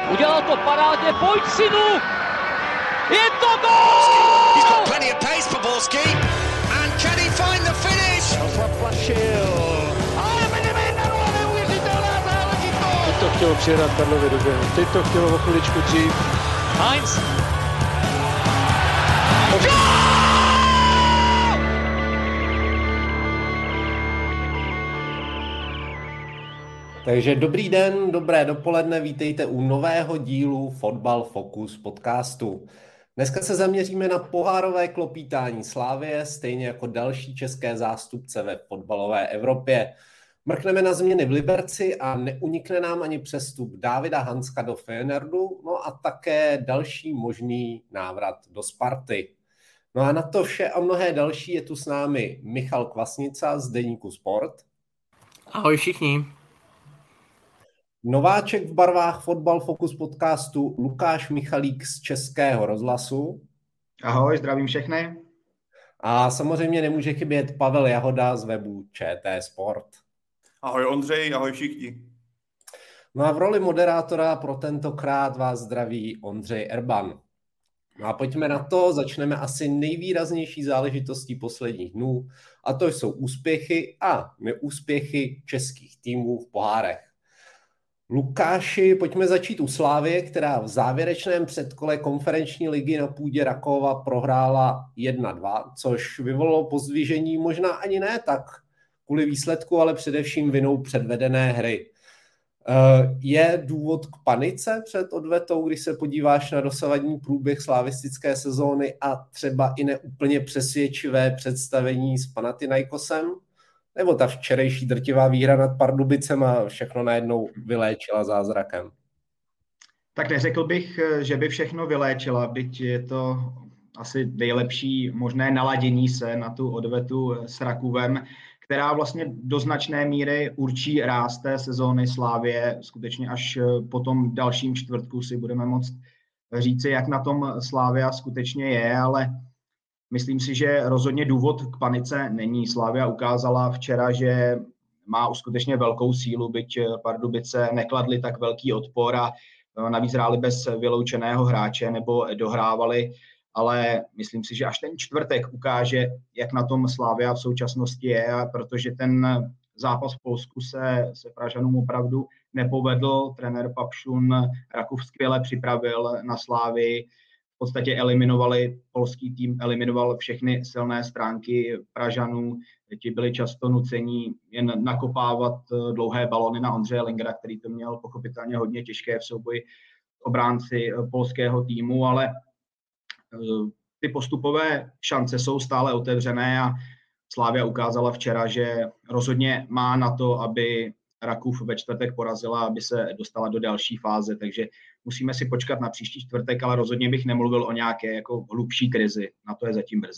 Udělal to parádně, pojď synu! Je to gól! He's got plenty of pace for Borski. And can he find the finish? Zaplašil. Ale vedeme 1-0, neuvěřitelná záležitost! Teď to chtělo přihrát Karlovi do běhu, teď to chtělo o chviličku dřív. Heinz! Takže dobrý den, dobré dopoledne, vítejte u nového dílu Fotbal Focus podcastu. Dneska se zaměříme na pohárové klopítání Slavie, stejně jako další české zástupce ve fotbalové Evropě. Mrkneme na změny v Liberci a neunikne nám ani přestup Davida Hanska do Feyenoordu, no a také další možný návrat do Sparty. No a na to vše a mnohé další je tu s námi Michal Kvasnica z deníku Sport. Ahoj všichni. Nováček v barvách Fotbal Focus podcastu Lukáš Michalík z Českého rozhlasu. Ahoj, zdravím všechny. A samozřejmě nemůže chybět Pavel Jahoda z webu ČT Sport. Ahoj Ondřej, ahoj všichni. No a v roli moderátora pro tentokrát vás zdraví Ondřej Erban. No a pojďme na to, začneme asi nejvýraznější záležitostí posledních dnů, a to jsou úspěchy a neúspěchy českých týmů v pohárech. Lukáši, pojďme začít u Slavie, která v závěrečném předkole konferenční ligy na půdě Rakova prohrála 1-2, což vyvolalo pozdvižení možná ani ne tak kvůli výsledku, ale především vinou předvedené hry. Je důvod k panice před odvetou, když se podíváš na dosavadní průběh slavistické sezóny a třeba i neúplně přesvědčivé představení s Panathinaikosem? Nebo ta včerejší drtivá výhra nad Pardubicem a všechno najednou vyléčila zázrakem? Tak neřekl bych, že by všechno vyléčila, byť je to asi nejlepší možné naladění se na tu odvetu s Rakúvem, která vlastně do značné míry určí ráz té sezóny Slavie. Skutečně až po tom dalším čtvrtku si budeme moct říci, jak na tom Slavia skutečně je, ale myslím si, že rozhodně důvod k panice není. Slavia ukázala včera, že má skutečně velkou sílu, byť Pardubice nekladly tak velký odpor a navíc hráli bez vyloučeného hráče nebo dohrávali, ale myslím si, že až ten čtvrtek ukáže, jak na tom Slavia v současnosti je, protože ten zápas v Polsku se Pražanům opravdu nepovedl. Trenér Papšun Rakův skvěle připravil na Slavii. V podstatě polský tým eliminoval všechny silné stránky Pražanů. Ti byli často nuceni jen nakopávat dlouhé balony na Ondřeje Lingera, který to měl pochopitelně hodně těžké v souboji obránci polského týmu, ale ty postupové šance jsou stále otevřené a Slavia ukázala včera, že rozhodně má na to, aby Rakův ve čtvrtek porazila, aby se dostala do další fáze, takže musíme si počkat na příští čtvrtek, ale rozhodně bych nemluvil o nějaké jako hlubší krizi, na to je zatím brzy.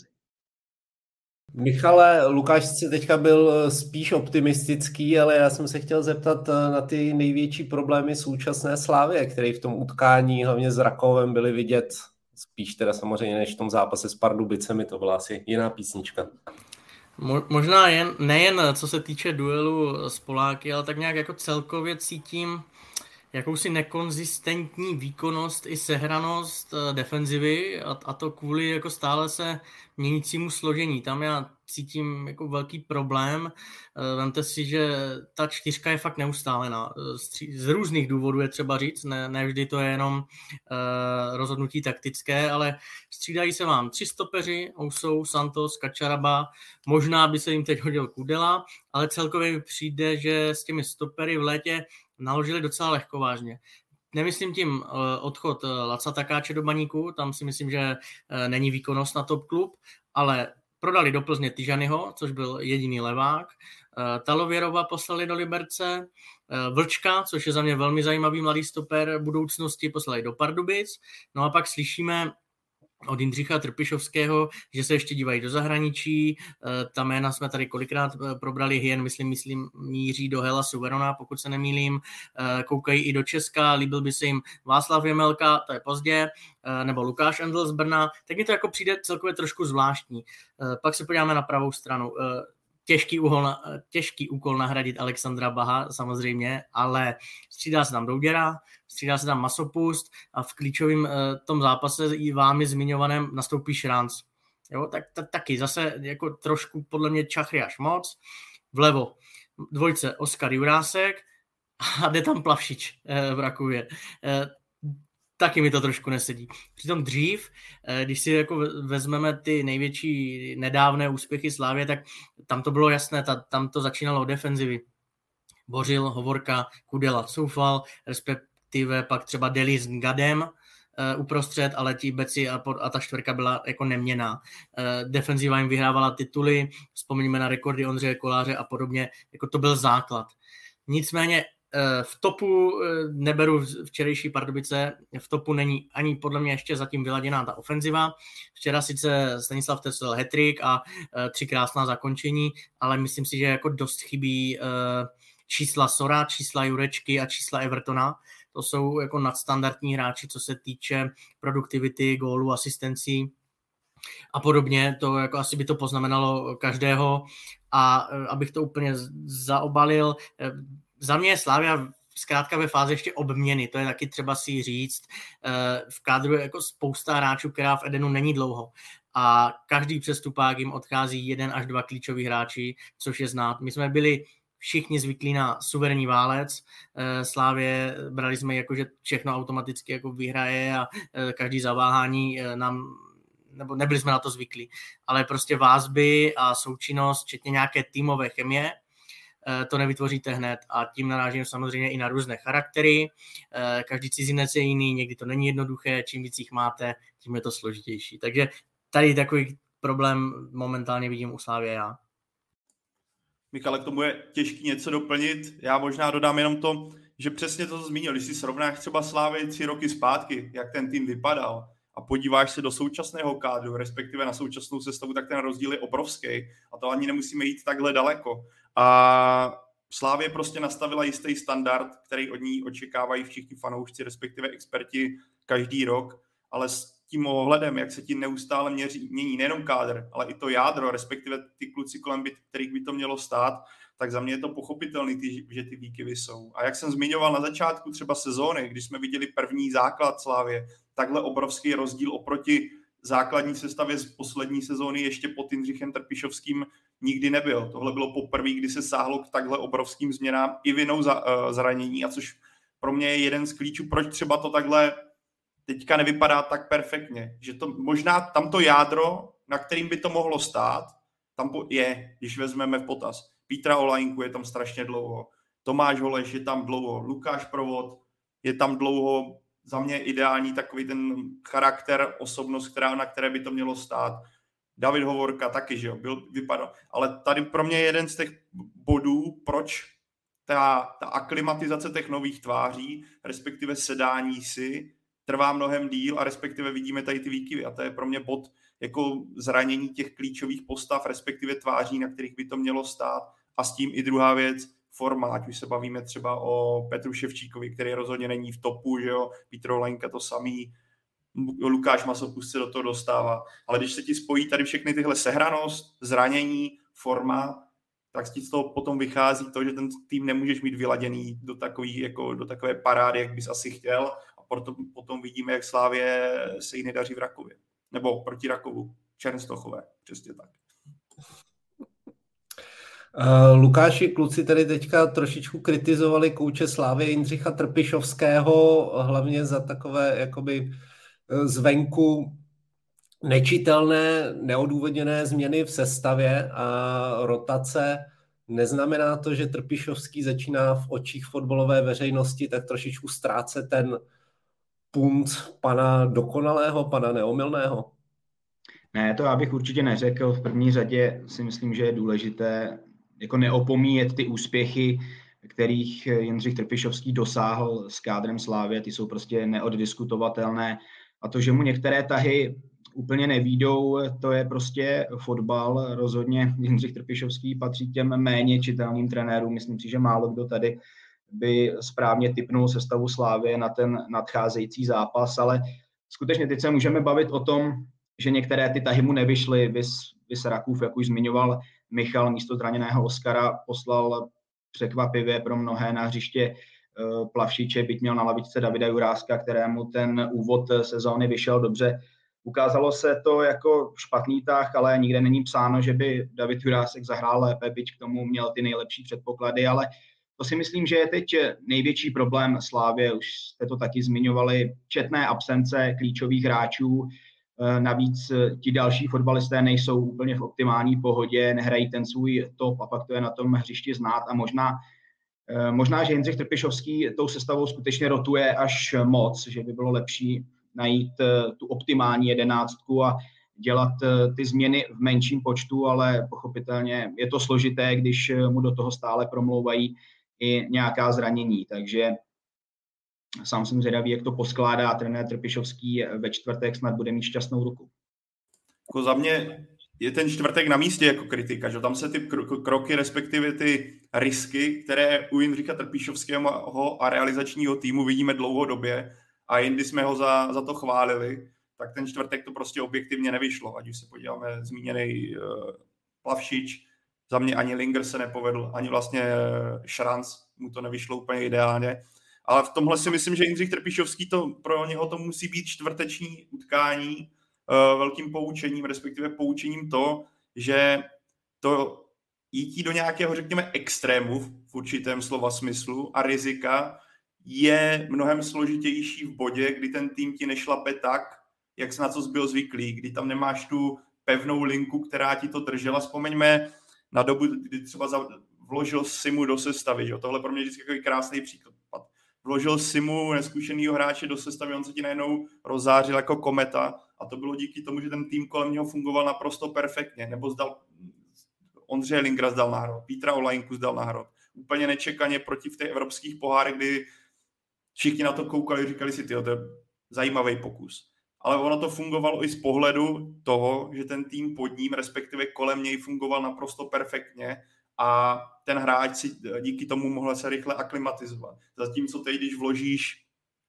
Michale, Lukáš si teďka byl spíš optimistický, ale já jsem se chtěl zeptat na ty největší problémy současné Slavie, které v tom utkání, hlavně s Rakovem, byly vidět spíš teda samozřejmě než v tom zápase s Pardubicemi, to byla asi jiná písnička. Možná nejen co se týče duelu s Poláky, ale tak nějak jako celkově cítím jakousi nekonzistentní výkonnost i sehranost defenzivy a to kvůli jako stále se měnícímu složení. Tam já cítím jako velký problém. Vemte si, že ta čtyřka je fakt neustálená. Z různých důvodů je třeba říct, ne vždy to je jenom rozhodnutí taktické, ale střídají se vám 3 stopeři, Ousou, Santos, Kačaraba, možná by se jim teď hodil Kudela, ale celkově mi přijde, že s těmi stopery v létě naložili docela lehkovážně. Nemyslím tím odchod Laca Takáče do Baníku, tam si myslím, že není výkonnost na top klub, ale prodali do Plzně Tyžanyho, což byl jediný levák, Talověrova poslali do Liberce, Vlčka, což je za mě velmi zajímavý mladý stoper budoucnosti, poslali do Pardubic, no a pak slyšíme od Jindřicha Trpišovského, že se ještě dívají do zahraničí. Ta jména jsme tady kolikrát probrali, Hien, myslím, míří do Helasu Verona, pokud se nemýlím. Koukají i do Česka, líbil by se jim Václav Jemelka, to je pozdě, nebo Lukáš Endl z Brna. Tak mi to jako přijde celkově trošku zvláštní. Pak se podíváme na pravou stranu. těžký úkol nahradit Alexandra Baha samozřejmě, ale střídá se tam Douděra, střídá se tam Masopust a v klíčovém tom zápase i vámi zmiňovaném nastoupí Šranc. Jo, tak taky zase jako trošku podle mě čachry až moc. Vlevo dvojce Oskar Jurásek a jde tam Plavšič v Rakově. Taky mi to trošku nesedí. Přitom dřív, když si jako vezmeme ty největší nedávné úspěchy Slavie, tak tam to bylo jasné, tam to začínalo od defenzivy. Bořil, Hovorka, Kudela, Coufal, respektive pak třeba Deli s Ngadem uprostřed, ale ti beci a ta čtvrka byla jako neměnná. Defenziva jim vyhrávala tituly, vzpomeňme na rekordy Ondřeje Koláře a podobně, jako to byl základ. Nicméně v topu neberu včerejší Pardubice, v topu není ani podle mě ještě zatím vyladěná ta ofenziva. Včera sice Stanislav Tesař hat-trick a 3 krásná zakončení, ale myslím si, že jako dost chybí čísla Sora, čísla Jurečky a čísla Evertona. To jsou jako nadstandardní hráči, co se týče produktivity, gólů, asistencí a podobně. To jako asi by to poznamenalo každého a abych to úplně zaobalil, za mě je Slavia zkrátka ve fázi ještě obměny, to je taky třeba si říct. V kádru je jako spousta hráčů, která v Edenu není dlouho a každý přestupák jim odchází 1 až 2 klíčoví hráči, což je znát. My jsme byli všichni zvyklí na suverénní válec. Slavie brali jsme jako, že všechno automaticky jako vyhraje a každý zaváhání nám, nebo nebyli jsme na to zvyklí. Ale prostě vázby a součinnost, včetně nějaké týmové chemie, to nevytvoříte hned a tím narážím samozřejmě i na různé charaktery. Každý cizinec je jiný, někdy to není jednoduché, čím víc jich máte, tím je to složitější. Takže tady takový problém momentálně vidím u Slavie já. Michale, k tomu je těžký něco doplnit. Já možná dodám jenom to, že přesně to zmínil, když si srovnáš třeba Slavii 3 roky zpátky, jak ten tým vypadal a podíváš se do současného kádru, respektive na současnou sestavu, tak ten rozdíl je obrovský a to ani nemusíme jít takhle daleko. A Slavie prostě nastavila jistý standard, který od ní očekávají všichni fanoušci, respektive experti každý rok, ale s tím ohledem, jak se tím neustále mění nejenom kádr, ale i to jádro, respektive ty kluci kolem, kterých by to mělo stát, tak za mě je to pochopitelný, že ty výkyvy jsou. A jak jsem zmiňoval na začátku třeba sezóny, když jsme viděli první základ Slavie, takhle obrovský rozdíl oproti základní sestavě z poslední sezóny ještě pod Jindřichem Trpišovským nikdy nebyl. Tohle bylo poprvé, kdy se sáhlo k takhle obrovským změnám i vinou zranění, a což pro mě je jeden z klíčů, proč třeba to takhle teďka nevypadá tak perfektně. Že to možná tamto jádro, na kterým by to mohlo stát, tam je, když vezmeme v potaz. Vítra Olajnku je tam strašně dlouho, Tomáš Holeš je tam dlouho, Lukáš Provod je tam dlouho, za mě ideální takový ten charakter, osobnost, na které by to mělo stát. David Hovorka taky, že jo, vypadal. Ale tady pro mě je jeden z těch bodů, proč ta aklimatizace těch nových tváří, respektive sedání si, trvá mnohem díl a respektive vidíme tady ty výkyvy. A to je pro mě bod jako zranění těch klíčových postav, respektive tváří, na kterých by to mělo stát. A s tím i druhá věc, forma, ať už se bavíme třeba o Petru Ševčíkovi, který rozhodně není v topu, že jo, Vítr Olajnka to samý, Lukáš Masopust se do toho dostává. Ale když se ti spojí tady všechny tyhle sehranost, zranění, forma, tak ti z toho potom vychází to, že ten tým nemůžeš mít vyladěný do takové parády, jak bys asi chtěl. A potom vidíme, jak Slavie se jí nedaří v Rakově. Nebo proti Rakovu. Černstochové. Přesně tak. Lukáši, kluci tady teďka trošičku kritizovali kouče Slavie Jindřicha Trpišovského, hlavně za takové jakoby zvenku nečitelné, neodůvodněné změny v sestavě a rotace. Neznamená to, že Trpišovský začíná v očích fotbalové veřejnosti tak trošičku ztrácet ten punt pana dokonalého, pana neomylného? Ne, to já bych určitě neřekl. V první řadě si myslím, že je důležité jako neopomíjet ty úspěchy, kterých Jindřich Trpišovský dosáhl s kádrem Slavie. Ty jsou prostě neoddiskutovatelné. A to, že mu některé tahy úplně nevídou, to je prostě fotbal. Rozhodně Jindřich Trpišovský patří těm méně čitelným trenérům. Myslím si, že málo kdo tady by správně tipnul sestavu Slavie na ten nadcházející zápas, ale skutečně teď se můžeme bavit o tom, že některé ty tahy mu nevyšly, vys Rakův, jak už zmiňoval Michal místo zraněného Oskara poslal překvapivě pro mnohé na hřiště Plavšiče, byť měl na lavičce Davida Juráska, kterému ten úvod sezóny vyšel dobře. Ukázalo se to jako špatný tah, ale nikde není psáno, že by David Jurásek zahrál lépe, byť k tomu měl ty nejlepší předpoklady, ale to si myslím, že je teď největší problém Slávie, už jste to taky zmiňovali, četné absence klíčových hráčů, navíc ti další fotbalisté nejsou úplně v optimální pohodě, nehrají ten svůj top a pak to je na tom hřišti znát a možná, že Jindřich Trpišovský tou sestavou skutečně rotuje až moc, že by bylo lepší najít tu optimální 11 a dělat ty změny v menším počtu, ale pochopitelně je to složité, když mu do toho stále promlouvají i nějaká zranění. Takže sám jsem zvědavý, jak to poskládá trenér Trpišovský ve čtvrtek, snad bude mít šťastnou ruku. Jako za mě je ten čtvrtek na místě jako kritika, že tam se ty kroky, respektive ty risky, které u Jindřicha Trpišovského a realizačního týmu vidíme dlouhodobě a jindy jsme ho za to chválili, tak ten čtvrtek to prostě objektivně nevyšlo. Ať už se podíváme, zmíněný Plavšič, za mě ani Linger se nepovedl, ani vlastně Šranc, mu to nevyšlo úplně ideálně. Ale v tomhle si myslím, že Jindřich Trpišovský, pro něho to musí být čtvrteční utkání velkým poučením, respektive poučením to, že to jítí do nějakého, řekněme, extrému v určitém slova smyslu a rizika je mnohem složitější v bodě, kdy ten tým ti nešlape tak, jak se na co byl zvyklý, kdy tam nemáš tu pevnou linku, která ti to držela. Vzpomeňme na dobu, kdy třeba vložil Simu do sestavy. Jo? Tohle pro mě vždycky takový krásný příklad. Vložil Simu, neskušenýho hráče, do sestavy, on se ti najednou rozzářil jako kometa a to bylo díky tomu, že ten tým kolem něho fungoval naprosto perfektně. Nebo Ondřeje Lingera zdal na hrot, Petra Olajinku zdal na hrot. Úplně nečekaně proti v těch evropských pohárech, kdy všichni na to koukali, říkali si, tyjo, to je zajímavý pokus. Ale ono to fungovalo i z pohledu toho, že ten tým pod ním, respektive kolem něj fungoval naprosto perfektně a ten hráč si díky tomu mohl se rychle aklimatizovat. Zatímco teď, když vložíš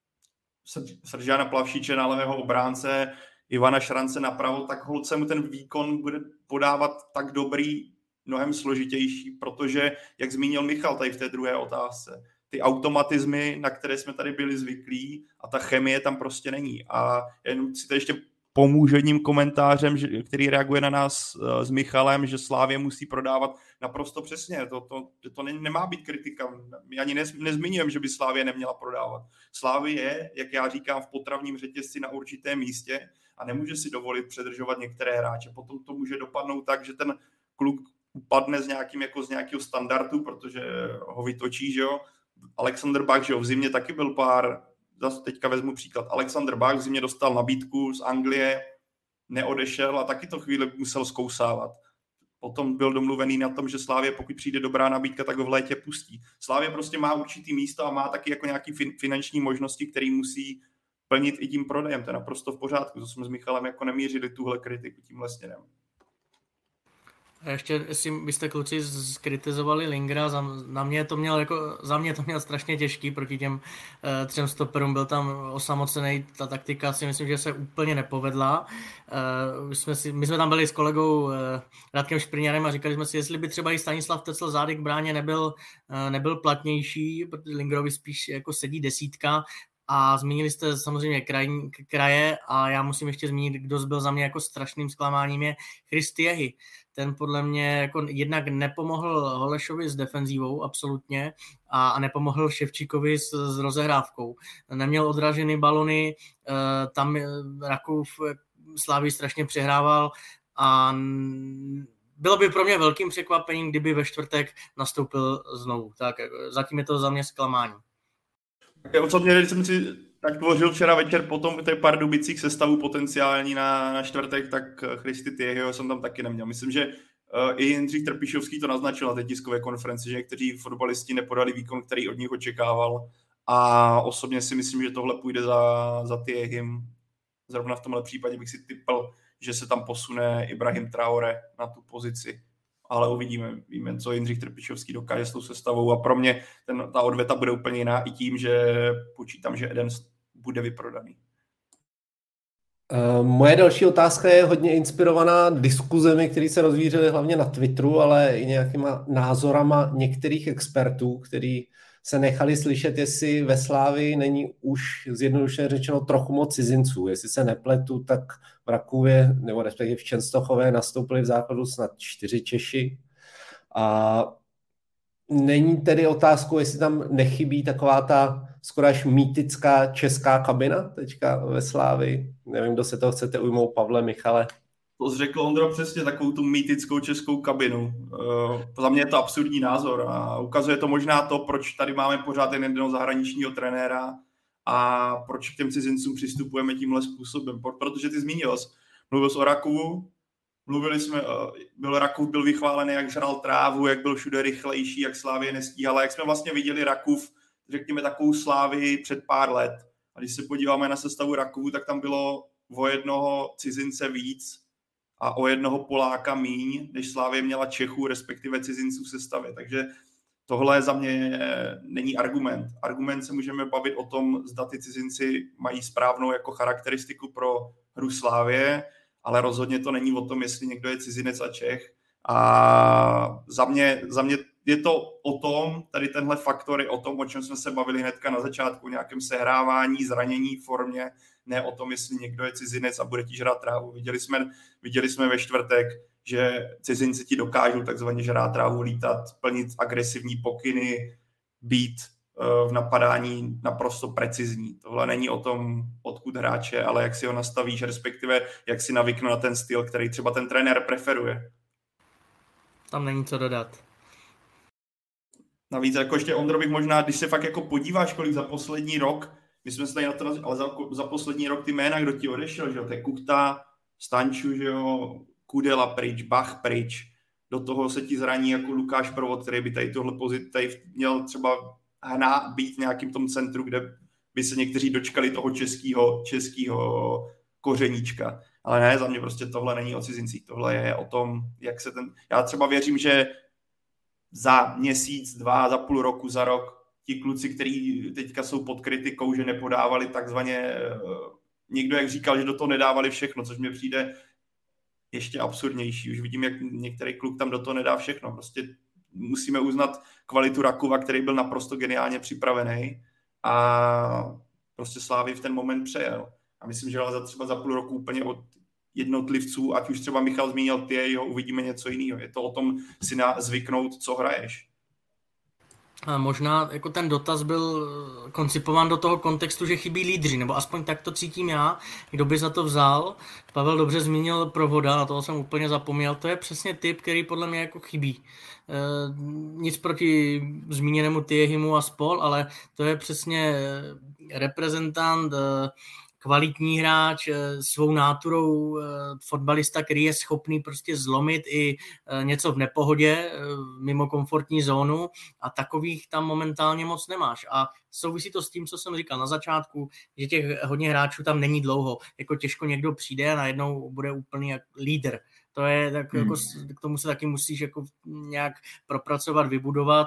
Srdžana Plavšiče na levého obránce, Ivana Šrance napravo, tak holce mu ten výkon bude podávat tak dobrý, mnohem složitější, protože, jak zmínil Michal tady v té druhé otázce, ty automatizmy, na které jsme tady byli zvyklí a ta chemie tam prostě není. A jen si to ještě pomůžu jedním komentářem, který reaguje na nás s Michalem, že Slávě musí prodávat naprosto přesně. To nemá být kritika. My ani nezmiňujeme, že by Slávě neměla prodávat. Slávě je, jak já říkám, v potravním řetězci na určitém místě a nemůže si dovolit předržovat některé hráče. Potom to může dopadnout tak, že ten kluk upadne z nějakého standardu, protože ho vytočí, že jo. Alexander Bach, že jo, v zimě taky byl zase teďka vezmu příklad. Alexander Bach v zimě dostal nabídku z Anglie, neodešel a taky to chvíli musel zkousávat. Potom byl domluvený na tom, že Slávě, pokud přijde dobrá nabídka, tak ho v létě pustí. Slávě prostě má určitý místo a má taky jako nějaký finanční možnosti, které musí plnit i tím prodejem. To je naprosto v pořádku. To jsme s Michalem jako nemířili tuhle kritiku tímhle směrem. A ještě, jestli byste kluci skritizovali Lingera, za mě to měl strašně těžký proti těm 3 stoperům, byl tam osamocený, ta taktika si myslím, že se úplně nepovedla. My jsme tam byli s kolegou Radkem Špriňarem a říkali jsme si, jestli by třeba i Stanislav Tecl zády k bráně nebyl platnější, protože Lingerovi spíš jako sedí desítka. A zmínili jste samozřejmě kraje a já musím ještě zmínit, kdo byl za mě jako strašným zklamáním, je Christy Jehy. Ten podle mě jako jednak nepomohl Holešovi s defenzívou absolutně a nepomohl Ševčíkovi s rozehrávkou. Neměl odražený balony, tam Rakův Slávy strašně přehrával a bylo by pro mě velkým překvapením, kdyby ve čtvrtek nastoupil znovu. Tak zatím je to za mě zklamání. Osobně, když jsem si tak tvořil včera večer potom těch Pardubicích sestavu potenciální na čtvrtek, tak Christy Tyjeho jsem tam taky neměl. Myslím, že i Jindřich Trpišovský to naznačil na té tiskové konferenci, že někteří fotbalisti nepodali výkon, který od nich očekával a osobně si myslím, že tohle půjde za Tyjehym. Zrovna v tomhle případě bych si tipl, že se tam posune Ibrahim Traore na tu pozici. Ale uvidíme, víme, co Jindřich Trpišovský dokáže s tou sestavou a pro mě ta odveta bude úplně jiná i tím, že počítám, že Eden bude vyprodaný. Moje další otázka je hodně inspirovaná diskuzemi, které se rozvířily hlavně na Twitteru, ale i nějakýma názorama některých expertů, kteří se nechali slyšet, jestli ve Slávii není už zjednodušeně řečeno trochu moc cizinců. Jestli se nepletu, tak v Rakově, nebo respektive v Čenstochově nastoupili v základu snad 4 Češi. A není tedy otázkou, jestli tam nechybí taková ta skoro až mýtická česká kabina teďka ve Slávii. Nevím, kdo se toho chcete ujmout, Pavle, Michale. To řekl Ondro přesně, takovou tu mýtickou českou kabinu. Za mě je to absurdní názor a ukazuje to možná to, proč tady máme pořád jen jednoho zahraničního trenéra a proč k těm cizincům přistupujeme tímhle způsobem. Protože ty mluvil jsi o Rakovu, Rakov byl vychválený, jak žral trávu, jak byl všude rychlejší, jak Slávie nestíhala, jak jsme vlastně viděli Rakov, řekněme, takovou Slávii před pár let. A když se podíváme na sestavu Rakovu, tak tam bylo o jednoho cizince víc a o jednoho Poláka míň, než Slávie měla Čechů, respektive cizinců v sestavě. Takže tohle za mě není argument. Argument se můžeme bavit o tom, zda ty cizinci mají správnou jako charakteristiku pro hru Slávie, ale rozhodně to není o tom, jestli někdo je cizinec a Čech. A za mě je to o tom, tady tenhle faktor je o tom, o čem jsme se bavili hnedka na začátku, o nějakém sehrávání, zranění, formě, ne o tom, jestli někdo je cizinec a bude ti žrát trávu. Viděli jsme ve čtvrtek, že cizinci ti dokážou takzvaně žrát trávu, lítat, plnit agresivní pokyny, být v napadání naprosto precizní. Tohle není o tom, odkud hráče, ale jak si ho nastavíš, respektive jak si navyknu na ten styl, který třeba ten trenér preferuje. Tam není co dodat. Navíc jako ještě Ondro bych možná, když se fakt jako podíváš, kolik za poslední rok, my jsme se tady na to, ale za poslední rok ty jména, kdo ti odešel, že jo, to je Kuchta, Stanču, že jo, Kudela pryč, Bach pryč, do toho se ti zraní jako Lukáš Provod, který by tady tohle pozici měl třeba být v nějakým tom centru, kde by se někteří dočkali toho českého kořeníčka. Ale ne, za mě prostě tohle není o cizincích, tohle je o tom, jak se ten... Já třeba věřím, že za měsíc, 2, za půl roku, za rok, ti kluci, kteří teďka jsou pod kritikou, že nepodávali takzvaně... Někdo, jak říkal, že do toho nedávali všechno, což mi přijde ještě absurdnější. Už vidím, jak některý kluk tam do toho nedá všechno. Prostě musíme uznat kvalitu Rakova, který byl naprosto geniálně připravený a prostě Slávy v ten moment přejel. A myslím, že třeba za půl roku úplně od jednotlivců, ať už třeba Michal zmínil ty, uvidíme něco jiného. Je to o tom si zvyknout, co hraješ. A možná jako ten dotaz byl koncipován do toho kontextu, že chybí lídři, nebo aspoň tak to cítím já, kdo by za to vzal. Pavel dobře zmínil Provoda, na toho jsem úplně zapomněl, to je přesně typ, který podle mě jako chybí. Nic proti zmíněnému Thiehimu a spol, ale to je přesně reprezentant, kvalitní hráč, svou náturou fotbalista, který je schopný prostě zlomit i něco v nepohodě, mimo komfortní zónu a takových tam momentálně moc nemáš. A souvisí to s tím, co jsem říkal na začátku, že těch hodně hráčů tam není dlouho. Jako těžko někdo přijde a najednou bude úplný jak lídr. To je tak, jako, k tomu se taky musíš jako nějak propracovat, vybudovat.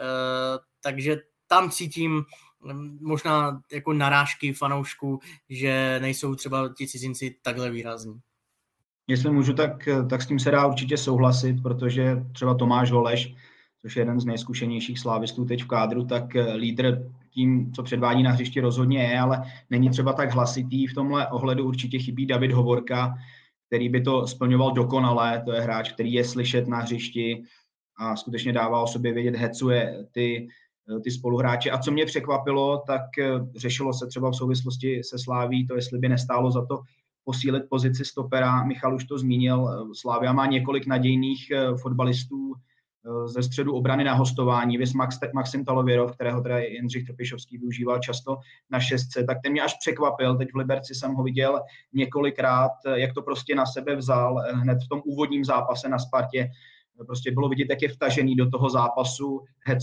Takže tam cítím možná jako narážky fanoušků, že nejsou třeba ti cizinci takhle výrazní. Jestli můžu, tak s tím se dá určitě souhlasit, protože třeba Tomáš Holeš, což je jeden z nejzkušenějších slávistů teď v kádru, tak lídr tím, co předvádí na hřišti, rozhodně je, ale není třeba tak hlasitý. V tomhle ohledu určitě chybí David Hovorka, který by to splňoval dokonale. To je hráč, který je slyšet na hřišti a skutečně dává o sobě vědět, hecuje ty spoluhráče. A co mě překvapilo, tak řešilo se třeba v souvislosti se Sláví to, jestli by nestálo za to posílit pozici stopera. Michal už to zmínil, Slavia má několik nadějných fotbalistů ze středu obrany na hostování, viz Maxim Talověrov, kterého teda Jindřich Trpišovský využíval často na šestce, tak ten mě až překvapil. Teď v Liberci jsem ho viděl několikrát, jak to prostě na sebe vzal hned v tom úvodním zápase na Spartě. Prostě bylo vidět, jak je vtažený do toho zápasu,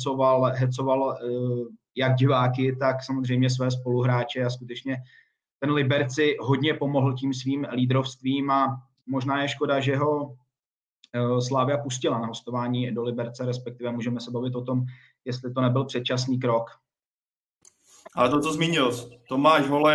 hecoval jak diváky, tak samozřejmě své spoluhráče a skutečně ten Liberci hodně pomohl tím svým lídrovstvím a možná je škoda, že ho Slavia pustila na hostování do Liberce, respektive můžeme se bavit o tom, jestli to nebyl předčasný krok. Ale to, co zmínil, Tomáš Holeš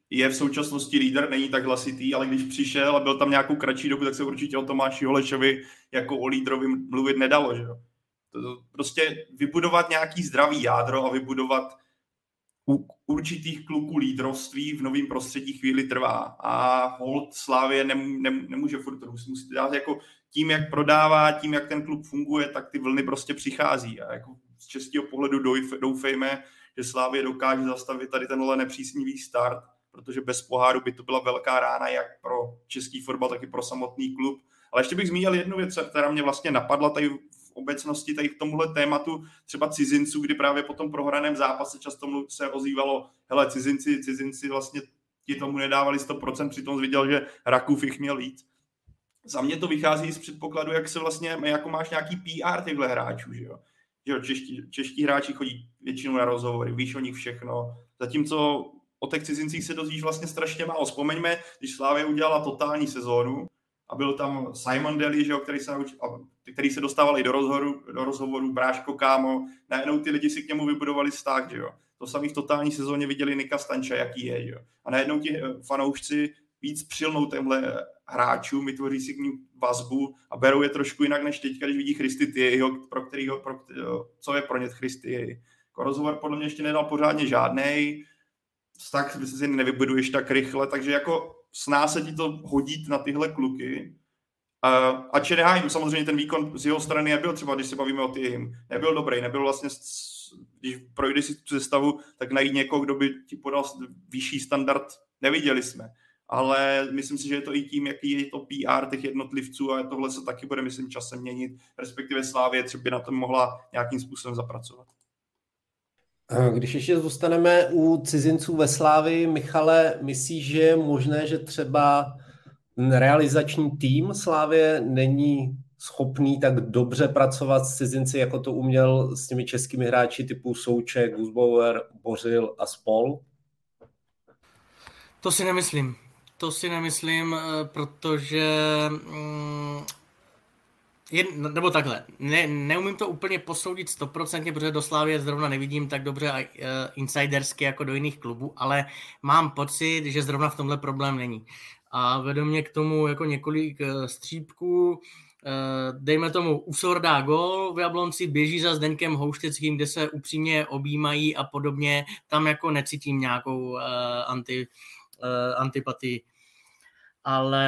je v současnosti lídr, není tak hlasitý, ale když přišel a byl tam nějakou kratší dobu, tak se určitě o Tomáši Holešovi jako o lídrovi mluvit nedalo. Že? To prostě vybudovat nějaký zdravý jádro a vybudovat u určitých kluků lídrovství v novém prostředí chvíli trvá. A hold Slavie nemůže furt musí dát jako tím, jak prodává, tím, jak ten klub funguje, tak ty vlny prostě přichází. A jako z českého pohledu doufejme, že Slavie dokáže zastavit tady tenhle nepříznivý start, protože bez poháru by to byla velká rána jak pro český fotbal, tak i pro samotný klub. Ale ještě bych zmínil jednu věc, která mě vlastně napadla tady v obecnosti, tady k tomuhle tématu třeba cizinců, kdy právě po tom prohraném zápase často se ozývalo, hele, cizinci vlastně ti tomu nedávali 100%, přitom viděl, že Rakův jich měl víc. Za mě to vychází z předpokladu, jak se vlastně, jako máš nějaký PR těchto hráčů, že jo. Čeští hráči chodí většinou na rozhovory, víš o nich všechno, zatímco o těch cizincích se dozvíš vlastně strašně málo. Vzpomeňme, když Slavia udělala totální sezónu a byl tam Simon Daly, že jo, který se dostával i do rozhovoru, Bráško, kámo, najednou ty lidi si k němu vybudovali vztah, že jo. To sami v totální sezóně viděli Nika Stanča, jaký je, že jo. A najednou ti fanoušci víc přilnou těmhle hráčům, vytvoří si k ním vazbu a berou je trošku jinak než teďka, když vidí Christy Thieryho, co je pro ně Christy Thierry. Jako rozhovor podle mě ještě nedal pořádně žádnej, tak si nevybuduješ tak rychle, takže jako sná se ti to hodit na tyhle kluky. Ač je nehájím, samozřejmě ten výkon z jeho strany nebyl, třeba když se bavíme o Thierrym, nebyl dobrý, nebyl vlastně, když projdeš si tu sestavu, tak najít někoho, kdo by ti podal vyšší standard, neviděli jsme. Ale myslím si, že je to i tím, jaký je to PR těch jednotlivců a tohle se taky bude, myslím, časem měnit, respektive Slavie třeba by na tom mohla nějakým způsobem zapracovat. Když ještě zůstaneme u cizinců ve Slavii, Michale, myslíš, že je možné, že třeba realizační tým Slavie není schopný tak dobře pracovat s cizinci, jako to uměl s těmi českými hráči typu Souček, Husbauer, Bořil a spol? To si nemyslím, protože nebo takhle, neumím to úplně posoudit 100%, protože do Slavie zrovna nevidím tak dobře insidersky jako do jiných klubů, ale mám pocit, že zrovna v tomhle problém není. A vede mě k tomu jako několik střípků, dejme tomu Usor dá gól, v Jablonci běží za Zdeňkem Houšteckým, kde se upřímně objímají a podobně, tam jako necítím nějakou antipatii. Ale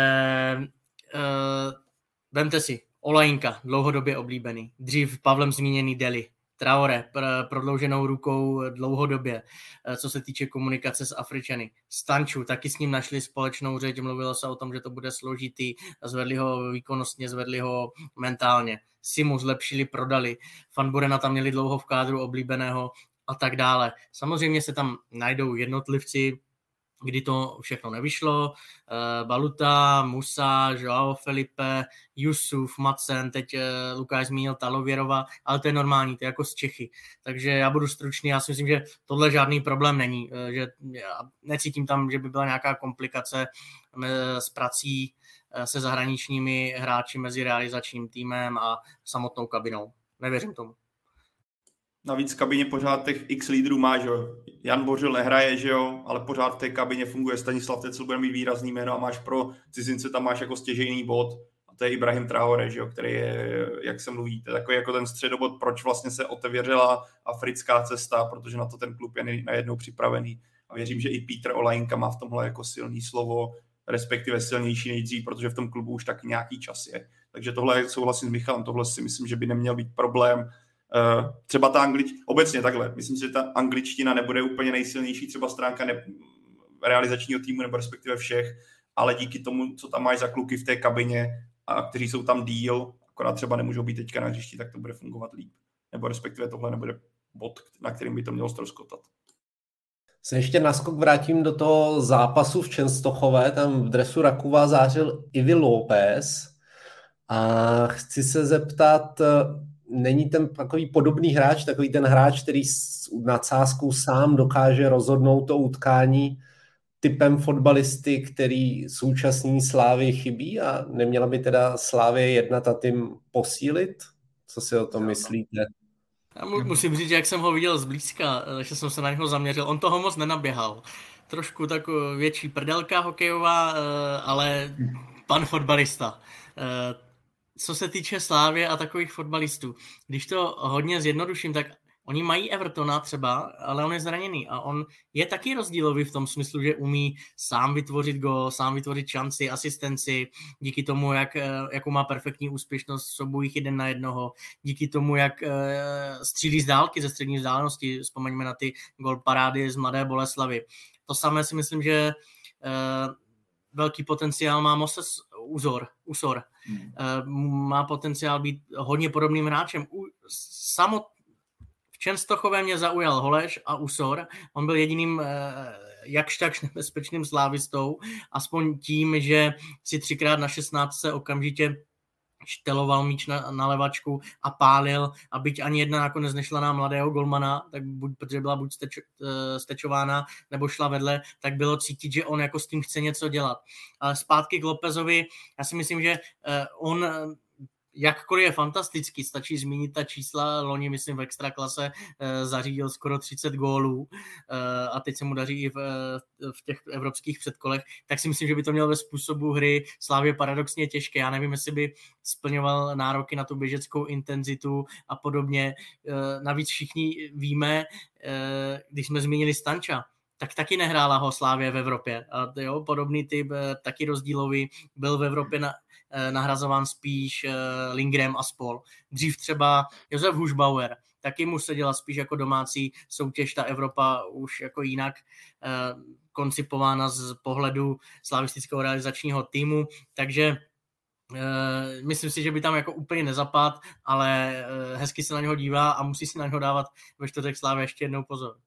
vemte si, Olajinka, dlouhodobě oblíbený. Dřív Pavlem zmíněný Daly. Traore, prodlouženou rukou dlouhodobě, co se týče komunikace s Afričany. Stanču, taky s ním našli společnou řeč, mluvilo se o tom, že to bude složitý, zvedli ho výkonnostně, zvedli ho mentálně. Simu zlepšili, prodali. Fanburena tam měli dlouho v kádru oblíbeného a tak dále. Samozřejmě se tam najdou jednotlivci, kdy to všechno nevyšlo, Baluta, Musa, Joao Felipe, Jusuf, Macen, teď Lukáš zmínil Talověrova, ale to je normální, to je jako z Čechy. Takže já budu stručný, já si myslím, že tohle žádný problém není, že já necítím tam, že by byla nějaká komplikace s prací se zahraničními hráči mezi realizačním týmem a samotnou kabinou. Nevěřím tomu. Navíc v kabině pořád těch x lídrů má, že jo. Jan Bořil nehraje, že jo, ale pořád v té kabině funguje Stanislav Tecl, bude mít výrazný jméno a máš pro cizince, tam máš jako stěžejný bod a to je Ibrahim Traore, že jo, který je, jak se mluví, to je takový jako ten středobod, proč vlastně se otevřela africká cesta, protože na to ten klub je najednou připravený a věřím, že i Petr Olajinka má v tomhle jako silný slovo, respektive silnější nejdřív, protože v tom klubu už taky nějaký čas je. Takže tohle souhlasím s Michalem, tohle si myslím, že by neměl být problém. Třeba ta obecně takhle, myslím si, že ta angličtina nebude úplně nejsilnější třeba stránka realizačního týmu nebo respektive všech, ale díky tomu, co tam máš za kluky v té kabině a kteří jsou tam díl, akorát třeba nemůžou být teďka na hřišti, tak to bude fungovat líp. Nebo respektive tohle nebude bod, na kterým by to mělo ztroskotat. Se ještě naskok vrátím do toho zápasu v Čenstochové, tam v dresu Rakuva zářil Ivi López a chci se zeptat, není ten takový podobný hráč, takový ten hráč, který s nadsázkou sám dokáže rozhodnout to utkání typem fotbalisty, který současný Slávii chybí a neměla by teda Slávie jednat a tým posílit? Co si o tom myslíte? Já musím říct, že jak jsem ho viděl zblízka, že jsem se na něho zaměřil, on toho moc nenaběhal. trošku tak větší prdelka hokejová, ale pan fotbalista. Co se týče Slávie a takových fotbalistů, když to hodně zjednoduším, tak oni mají Evertona třeba, ale on je zraněný a on je taky rozdílový v tom smyslu, že umí sám vytvořit gól, sám vytvořit šanci, asistenci, díky tomu, jakou má perfektní úspěšnost v soubojích 1 na 1, díky tomu, jak střílí z dálky, ze střední vzdálenosti, vzpomeňme na ty gól parády z Mladé Boleslavy. To samé si myslím, že velký potenciál má Moses Usor. Má potenciál být hodně podobným hráčem. V Čenstochově mě zaujal Holeš a Usor. On byl jediným jakž tak nebezpečným slávistou, aspoň tím, že si 3x na 16 se okamžitě šteloval míč na levačku a pálil, a byť ani jedna nakonec nešla na mladého golmana, tak protože byla buď stečována nebo šla vedle, tak bylo cítit, že on jako s tím chce něco dělat. Ale zpátky k Lopezovi, já si myslím, že on jakkoliv je fantastický, stačí zmínit ta čísla, loni myslím v extraklase zařídil skoro 30 gólů a teď se mu daří i v těch evropských předkolech, tak si myslím, že by to mělo ve způsobu hry Slavie paradoxně těžké. Já nevím, jestli by splňoval nároky na tu běžeckou intenzitu a podobně. Navíc všichni víme, když jsme zmínili Stanča, tak taky nehrála ho Slavie v Evropě. A jo, podobný typ, taky rozdílový, byl v Evropě nahrazován spíš Lindgren a spol. Dřív třeba Josef Hušbauer, taky mu seděla spíš jako domácí soutěž, ta Evropa už jako jinak koncipována z pohledu slavistického realizačního týmu, takže myslím si, že by tam jako úplně nezapad, ale hezky se na něho dívá a musí si na něho dávat ve čtvrtek Slavie ještě jednou pozor.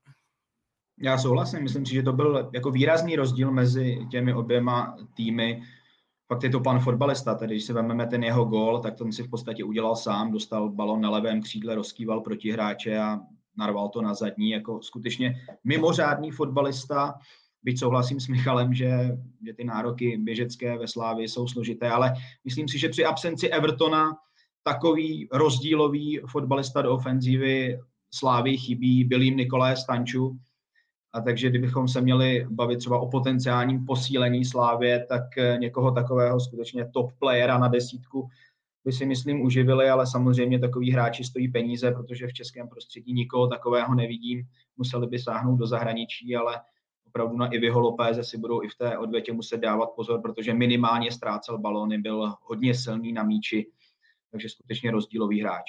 Já souhlasím, myslím si, že to byl jako výrazný rozdíl mezi těmi oběma týmy. Fakt je to pan fotbalista, tedy když si vezmeme ten jeho gól, tak ten si v podstatě udělal sám, dostal balon na levém křídle, rozkýval protihráče a narval to na zadní. Jako skutečně mimořádný fotbalista, byť souhlasím s Michalem, že ty nároky běžecké ve Slávii jsou složité, ale myslím si, že při absenci Evertona takový rozdílový fotbalista do ofenzívy Slávii chybí, byl jim Nikolaj Stanču. A takže kdybychom se měli bavit třeba o potenciálním posílení Slávie, tak někoho takového skutečně top playera na desítku by si myslím uživili, ale samozřejmě takový hráči stojí peníze, protože v českém prostředí nikoho takového nevidím. Museli by sáhnout do zahraničí, ale opravdu na Iviho Lopéze si budou i v té odvětě muset dávat pozor, protože minimálně ztrácel balony, byl hodně silný na míči, takže skutečně rozdílový hráč.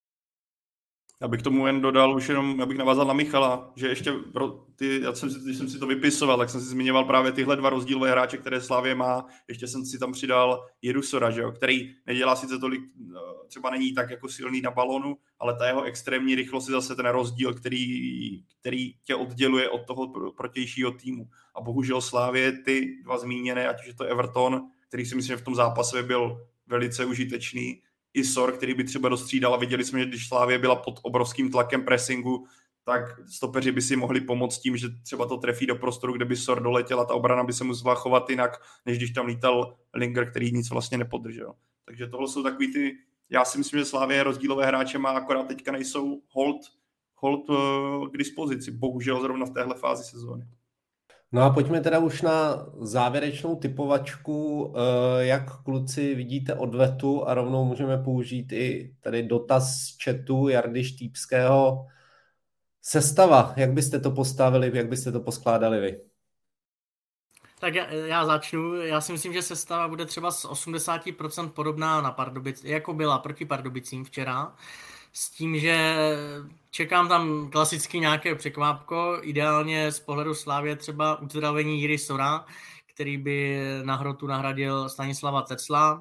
Já bych tomu jen dodal, už jenom, abych navázal na Michala, že ještě když jsem si to vypisoval, tak jsem si zmiňoval právě tyhle 2 rozdílové hráče, které Slavie má. Ještě jsem si tam přidal Jedusora, že jo, který nedělá sice tolik, třeba není tak jako silný na balonu, ale ta jeho extrémní rychlost je zase ten rozdíl, který tě odděluje od toho protějšího týmu. A bohužel Slavie ty 2 zmíněné, ať už je to Everton, který si myslím, že v tom zápase byl velice užitečný, i Sor, který by třeba dostřídal, a viděli jsme, že když Slavie byla pod obrovským tlakem pressingu, tak stopeři by si mohli pomoct tím, že třeba to trefí do prostoru, kde by Sor doletěl a ta obrana by se musela chovat jinak, než když tam lítal Linger, který nic vlastně nepodržel. Takže tohle jsou takový ty, já si myslím, že Slavie rozdílové hráče má, akorát teďka nejsou hold k dispozici, bohužel zrovna v téhle fázi sezóny. No a pojďme teda už na závěrečnou typovačku, jak kluci vidíte odvetu, a rovnou můžeme použít i tady dotaz z chatu Jardy Štýpského. Sestava, jak byste to postavili, jak byste to poskládali vy? Tak já začnu. Já si myslím, že sestava bude třeba z 80% podobná na Pardubice, jako byla proti Pardubicím včera. S tím, že čekám tam klasicky nějaké překvápko, ideálně z pohledu Slavie třeba uzdravení Jiry Sora, který by na hrotu nahradil Stanislava Tecla.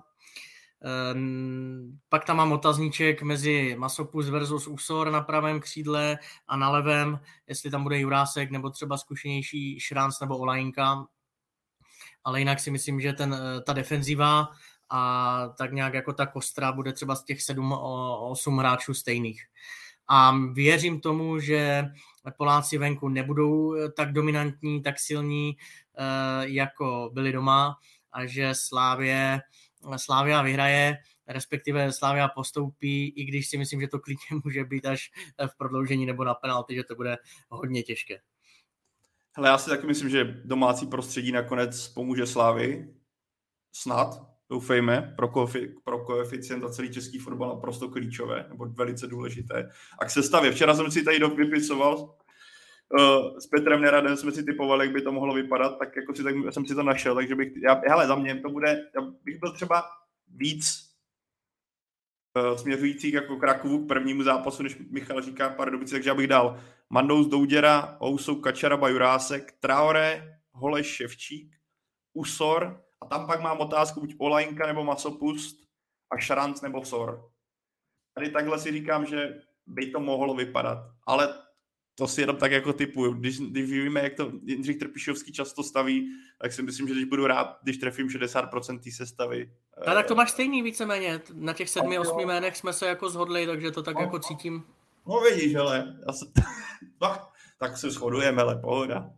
Pak tam mám otazníček mezi Masopust versus Usor na pravém křídle a na levém, jestli tam bude Jurásek nebo třeba zkušenější Šránc nebo Olajinka. Ale jinak si myslím, že ta defenziva a tak nějak jako ta kostra bude třeba z těch 7-8 hráčů stejných. A věřím tomu, že Poláci venku nebudou tak dominantní, tak silní, jako byli doma, a že Slavia vyhraje, respektive Slavia postoupí, i když si myslím, že to klidně může být až v prodloužení nebo na penalty, že to bude hodně těžké. Hele, já si taky myslím, že domácí prostředí nakonec pomůže Slávii. Snad, doufejme, pro koeficient a celý český fotbal naprosto klíčové, nebo velice důležité. A k sestavě. Včera jsem si tady vypisoval, s Petrem Neradem jsme si typovali, jak by to mohlo vypadat, tak jako jsem si to našel, takže za mě to bude, já bych byl třeba víc směřujících jako Krakovu k prvnímu zápasu, než Michal říká Pardubice, takže já bych dal Mandous, Douděra, Ousou, Kačaraba, Jurásek, Traoré, Holeš, Ševčík, Usor a tam pak mám otázku buď Olajnka nebo Masopust a Šranc nebo Sor. Tady takhle si říkám, že by to mohlo vypadat, ale to si jenom tak jako typuju. Když víme, jak to Jindřich Trpišovský často staví, tak si myslím, že když budu rád, když trefím 60% té sestavy. A tak to máš stejný víceméně. Na těch 7-8 jménech jsme se jako shodli, takže to tak jako cítím. No vidíš, hele. Tak se shodujeme, ale pohoda.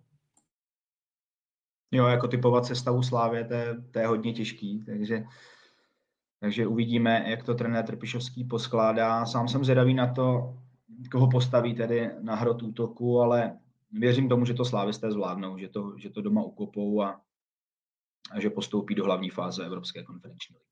Jo, jako typovat sestavu Slávě, to je hodně těžký, takže uvidíme, jak to trenér Trpišovský poskládá. Sám jsem zvědavý na to, koho postaví tedy na hrot útoku, ale věřím tomu, že to slávisté zvládnou, že to doma ukopou a že postoupí do hlavní fáze Evropské konferenční ligy.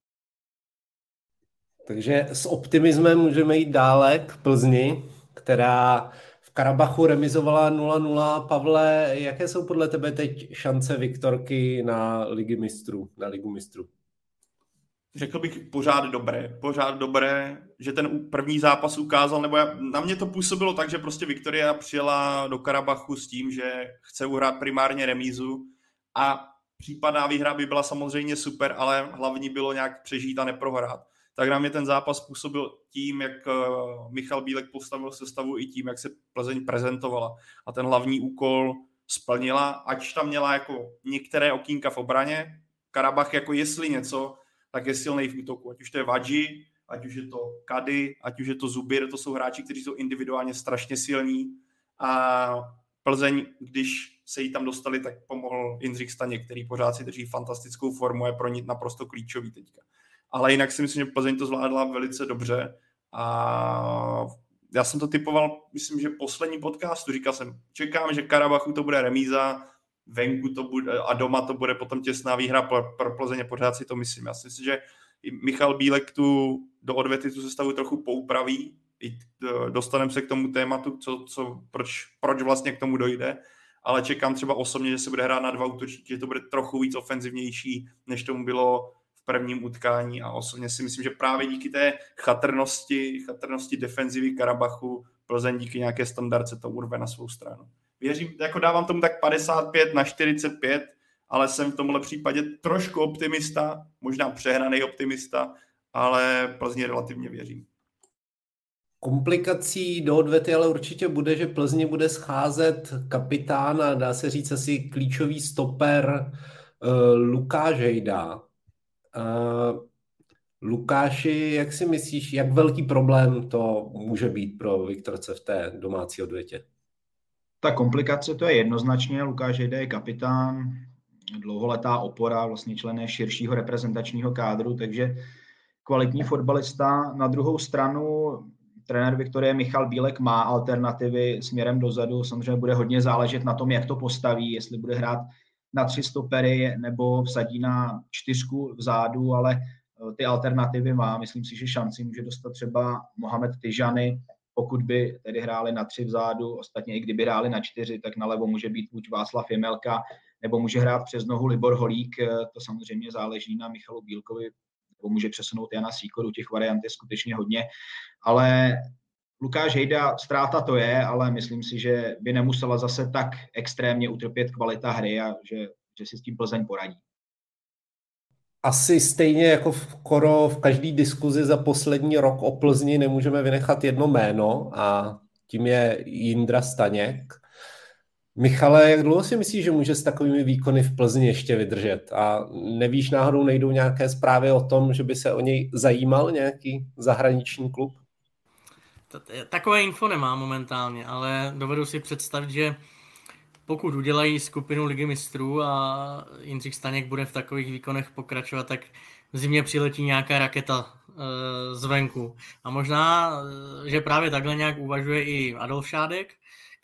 Takže s optimismem můžeme jít dále k Plzni, která v Karabachu remizovala 0-0. Pavle, jaké jsou podle tebe teď šance Viktorky na Ligu mistrů? Řekl bych pořád dobré, že ten první zápas ukázal, nebo na mě to působilo tak, že prostě Viktoria přijela do Karabachu s tím, že chce uhrát primárně remízu a případná výhra by byla samozřejmě super, ale hlavní bylo nějak přežít a neprohrát. Tak na mě ten zápas působil tím, jak Michal Bílek postavil sestavu i tím, jak se Plzeň prezentovala. A ten hlavní úkol splnila, ač tam měla jako některé okýnka v obraně. Karabach jako jestli něco, tak je silný v útoku. Ať už to je Vadži, ať už je to Kady, ať už je to Zubir, to jsou hráči, kteří jsou individuálně strašně silní. A Plzeň, když se jí tam dostali, tak pomohl Jindřich Staněk, který pořád si drží fantastickou formu, je pro ní naprosto klíčový teďka. Ale jinak si myslím, že Plzeň to zvládla velice dobře a já jsem to typoval, myslím, že poslední podcastu, říkal jsem, čekám, že Karabachu to bude remíza, venku to bude a doma to bude potom těsná výhra pro Plzeň, pořád si to myslím. Já si myslím, že Michal Bílek do odvety tu sestavu trochu poupraví, dostaneme se k tomu tématu, proč vlastně k tomu dojde, ale čekám třeba osobně, že se bude hrát na 2 útočníky, že to bude trochu víc ofenzivnější, než tomu bylo v prvním utkání a osobně si myslím, že právě díky té chatrnosti defenzivy Karabachu Plzeň díky nějaké standardce to urve na svou stranu. Věřím, jako dávám tomu tak 55-45, ale jsem v tomhle případě trošku optimista, možná přehnaný optimista, ale Plzni relativně věřím. Komplikací do odvety ale určitě bude, že Plzni bude scházet kapitán a dá se říct asi klíčový stoper Lukáš Hejda. Lukáši, jak si myslíš, jak velký problém to může být pro Viktorce v té domácí odvětě? Ta komplikace to je jednoznačně. Lukáš Hejda je kapitán, dlouholetá opora, vlastně člen širšího reprezentačního kádru, takže kvalitní fotbalista. Na druhou stranu trenér Viktorie Michal Bílek má alternativy směrem dozadu. Samozřejmě bude hodně záležet na tom, jak to postaví, jestli bude hrát na 3 stopery nebo vsadí na 4 vzadu, ale ty alternativy má. Myslím si, že šanci může dostat třeba Mohamed Tyžany, pokud by tedy hráli na 3 vzadu, ostatně i kdyby hráli na 4, tak nalevo může být buď Václav Jemelka, nebo může hrát přes nohu Libor Holík, to samozřejmě záleží na Michalu Bílkovi, nebo může přesunout Jana Sýkoru, těch variant je skutečně hodně, ale Lukáš Hejda, ztráta to je, ale myslím si, že by nemusela zase tak extrémně utrpět kvalita hry a že si s tím Plzeň poradí. Asi stejně jako v každé diskuzi za poslední rok o Plzni nemůžeme vynechat jedno jméno a tím je Jindra Staněk. Michale, jak dlouho si myslíš, že může s takovými výkony v Plzni ještě vydržet? A nevíš, náhodou nejdou nějaké zprávy o tom, že by se o něj zajímal nějaký zahraniční klub? Takové info nemám momentálně, ale dovedu si představit, že pokud udělají skupinu Ligy mistrů a Jindřich Staněk bude v takových výkonech pokračovat, tak v zimě přiletí nějaká raketa zvenku. A možná, že právě takhle nějak uvažuje i Adolf Šádek,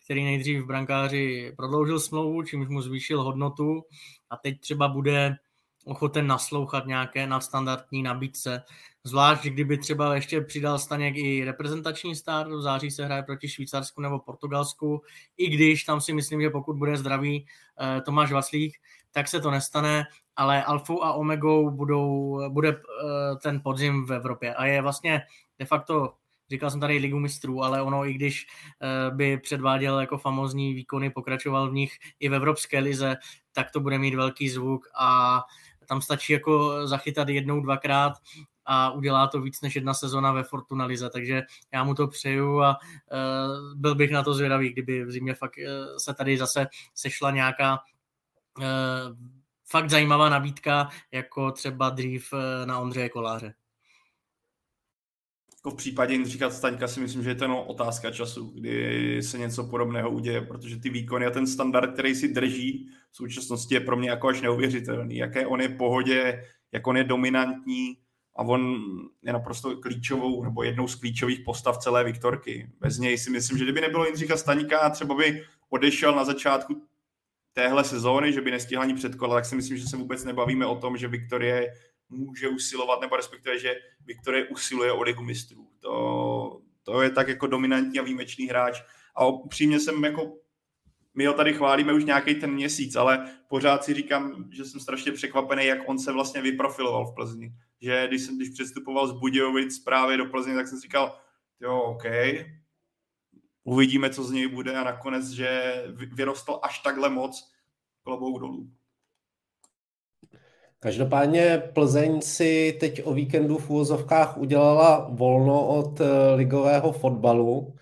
který nejdřív v brankáři prodloužil smlouvu, čímž mu zvýšil hodnotu a teď třeba bude ochoten naslouchat nějaké nadstandardní nabídce. Zvlášť, kdyby třeba ještě přidal Staněk i reprezentační start, v září se hraje proti Švýcarsku nebo Portugalsku, i když tam si myslím, že pokud bude zdravý Tomáš Vaslík, tak se to nestane, ale alfou a omegou bude ten podzim v Evropě. A je vlastně de facto, říkal jsem tady Ligu mistrů, ale ono, i když by předváděl jako famózní výkony, pokračoval v nich i v Evropské lize, tak to bude mít velký zvuk a tam stačí jako zachytat 1-2krát a udělá to víc než 1 sezona ve Fortuna lize, takže já mu to přeju a byl bych na to zvědavý, kdyby v zimě fakt se tady zase sešla nějaká fakt zajímavá nabídka, jako třeba dřív na Ondřeje Koláře. Jako v případě Jindřicha Staňka si myslím, že je to jenom otázka času, kdy se něco podobného uděje, protože ty výkony a ten standard, který si drží v současnosti, je pro mě jako až neuvěřitelný. Jaké on je pohodě, jak on je dominantní a on je naprosto klíčovou nebo jednou z klíčových postav celé Viktorky. Bez něj si myslím, že kdyby nebylo Jindřicha Staňka, třeba by odešel na začátku téhle sezóny, že by nestihl ani předkola, tak si myslím, že se vůbec nebavíme o tom, že Viktorie může usilovat, nebo respektive, že Viktorie usiluje o Ligu mistrů. To je tak jako dominantní a výjimečný hráč. A upřímně jsem jako, my ho tady chválíme už nějaký ten měsíc, ale pořád si říkám, že jsem strašně překvapený, jak on se vlastně vyprofiloval v Plzni. Že když předstupoval z Budějovic právě do Plzně, tak jsem si říkal, jo, OK, uvidíme, co z něj bude a nakonec, že vyrostl až takhle moc, klobouk dolů. Každopádně Plzeň si teď o víkendu v uvozovkách udělala volno od ligového fotbalu.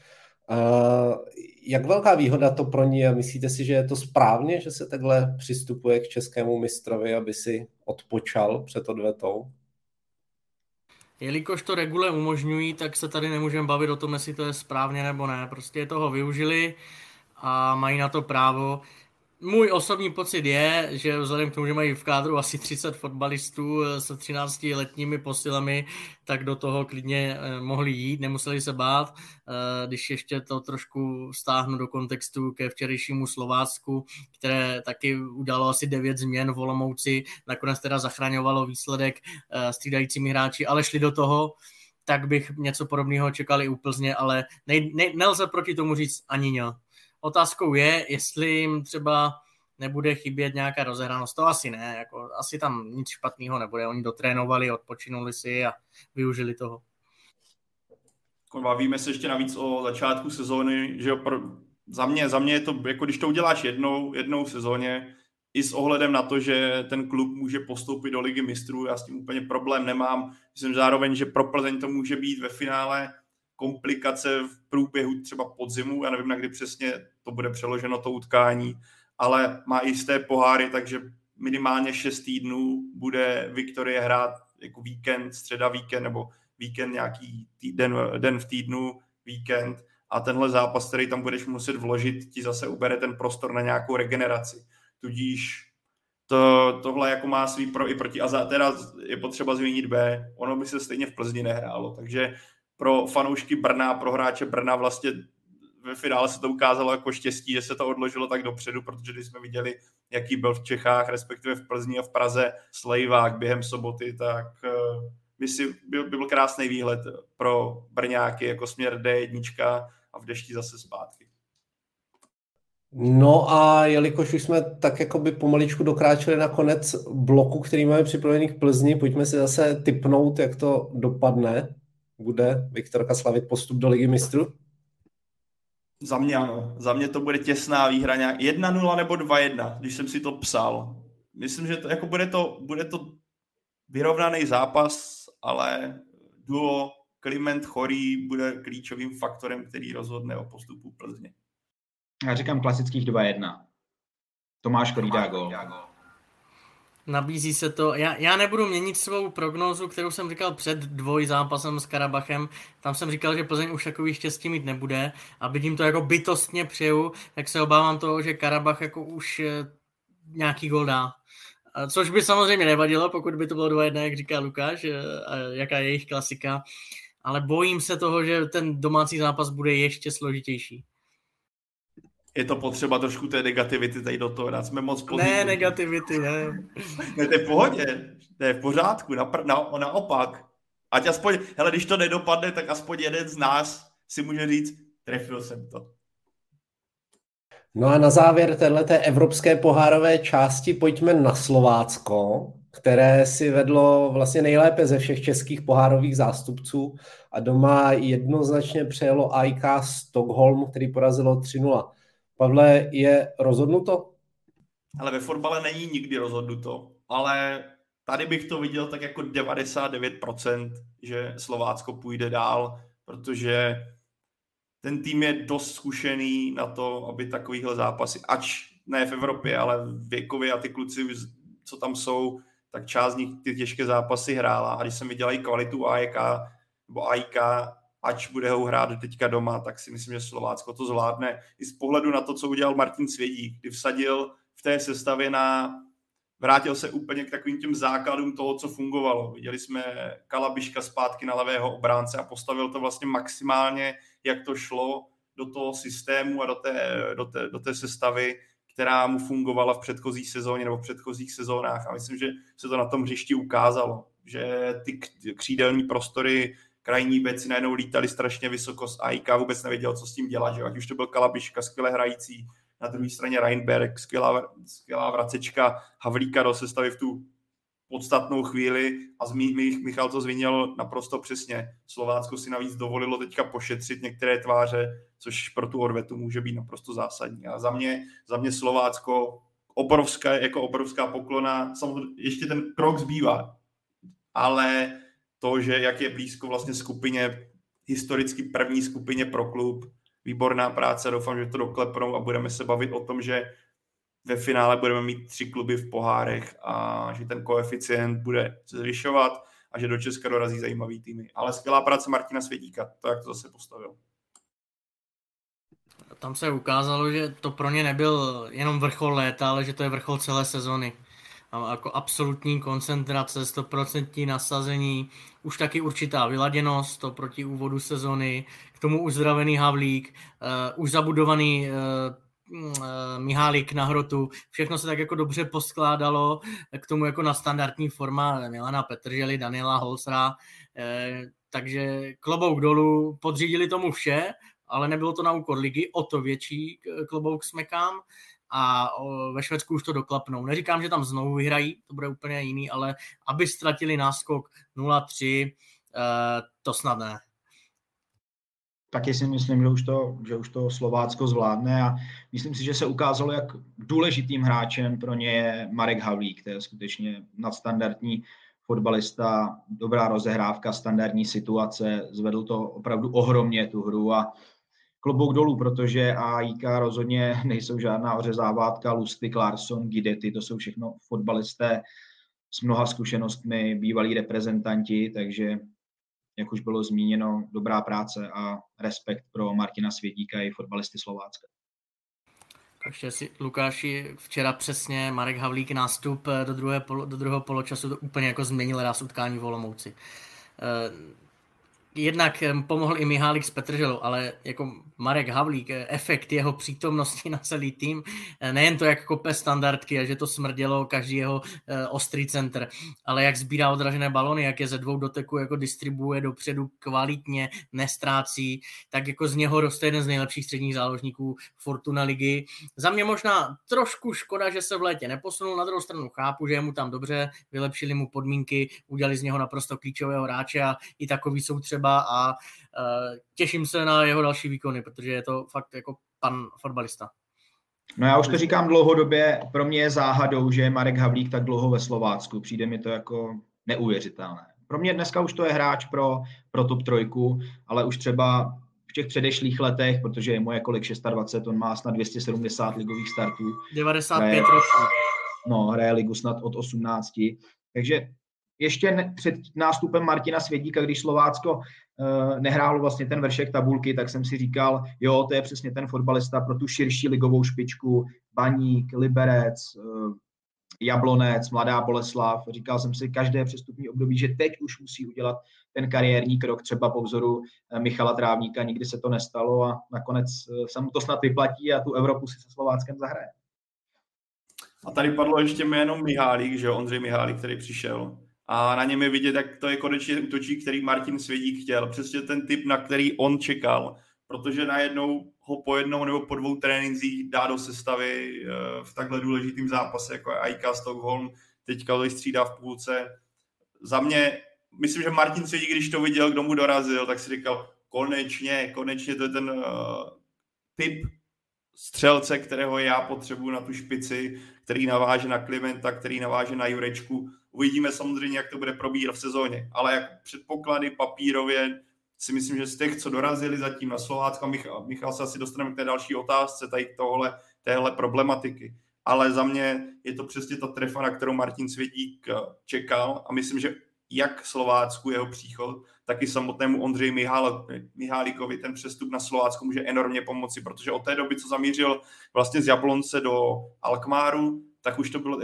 Jak velká výhoda to pro ní je? Myslíte si, že je to správně, že se takhle přistupuje k českému mistrovi, aby si odpočal před odvetou? Jelikož to regule umožňují, tak se tady nemůžeme bavit o tom, jestli to je správně nebo ne. Prostě toho využili a mají na to právo. Můj osobní pocit je, že vzhledem k tomu, že mají v kádru asi 30 fotbalistů se 13letními posilami, tak do toho klidně mohli jít, nemuseli se bát. Když ještě to trošku stáhnu do kontextu ke včerejšímu Slovácku, které taky udělalo asi 9 změn v Olomouci, nakonec teda zachraňovalo výsledek střídajícími hráči, ale šli do toho, tak bych něco podobného čekal i u Plzně, ale nelze proti tomu říct ani ňa. Otázkou je, jestli jim třeba nebude chybět nějaká rozehranost. To asi ne, jako, asi tam nic špatného nebude. Oni dotrénovali, odpočinuli si a využili toho. Bavíme se ještě navíc o začátku sezóny, že za mě je to, jako když to uděláš jednou sezóně, i s ohledem na to, že ten klub může postoupit do Ligy mistrů, já s tím úplně problém nemám. Myslím zároveň, že pro Plzeň to může být ve finále komplikace v průběhu třeba podzimu, já nevím, na kdy přesně to bude přeloženo to utkání, ale má jisté poháry, takže minimálně 6 týdnů bude Viktorie hrát jako víkend, středa víkend, nebo víkend nějaký den v týdnu, víkend a tenhle zápas, který tam budeš muset vložit, ti zase ubere ten prostor na nějakou regeneraci. Tudíž tohle jako má svý pro i proti a teda je potřeba zmínit B, ono by se stejně v Plzni nehrálo, takže pro fanoušky Brna, pro hráče Brna vlastně ve finále se to ukázalo jako štěstí, že se to odložilo tak dopředu, protože když jsme viděli, jaký byl v Čechách, respektive v Plzni a v Praze slejvák během soboty, tak by byl krásný výhled pro Brňáky jako směr D1 a v dešti zase zpátky. No a jelikož už jsme tak jakoby pomaličku dokráčeli na konec bloku, který máme připravený k Plzni, pojďme si zase tipnout, jak to dopadne. Bude Viktorka slavit postup do Ligy mistrů? Za mě ano. Za mě to bude těsná výhra nějak 1-0 nebo 2-1, když jsem si to psal. Myslím, že to, jako bude to vyrovnaný zápas, ale duo Kliment Chorý bude klíčovým faktorem, který rozhodne o postupu Plzně. Já říkám klasických 2-1. Tomáš Chorý dá gól. Nabízí se to. Já nebudu měnit svou prognózu, kterou jsem říkal před dvojzápasem s Karabachem. Tam jsem říkal, že Plzeň už takový štěstí mít nebude a byť jim to jako bytostně přeju, tak se obávám toho, že Karabach jako už nějaký gól dá. Což by samozřejmě nevadilo, pokud by to bylo 2-1, jak říká Lukáš, jaká je jejich klasika. Ale bojím se toho, že ten domácí zápas bude ještě složitější. Je to potřeba trošku té negativity tady do toho dát. Jsme moc pozitivní. Ne, negativity, ne. Ne, to je v pohodě. To je v pořádku. Naopak. Ať aspoň, hele, když to nedopadne, tak aspoň jeden z nás si může říct, trefil jsem to. No a na závěr téhleté evropské pohárové části pojďme na Slovácko, které si vedlo vlastně nejlépe ze všech českých pohárových zástupců a doma jednoznačně přejelo AIK Stockholm, který porazilo 3-0. Pavle, je rozhodnuto? Ale ve fotbale není nikdy rozhodnuto, ale tady bych to viděl tak jako 99%, že Slovácko půjde dál, protože ten tým je dost zkušený na to, aby takovýhle zápasy, ač ne v Evropě, ale věkově a ty kluci, co tam jsou, tak část z nich ty těžké zápasy hrála. A když se mi dělají kvalitu AIK, ač bude ho hrát teďka doma, tak si myslím, že Slovácko to zvládne. I z pohledu na to, co udělal Martin Svědík, kdy vsadil v té sestavě vrátil se úplně k takovým těm základům toho, co fungovalo. Viděli jsme Kalabiška zpátky na levého obránce a postavil to vlastně maximálně, jak to šlo do toho systému a do té sestavy, která mu fungovala v předchozí sezóně nebo v předchozích sezónách. A myslím, že se to na tom hřišti ukázalo, že ty křídelní prostory, krajní beci najednou lítali strašně vysoko, z AIK vůbec nevěděl, co s tím dělat. Že? Ať už to byl Kalabiška, skvěle hrající, na druhé straně Reinberg, skvělá vracečka Havlíka do sestavy v tu podstatnou chvíli a Michal to zmínil naprosto přesně. Slovácko si navíc dovolilo teďka pošetřit některé tváře, což pro tu odvetu může být naprosto zásadní. A za mě Slovácko obrovská poklona, samozřejmě ještě ten krok zbývá, ale to, že jak je blízko vlastně skupině, historicky první skupině pro klub, výborná práce, doufám, že to doklepnou a budeme se bavit o tom, že ve finále budeme mít 3 kluby v pohárech a že ten koeficient bude se zvyšovat a že do Česka dorazí zajímavý týmy. Ale skvělá práce Martina Svědíka, to jak to zase postavil. Tam se ukázalo, že to pro ně nebyl jenom vrchol léta, ale že to je vrchol celé sezony. Jako absolutní koncentrace, 100% nasazení, už taky určitá vyladěnost, to proti úvodu sezony, k tomu uzdravený Havlík, už zabudovaný Mihálík na hrotu, všechno se tak jako dobře poskládalo, k tomu jako na standardní forma Milana Petržely, Daniela Holsera, takže klobouk dolů, podřídili tomu vše, ale nebylo to na úkor ligy, o to větší klobouk smekám. A ve Švédsku už to doklapnou. Neříkám, že tam znovu vyhrají, to bude úplně jiný, ale aby ztratili náskok 0-3, to snad ne. Taky si myslím, že už to Slovácko zvládne a myslím si, že se ukázalo, jak důležitým hráčem pro ně je Marek Havlík, to je skutečně nadstandardní fotbalista, dobrá rozehrávka, standardní situace, zvedl to opravdu ohromně tu hru a klobouk dolů, protože AIK rozhodně nejsou žádná ořezávátka, Lustig, Larsson, Guidetti, to jsou všechno fotbalisté s mnoha zkušenostmi, bývalí reprezentanti, takže jak už bylo zmíněno, dobrá práce a respekt pro Martina Svědíka i fotbalisty Slovácka. Takže si, Lukáši, včera přesně Marek Havlík nástup do druhého poločasu to úplně jako změnil ráz utkání v Olomouci. Jednak pomohl i Mihálík s Petrželou, ale jako Marek Havlík, efekt jeho přítomnosti na celý tým, nejen to, jak kope standardky a že to smrdělo každý jeho ostrý centr, ale jak sbírá odražené balony, jak je ze 2 doteků jako distribuuje dopředu kvalitně, nestrácí, tak jako z něho roste jeden z nejlepších středních záložníků Fortuna ligy. Za mě možná trošku škoda, že se v létě neposunul, na druhou stranu chápu, že je mu tam dobře, vylepšili mu podmínky, udělali z něho naprosto klíčového hráče a i takový jsou třeba a těším se na jeho další výkony, protože je to fakt jako pan fotbalista. No já už to říkám dlouhodobě, pro mě je záhadou, že je Marek Havlík tak dlouho ve Slovácku. Přijde mi to jako neuvěřitelné. Pro mě dneska už to je hráč pro top 3, ale už třeba v těch předešlých letech, protože je mu kolik 26, on má snad 270 ligových startů. 95 ročů. No, hraje ligu snad od 18. Takže ještě před nástupem Martina Svědíka, když Slovácko nehrálo vlastně ten vršek tabulky, tak jsem si říkal, jo, to je přesně ten fotbalista pro tu širší ligovou špičku, Baník, Liberec, Jablonec, Mladá Boleslav. Říkal jsem si každé přestupní období, že teď už musí udělat ten kariérní krok, třeba po vzoru Michala Trávníka. Nikdy se to nestalo a nakonec se mu to snad vyplatí a tu Evropu si se Slováckem zahraje. A tady padlo ještě jméno Mihálík, že jo, Ondřej Mihálík, který přišel. A na něm je vidět, jak to je konečně útočík, který Martin Svědík chtěl. Přesně ten typ, na který on čekal. Protože najednou ho po jednou nebo po 2 trénincích dá do sestavy v takhle důležitým zápase, jako je AIK Stockholm. Teďka ho střídá v půlce. Za mě, myslím, že Martin Svědík, když to viděl, kdo mu dorazil, tak si říkal, konečně to je ten typ střelce, kterého já potřebuji na tu špici, který naváže na Klimenta, který naváže na Jurečku. Uvidíme samozřejmě, jak to bude probíhat v sezóně, ale jak předpoklady papírově si myslím, že z těch, co dorazili zatím na Slovácko, Michal se asi dostaneme k té další otázce, tady téhle problematiky. Ale za mě je to přesně ta trefa, na kterou Martin Svědík čekal a myslím, že jak Slovácku jeho příchod, tak i samotnému Ondřeji Mihálikovi ten přestup na Slovácko může enormně pomoci, protože od té doby, co zamířil vlastně z Jablonce do Alkmáru, tak už to bylo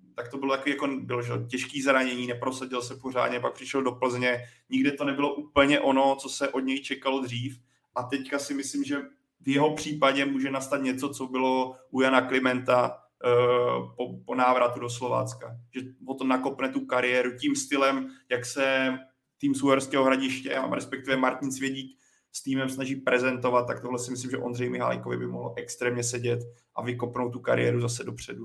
bylo těžký zranění, neprosadil se pořádně, pak přišel do Plzně, nikdy to nebylo úplně ono, co se od něj čekalo dřív a teďka si myslím, že v jeho případě může nastat něco, co bylo u Jana Klimenta po návratu do Slovácka, že o to nakopne tu kariéru tím stylem, jak se tým z Uherského Hradiště a respektive Martin Svědík s týmem snaží prezentovat, tak tohle si myslím, že Ondřej Mihálikovi by mohlo extrémně sedět a vykopnout tu kariéru zase dopředu.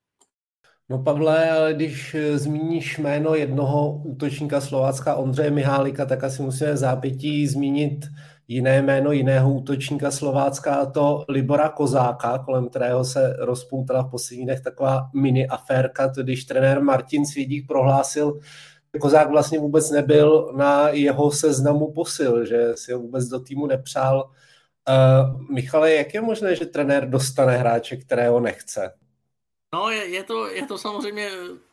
No Pavle, ale když zmíníš jméno jednoho útočníka Slovácka Ondřeje Mihálika, tak asi musíme v zápětí zmínit jiné jméno jiného útočníka Slovácka, a to Libora Kozáka, kolem kterého se rozpoutala v posledních dnech taková mini aférka, to když trenér Martin Svědík prohlásil, že Kozák vlastně vůbec nebyl na jeho seznamu posil, že si ho vůbec do týmu nepřál. Michale, jak je možné, že trenér dostane hráče, kterého nechce? No, je to samozřejmě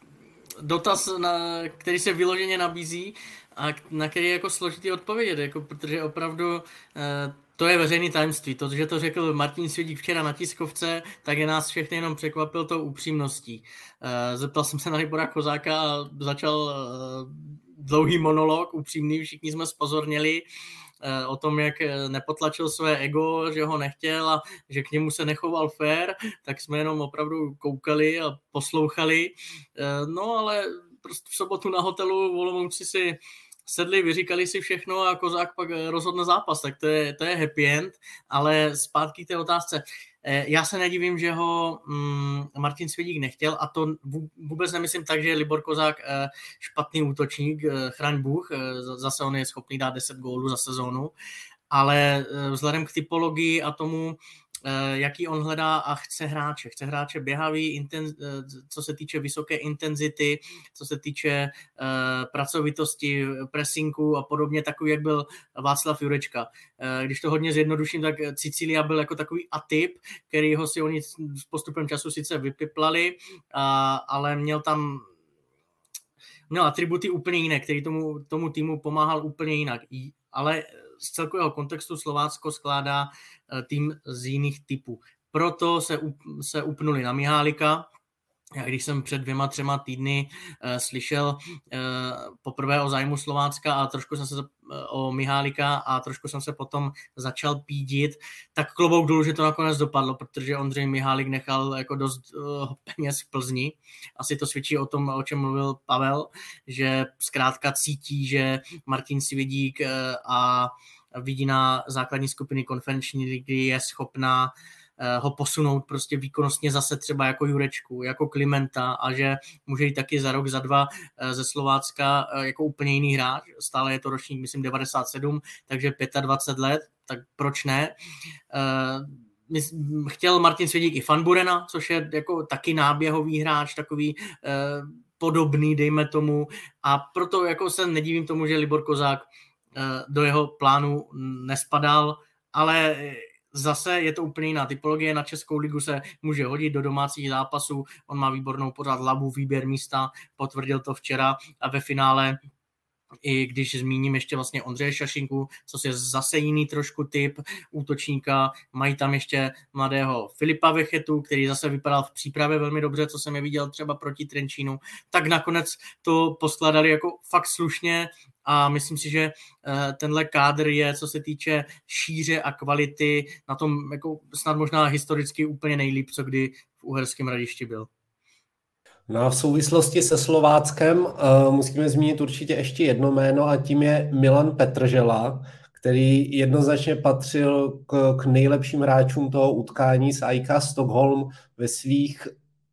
dotaz, který se vyloženě nabízí a na který je jako složitý odpovědět, jako, protože opravdu to je veřejný tajemství. To, že to řekl Martin Svědík včera na tiskovce, tak je nás všechny jenom překvapil tou upřímností. Zeptal jsem se na Libora Kozáka a začal dlouhý monolog, upřímný, všichni jsme zpozorněli o tom, jak nepotlačil své ego, že ho nechtěl a že k němu se nechoval fair, tak jsme jenom opravdu koukali a poslouchali. No ale prostě v sobotu na hotelu v Olomouci si sedli, vyříkali si všechno a Kozák pak rozhodne zápas, tak to je happy end, ale zpátky k té otázce. Já se nedivím, že ho Martin Svědík nechtěl a to vůbec nemyslím tak, že je Libor Kozák špatný útočník, chraň Bůh, zase on je schopný dát 10 gólů za sezónu, ale vzhledem k typologii a tomu, jaký on hledá a chce hráče běhavý, co se týče vysoké intenzity, co se týče pracovitosti, pressingu a podobně, takový, jak byl Václav Jurečka. Když to hodně zjednoduším, tak Cicília byl jako takový atyp, kterýho si oni s postupem času sice vypiplali, ale měl atributy úplně jiné, který tomu týmu pomáhal úplně jinak. Ale z celkového kontextu Slovácko skládá tým z jiných typů. Proto se upnuli na Mihálika. Já když jsem před 2-3 týdny slyšel poprvé o zájmu Slovácka a trošku jsem se o Mihálika a trošku jsem se potom začal pídit, tak klobouk dolů, že to nakonec dopadlo, protože Ondřej Mihálik nechal jako dost peněz v Plzni. Asi to svědčí o tom, o čem mluvil Pavel, že zkrátka cítí, že Martin Svědík a vidina základní skupiny konferenční ligy je schopná ho posunout prostě výkonnostně zase třeba jako Jurečku, jako Klimenta a že může jít taky za rok, za 2 ze Slovácka jako úplně jiný hráč. Stále je to ročník, myslím, 97, takže 25 let, tak proč ne? Chtěl Martin Svědík i Van Burena, což je jako taky náběhový hráč, takový podobný, dejme tomu, a proto jako se nedivím tomu, že Libor Kozák do jeho plánu nespadal, ale zase je to úplně jiná typologie, na Českou ligu se může hodit do domácích zápasů, on má výbornou pořád hlavu, výběr místa, potvrdil to včera a ve finále I když zmíním ještě vlastně Ondřeje Šašinku, co je zase jiný trošku typ útočníka, mají tam ještě mladého Filipa Vechetu, který zase vypadal v přípravě velmi dobře, co jsem je viděl třeba proti Trenčínu, tak nakonec to poskladali jako fakt slušně a myslím si, že tenhle kádr je, co se týče šíře a kvality, na tom jako snad možná historicky úplně nejlíp, co kdy v Uherském Hradišti byl. No a v souvislosti se Slováckem musíme zmínit určitě ještě jedno jméno a tím je Milan Petržela, který jednoznačně patřil k nejlepším hráčům toho utkání s AIK Stockholm ve svých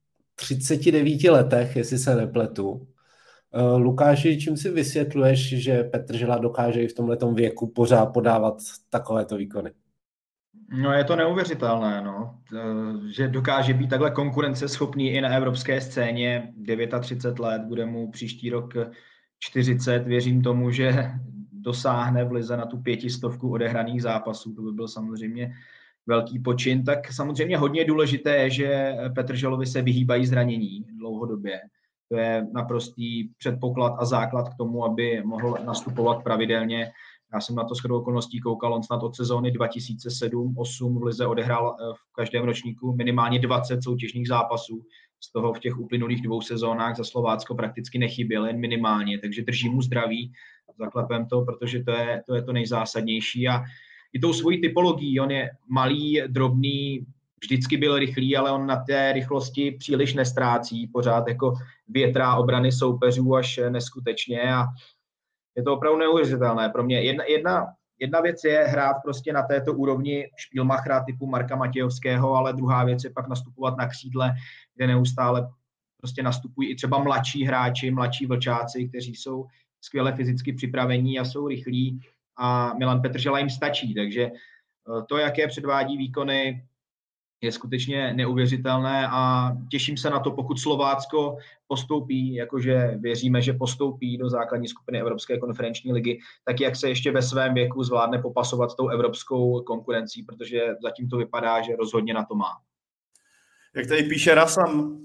39 letech, jestli se nepletu. Lukáši, čím si vysvětluješ, že Petržela dokáže i v tomhletom věku pořád podávat takovéto výkony? No je to neuvěřitelné, no. Že dokáže být takhle konkurenceschopný i na evropské scéně, 39 let, bude mu příští rok 40, věřím tomu, že dosáhne v lize na tu 500 odehraných zápasů, to by byl samozřejmě velký počin, tak samozřejmě hodně důležité je, že Petrželovi se vyhýbají zranění dlouhodobě. To je naprostý předpoklad a základ k tomu, aby mohl nastupovat pravidelně. Já jsem na to shodou okolností koukal, on snad od sezóny 2007-8 v lize odehrál v každém ročníku minimálně 20 soutěžních zápasů. Z toho v těch uplynulých 2 sezónách za Slovácko prakticky nechyběl, jen minimálně, takže drží mu zdraví, zaklepem to, protože to je to nejzásadnější. A i tou svojí typologií, on je malý, drobný, vždycky byl rychlý, ale on na té rychlosti příliš nestrácí, pořád jako větrá obrany soupeřů až neskutečně a je to opravdu neuvěřitelné. Pro mě jedna věc je hrát prostě na této úrovni špílmachra typu Marka Matějovského, ale druhá věc je pak nastupovat na křídle, kde neustále prostě nastupují i třeba mladší hráči, mladší vlčáci, kteří jsou skvěle fyzicky připravení a jsou rychlí a Milan Petržela jim stačí, takže to, jaké předvádí výkony, je skutečně neuvěřitelné a těším se na to, pokud Slovácko postoupí, jakože věříme, že postoupí do základní skupiny Evropské konferenční ligy, tak jak se ještě ve svém věku zvládne popasovat s tou evropskou konkurencí, protože zatím to vypadá, že rozhodně na to má. Jak tady píše Rasam,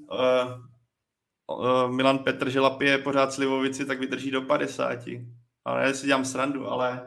Milan Petržela pije pořád slivovici, tak vydrží do 50. Ale já si dělám srandu, ale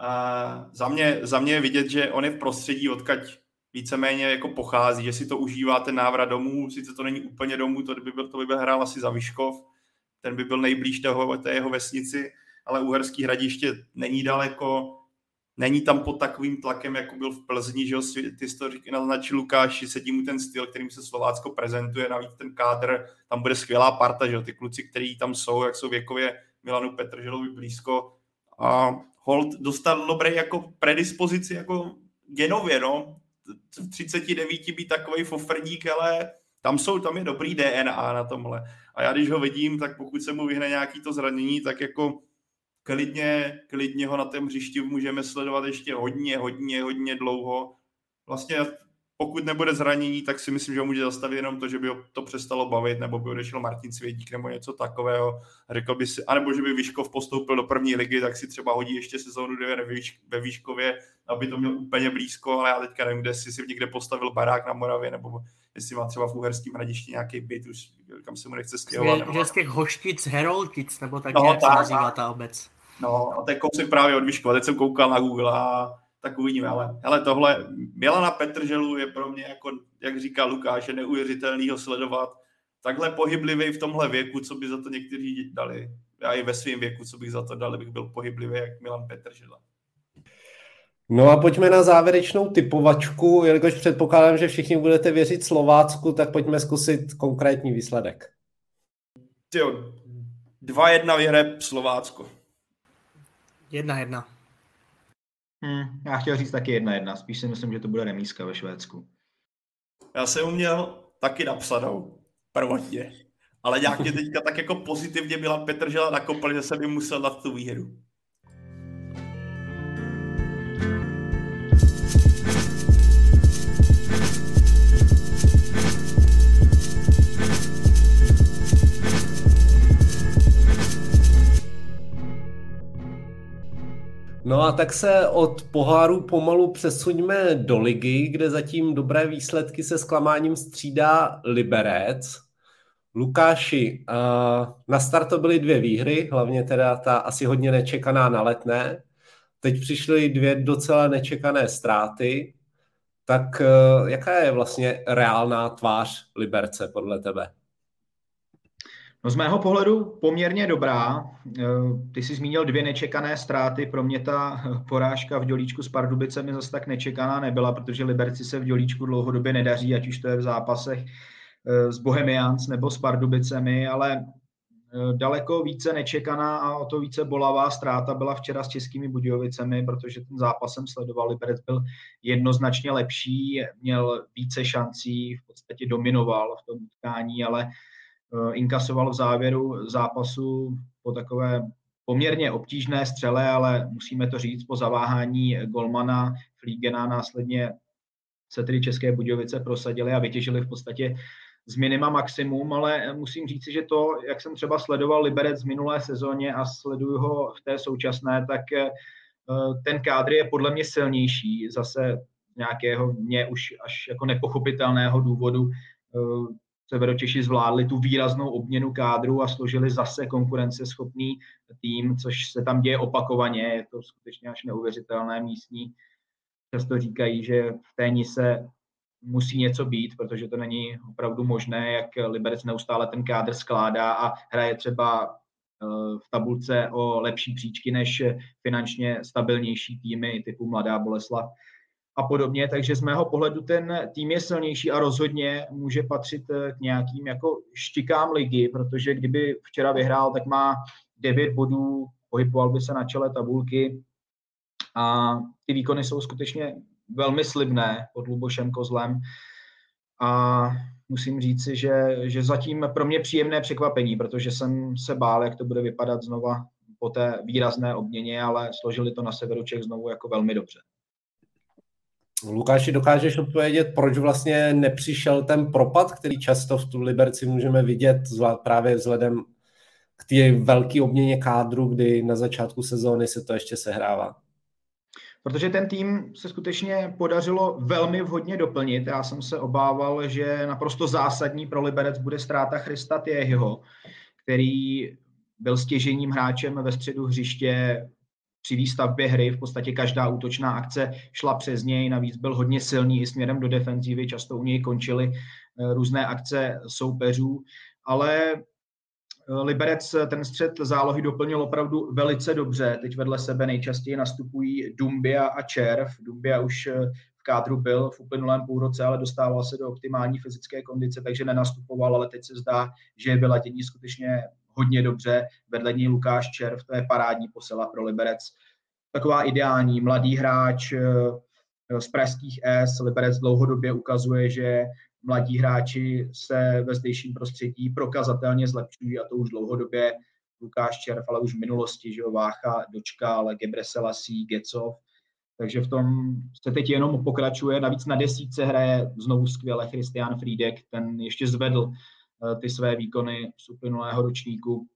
za mě je vidět, že on je v prostředí, odkud víceméně jako pochází, že si to užívá ten návrat domů, sice to není úplně domů, to by byl hrál asi za Vyškov, ten by byl nejblíž té jeho vesnici, ale Uherský Hradiště není daleko, není tam pod takovým tlakem, jako byl v Plzni, že ty jsi to naznačil Lukáši, sedí mu ten styl, kterým se Slovácko prezentuje, navíc ten kádr, tam bude skvělá parta, že ty kluci, kteří tam jsou, jak jsou věkově Milanu Petrželovi blízko a Holt dostal dobrý jako predispozici, jako genově, no, v 39 být takovej fofrdík, ale tam je dobrý DNA na tomhle. A já když ho vidím, tak pokud se mu vyhne nějaký to zranění, tak jako klidně ho na tom hřišti můžeme sledovat ještě hodně dlouho. Vlastně pokud nebude zranění, tak si myslím, že ho může zastavit jenom to, že by ho to přestalo bavit, nebo by odešel Martin Svědík nebo něco takového. Řekl by si, anebo že by Vyškov postoupil do první ligy, tak si třeba hodí ještě sezónu 2 ve Vyškově, aby to měl úplně blízko, ale já teďka nevím, kde si někde postavil barák na Moravě, nebo jestli má třeba v Uherském Hradišti nějaký byt, už kam se mu nechce stěhovat. Je z těch Hoštic, Heroltic, nebo tak nějak se nazývá ta obec. No, a to je kousek právě od Vyškova, teď jsem koukal na Google a tak uvidíme, ale tohle Milana Petrželu je pro mě, jako, jak říká Lukáš, je neuvěřitelný ho sledovat. Takhle pohyblivý v tomhle věku, co by za to někteří dali. Já i ve svém věku, co bych za to dal, bych byl pohyblivý jak Milan Petržela. No a pojďme na závěrečnou typovačku, jelikož předpokládám, že všichni budete věřit Slovácku, tak pojďme zkusit konkrétní výsledek. 2-1 vyhraje Slovácko. 1-1. Já chtěl říct taky 1-1, spíš si myslím, že to bude remízka ve Švédsku. Já jsem uměl taky napsanou, prvotně, ale nějak mě teďka tak jako pozitivně Milan Petržela nakopl, že jsem jim musel dát tu výhru. No a tak se od poháru pomalu přesuňme do ligy, kde zatím dobré výsledky se zklamáním střídá Liberec. Lukáši, na start to byly 2 výhry, hlavně teda ta asi hodně nečekaná na Letné. Teď přišly 2 docela nečekané ztráty. Tak jaká je vlastně reálná tvář Liberce podle tebe? No z mého pohledu poměrně dobrá. Ty jsi zmínil 2 nečekané ztráty. Pro mě ta porážka v Dělíčku s Pardubicemi zase tak nečekaná nebyla, protože Liberci se v Dělíčku dlouhodobě nedaří, ať už to je v zápasech s Bohemians nebo s Pardubicemi, ale daleko více nečekaná a o to více bolavá ztráta byla včera s Českými Budějovicemi, protože ten zápas jsem sledoval. Liberec byl jednoznačně lepší, měl více šancí, v podstatě dominoval v tom utkání, ale inkasoval v závěru zápasu po takové poměrně obtížné střele, ale musíme to říct, po zaváhání golmana Flígena následně se tedy České Budějovice prosadili a vytěžili v podstatě z minima maximum, ale musím říct, že to, jak jsem třeba sledoval Liberec v minulé sezóně a sleduju ho v té současné, tak ten kádr je podle mě silnější. Zase nějakého mě už až jako nepochopitelného důvodu Severočeši zvládli tu výraznou obměnu kádru a složili zase konkurenceschopný tým, což se tam děje opakovaně. Je to skutečně až neuvěřitelné. Místní často říkají, že v té Nise musí něco být, protože to není opravdu možné, jak Liberec neustále ten kádr skládá a hraje třeba v tabulce o lepší příčky než finančně stabilnější týmy typu Mladá Boleslav a podobně. Takže z mého pohledu ten tým je silnější a rozhodně může patřit k nějakým jako štikám ligy, protože kdyby včera vyhrál, tak má 9 bodů, pohyboval by se na čele tabulky a ty výkony jsou skutečně velmi slibné pod Lubošem Kozlem a musím říci, že zatím pro mě příjemné překvapení, protože jsem se bál, jak to bude vypadat znova po té výrazné obměně, ale složili to na severu Čech znovu jako velmi dobře. Lukáši, dokážeš odpovědět, proč vlastně nepřišel ten propad, který často v tu Liberci můžeme vidět právě vzhledem k té velké obměně kádru, kdy na začátku sezóny se to ještě sehrává? Protože ten tým se skutečně podařilo velmi vhodně doplnit. Já jsem se obával, že naprosto zásadní pro Liberec bude ztráta Christa Thiehyho, který byl stěžejním hráčem ve středu hřiště při výstavbě hry. V podstatě každá útočná akce šla přes něj, navíc byl hodně silný i směrem do defenzívy, často u něj končily různé akce soupeřů, ale Liberec ten střed zálohy doplnil opravdu velice dobře. Teď vedle sebe nejčastěji nastupují Dumbia a Červ. Dumbia už v kádru byl v uplynulém půlroce, ale dostával se do optimální fyzické kondice, takže nenastupoval, ale teď se zdá, že je vyladění skutečně hodně dobře. Vedle ní Lukáš Červ, to je parádní posila pro Liberec. Taková ideální mladý hráč z pražských S. Liberec dlouhodobě ukazuje, že mladí hráči se ve zdejším prostředí prokazatelně zlepšují a to už dlouhodobě. Lukáš Červ, ale už v minulosti, že jo, Vácha, Dočka, ale Gebreselassie, Gecov. Takže v tom se teď jenom pokračuje. Navíc na 10 hraje znovu skvěle Christian Friedek, ten ještě zvedl ty své výkony z uplynulého ročníku.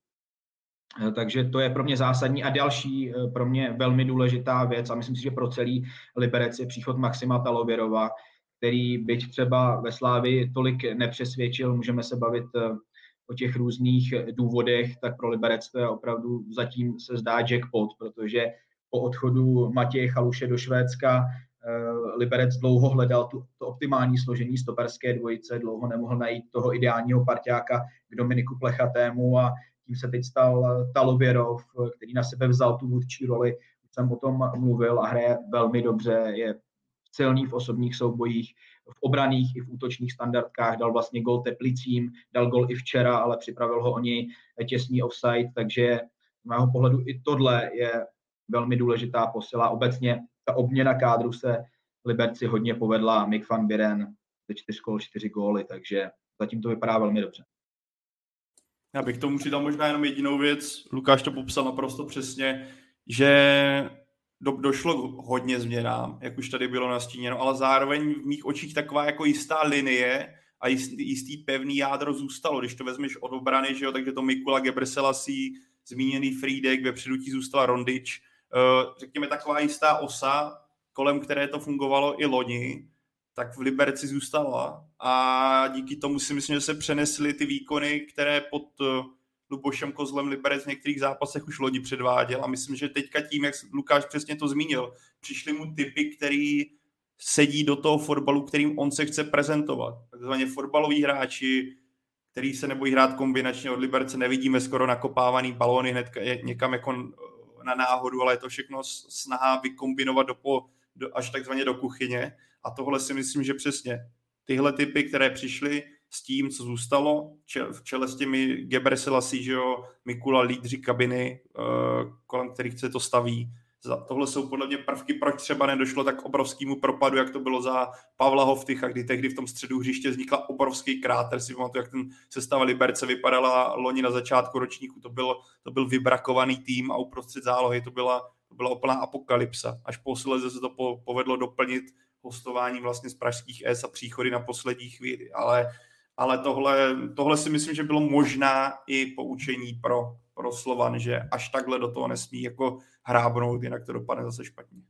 Takže to je pro mě zásadní a další pro mě velmi důležitá věc a myslím si, že pro celý Liberec je příchod Maxima Talověrova, který byť třeba ve Slávii tolik nepřesvědčil, můžeme se bavit o těch různých důvodech, tak pro Liberec to je opravdu zatím se zdá jackpot, protože po odchodu Matěje Chaluše do Švédska Liberec dlouho hledal to optimální složení stoperské dvojice, dlouho nemohl najít toho ideálního parťáka k Dominiku Plechatému a tím se teď stal Talověrov, který na sebe vzal tu vůdčí roli. Už jsem o tom mluvil a hraje velmi dobře, je silný v osobních soubojích, v obranných i v útočných standardkách, dal vlastně gol Teplicím, dal gol i včera, ale připravil ho o něj těsný offside, takže z mého pohledu i tohle je velmi důležitá posila. Obecně ta obměna kádru se Liberci hodně povedla, Mick van Buren ze 4 kol 4 góly, takže zatím to vypadá velmi dobře. Já bych tomu přidal možná jenom jedinou věc, Lukáš to popsal naprosto přesně, že došlo hodně změnám, jak už tady bylo nastíněno, ale zároveň v mých očích taková jako jistá linie a jistý pevný jádro zůstalo, když to vezmeš od obrany, že jo, takže to Mikula Gebreselassie, zmíněný Friedek, vepředu ti zůstala Rondič, řekněme taková jistá osa, kolem které to fungovalo i loni, tak v Liberci zůstala a díky tomu si myslím, že se přenesly ty výkony, které pod Lubošem Kozlem Liberec v některých zápasech už loni předváděl a myslím, že teďka tím, jak Lukáš přesně to zmínil, přišly mu typy, který sedí do toho fotbalu, kterým on se chce prezentovat. Takzvaně fotbaloví hráči, který se nebojí hrát kombinačně. Od Liberce nevidíme skoro nakopávaný balóny hned někam jako na náhodu, ale je to všechno snaha vykombinovat až takzvaně do kuchyně. A tohle si myslím, že přesně tyhle typy, které přišly s tím, co zůstalo, v čele s těmi Gebre Selassie, že jo, Mikula, lídři kabiny, kolem kterých se to staví. Tohle jsou podle mě prvky, proč třeba nedošlo tak obrovskému propadu, jak to bylo za Pavla Hoftycha, kdy tehdy v tom středu hřiště vznikla obrovský kráter. Si pamatuju, jak ten sestava Liberce vypadala loni na začátku ročníku. To byl vybrakovaný tým a uprostřed zálohy to byla úplná apokalypsa. Až posledně se to povedlo doplnit hostováním vlastně z pražských S a příchody na poslední chvíli. Ale tohle si myslím, že bylo možná i poučení pro Slovan, že až takhle do toho nesmí jako hrábnout, jinak to dopadne zase špatně.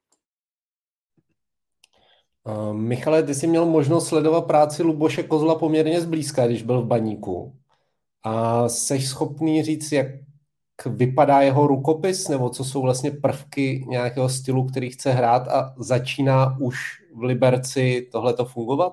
Michale, ty jsi měl možnost sledovat práci Luboše Kozla poměrně zblízka, když byl v Baníku. A jsi schopný říct, jak vypadá jeho rukopis, nebo co jsou vlastně prvky nějakého stylu, který chce hrát a začíná už v Liberci tohleto fungovat?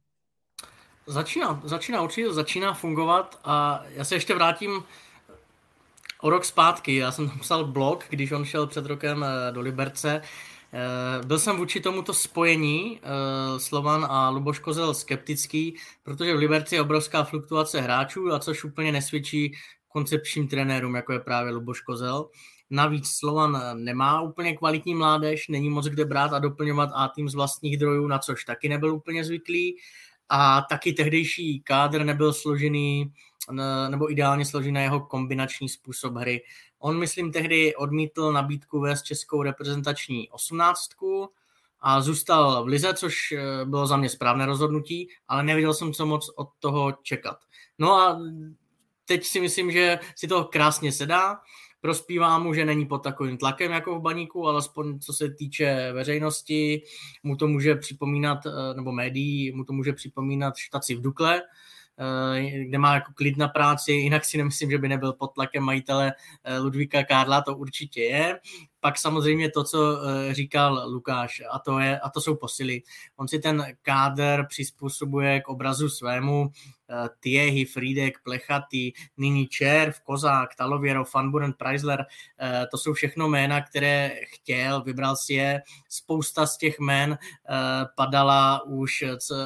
Začíná fungovat a já se ještě vrátím o rok zpátky. Já jsem psal blog, když on šel před rokem do Liberce. Byl jsem vůči tomuto spojení Slovan a Luboš Kozel skeptický, protože v Liberci je obrovská fluktuace hráčů, a což úplně nesvědčí koncepčním trenérům, jako je právě Luboš Kozel. Navíc Slovan nemá úplně kvalitní mládež, není moc kde brát a doplňovat A-tým z vlastních zdrojů, na což taky nebyl úplně zvyklý. A taky tehdejší kádr nebyl složený, nebo ideálně složený jeho kombinační způsob hry. On, myslím, tehdy odmítl nabídku vést českou reprezentační 18 a zůstal v lize, což bylo za mě správné rozhodnutí, ale nevěděl jsem, co moc od toho čekat. No a teď si myslím, že si to krásně sedá. Prospívá mu, že není pod takovým tlakem jako v Baníku, alespoň co se týče veřejnosti, mu to může připomínat, nebo médií, mu to může připomínat štaci v Dukle, kde má jako klid na práci, jinak si nemyslím, že by nebyl pod tlakem majitele Ludvíka Kádla, to určitě je. Pak samozřejmě to, co říkal Lukáš, a to jsou posily. On si ten kádr přizpůsobuje k obrazu svému. Thiehy, Friedek, Plechaty, Nini Červ, Kozák, Talověro, Van Buren, Preisler, to jsou všechno jména, které chtěl, vybral si je. Spousta z těch jmén padala už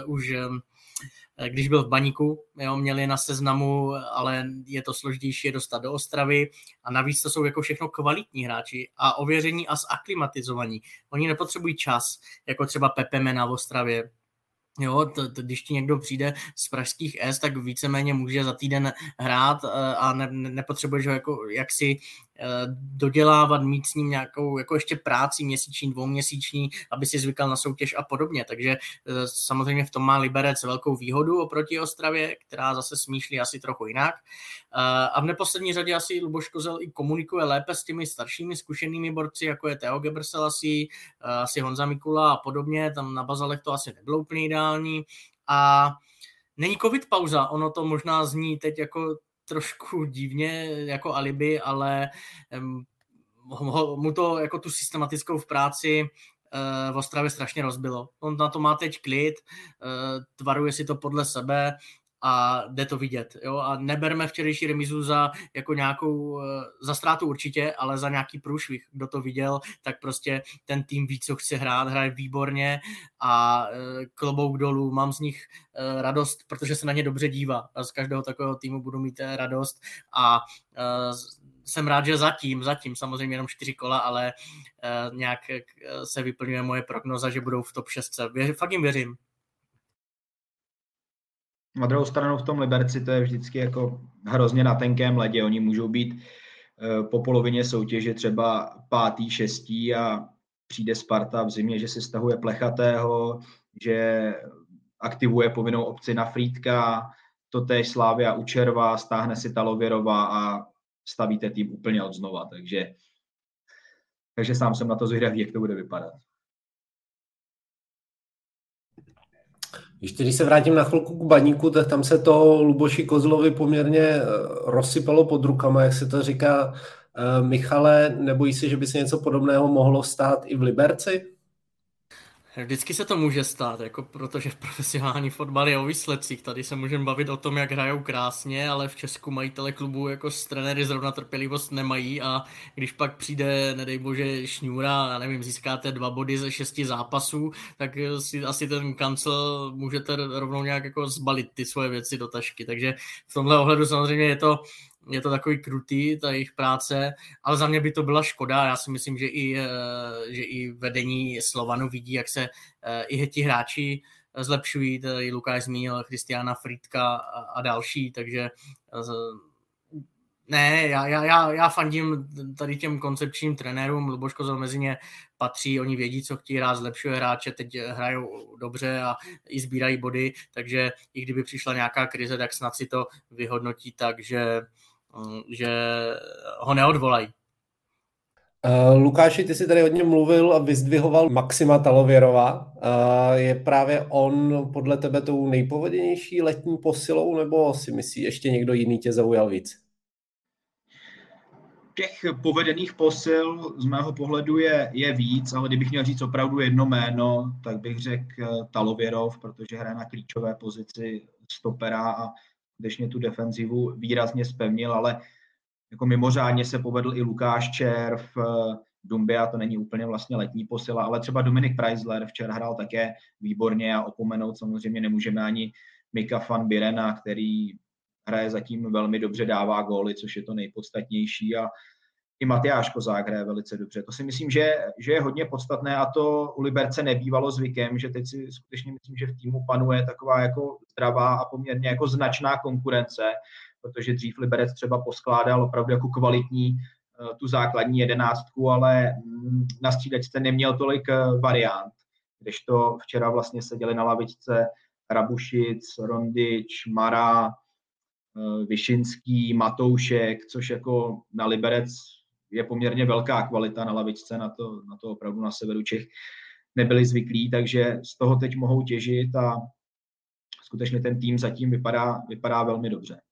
když byl v Baníku, jo, měli na seznamu, ale je to složitější je dostat do Ostravy a navíc to jsou jako všechno kvalitní hráči a ověření a zaklimatizovaní. Oni nepotřebují čas, jako třeba Pepe Mena v Ostravě. Jo, když ti někdo přijde z pražských S, tak víceméně může za týden hrát a nepotřebuješ ho jako jaksi dodělávat, mít s ním nějakou jako ještě práci měsíční, dvouměsíční, aby si zvykal na soutěž a podobně. Takže samozřejmě v tom má Liberec velkou výhodu oproti Ostravě, která zase smýšlí asi trochu jinak. A v neposlední řadě asi Luboš Kozel i komunikuje lépe s těmi staršími zkušenými borci, jako je Theo Gebre Selassie, asi Honza Mikula a podobně. Tam na Bazalech to asi nebylo úplně ideální. A není covid pauza, ono to možná zní teď jako trošku divně jako alibi, ale mu to jako tu systematickou v práci v Ostravě strašně rozbilo. On na to má teď klid, tvaruje si to podle sebe a jde to vidět. Jo? A neberme včerejší remizu za jako nějakou, za ztrátu určitě, ale za nějaký průšvih. Kdo to viděl, tak prostě ten tým ví, co chce hrát, hraje výborně a klobouk dolů, mám z nich radost, protože se na ně dobře dívá. A z každého takového týmu budu mít radost a jsem rád, že zatím samozřejmě jenom 4 kola, ale nějak se vyplňuje moje prognoza, že budou v top 6. Fakt jim věřím. Na druhou stranu v tom Liberci to je vždycky jako hrozně na tenkém ledě. Oni můžou být po polovině soutěže třeba 5., 6. a přijde Sparta v zimě, že si stahuje Plechatého, že aktivuje povinnou opci na Frýdka, totéž Slavia u Červa, stáhne si Talověrova a stavíte tým úplně od znova. Takže sám jsem na to zvědavý, jak to bude vypadat. Když se vrátím na chvilku k Baníku, tak tam se to Luboši Kozlovi poměrně rozsypalo pod rukama, jak se to říká. Michale, nebojí se, že by se něco podobného mohlo stát i v Liberci? Vždycky se to může stát, jako protože profesionální fotbal je o výsledcích. Tady se můžeme bavit o tom, jak hrajou krásně, ale v Česku majitele klubu jako trenéry zrovna trpělivost nemají a když pak přijde, nedej bože, šňůra, já nevím, získáte 2 body ze 6 zápasů, tak si asi ten kancel můžete rovnou nějak jako zbalit ty svoje věci do tašky. Takže v tomhle ohledu samozřejmě je to takový krutý, ta jejich práce, ale za mě by to byla škoda. Já si myslím, že i vedení Slovanu vidí, jak se i ti hráči zlepšují. Tady Lukáš zmínil Christiana Friedka a další, takže ne, já fandím tady těm koncepčním trenérům. Luboš Kozol mezi ně patří, oni vědí, co chtějí hrát, zlepšuje hráče, teď hrajou dobře a i sbírají body, takže i kdyby přišla nějaká krize, tak snad si to vyhodnotí tak, že ho neodvolají. Lukáši, ty jsi tady hodně mluvil a vyzdvihoval Maxima Talověrova. Je právě on podle tebe tou nejpovedenější letní posilou, nebo si myslíš, ještě někdo jiný tě zaujal víc? Těch povedených posil z mého pohledu je víc, ale kdybych měl říct opravdu jedno jméno, tak bych řekl Talověrov, protože hraje na klíčové pozici stopera a skutečně tu defenzivu výrazně zpevnil, ale jako mimořádně se povedl i Lukáš Červ, Dumbia, to není úplně vlastně letní posila, ale třeba Dominik Preisler včera hrál také výborně a opomenout samozřejmě nemůžeme ani Mika van Birena, který hraje zatím velmi dobře, dává góly, což je to nejpodstatnější a i Matyáš Kozák hraje velice dobře. To si myslím, že je hodně podstatné a to u Liberce nebývalo zvykem, že teď si skutečně myslím, že v týmu panuje taková jako zdravá a poměrně jako značná konkurence, protože dřív Liberec třeba poskládal opravdu jako kvalitní tu základní 11, ale na střídačce neměl tolik variant, kdežto včera vlastně seděli na lavičce Rabušic, Rondič, Mara, Vyšinský, Matoušek, což jako na Liberec je poměrně velká kvalita na lavičce, na to opravdu na severu Čech nebyli zvyklí, takže z toho teď mohou těžit a skutečně ten tým zatím vypadá velmi dobře.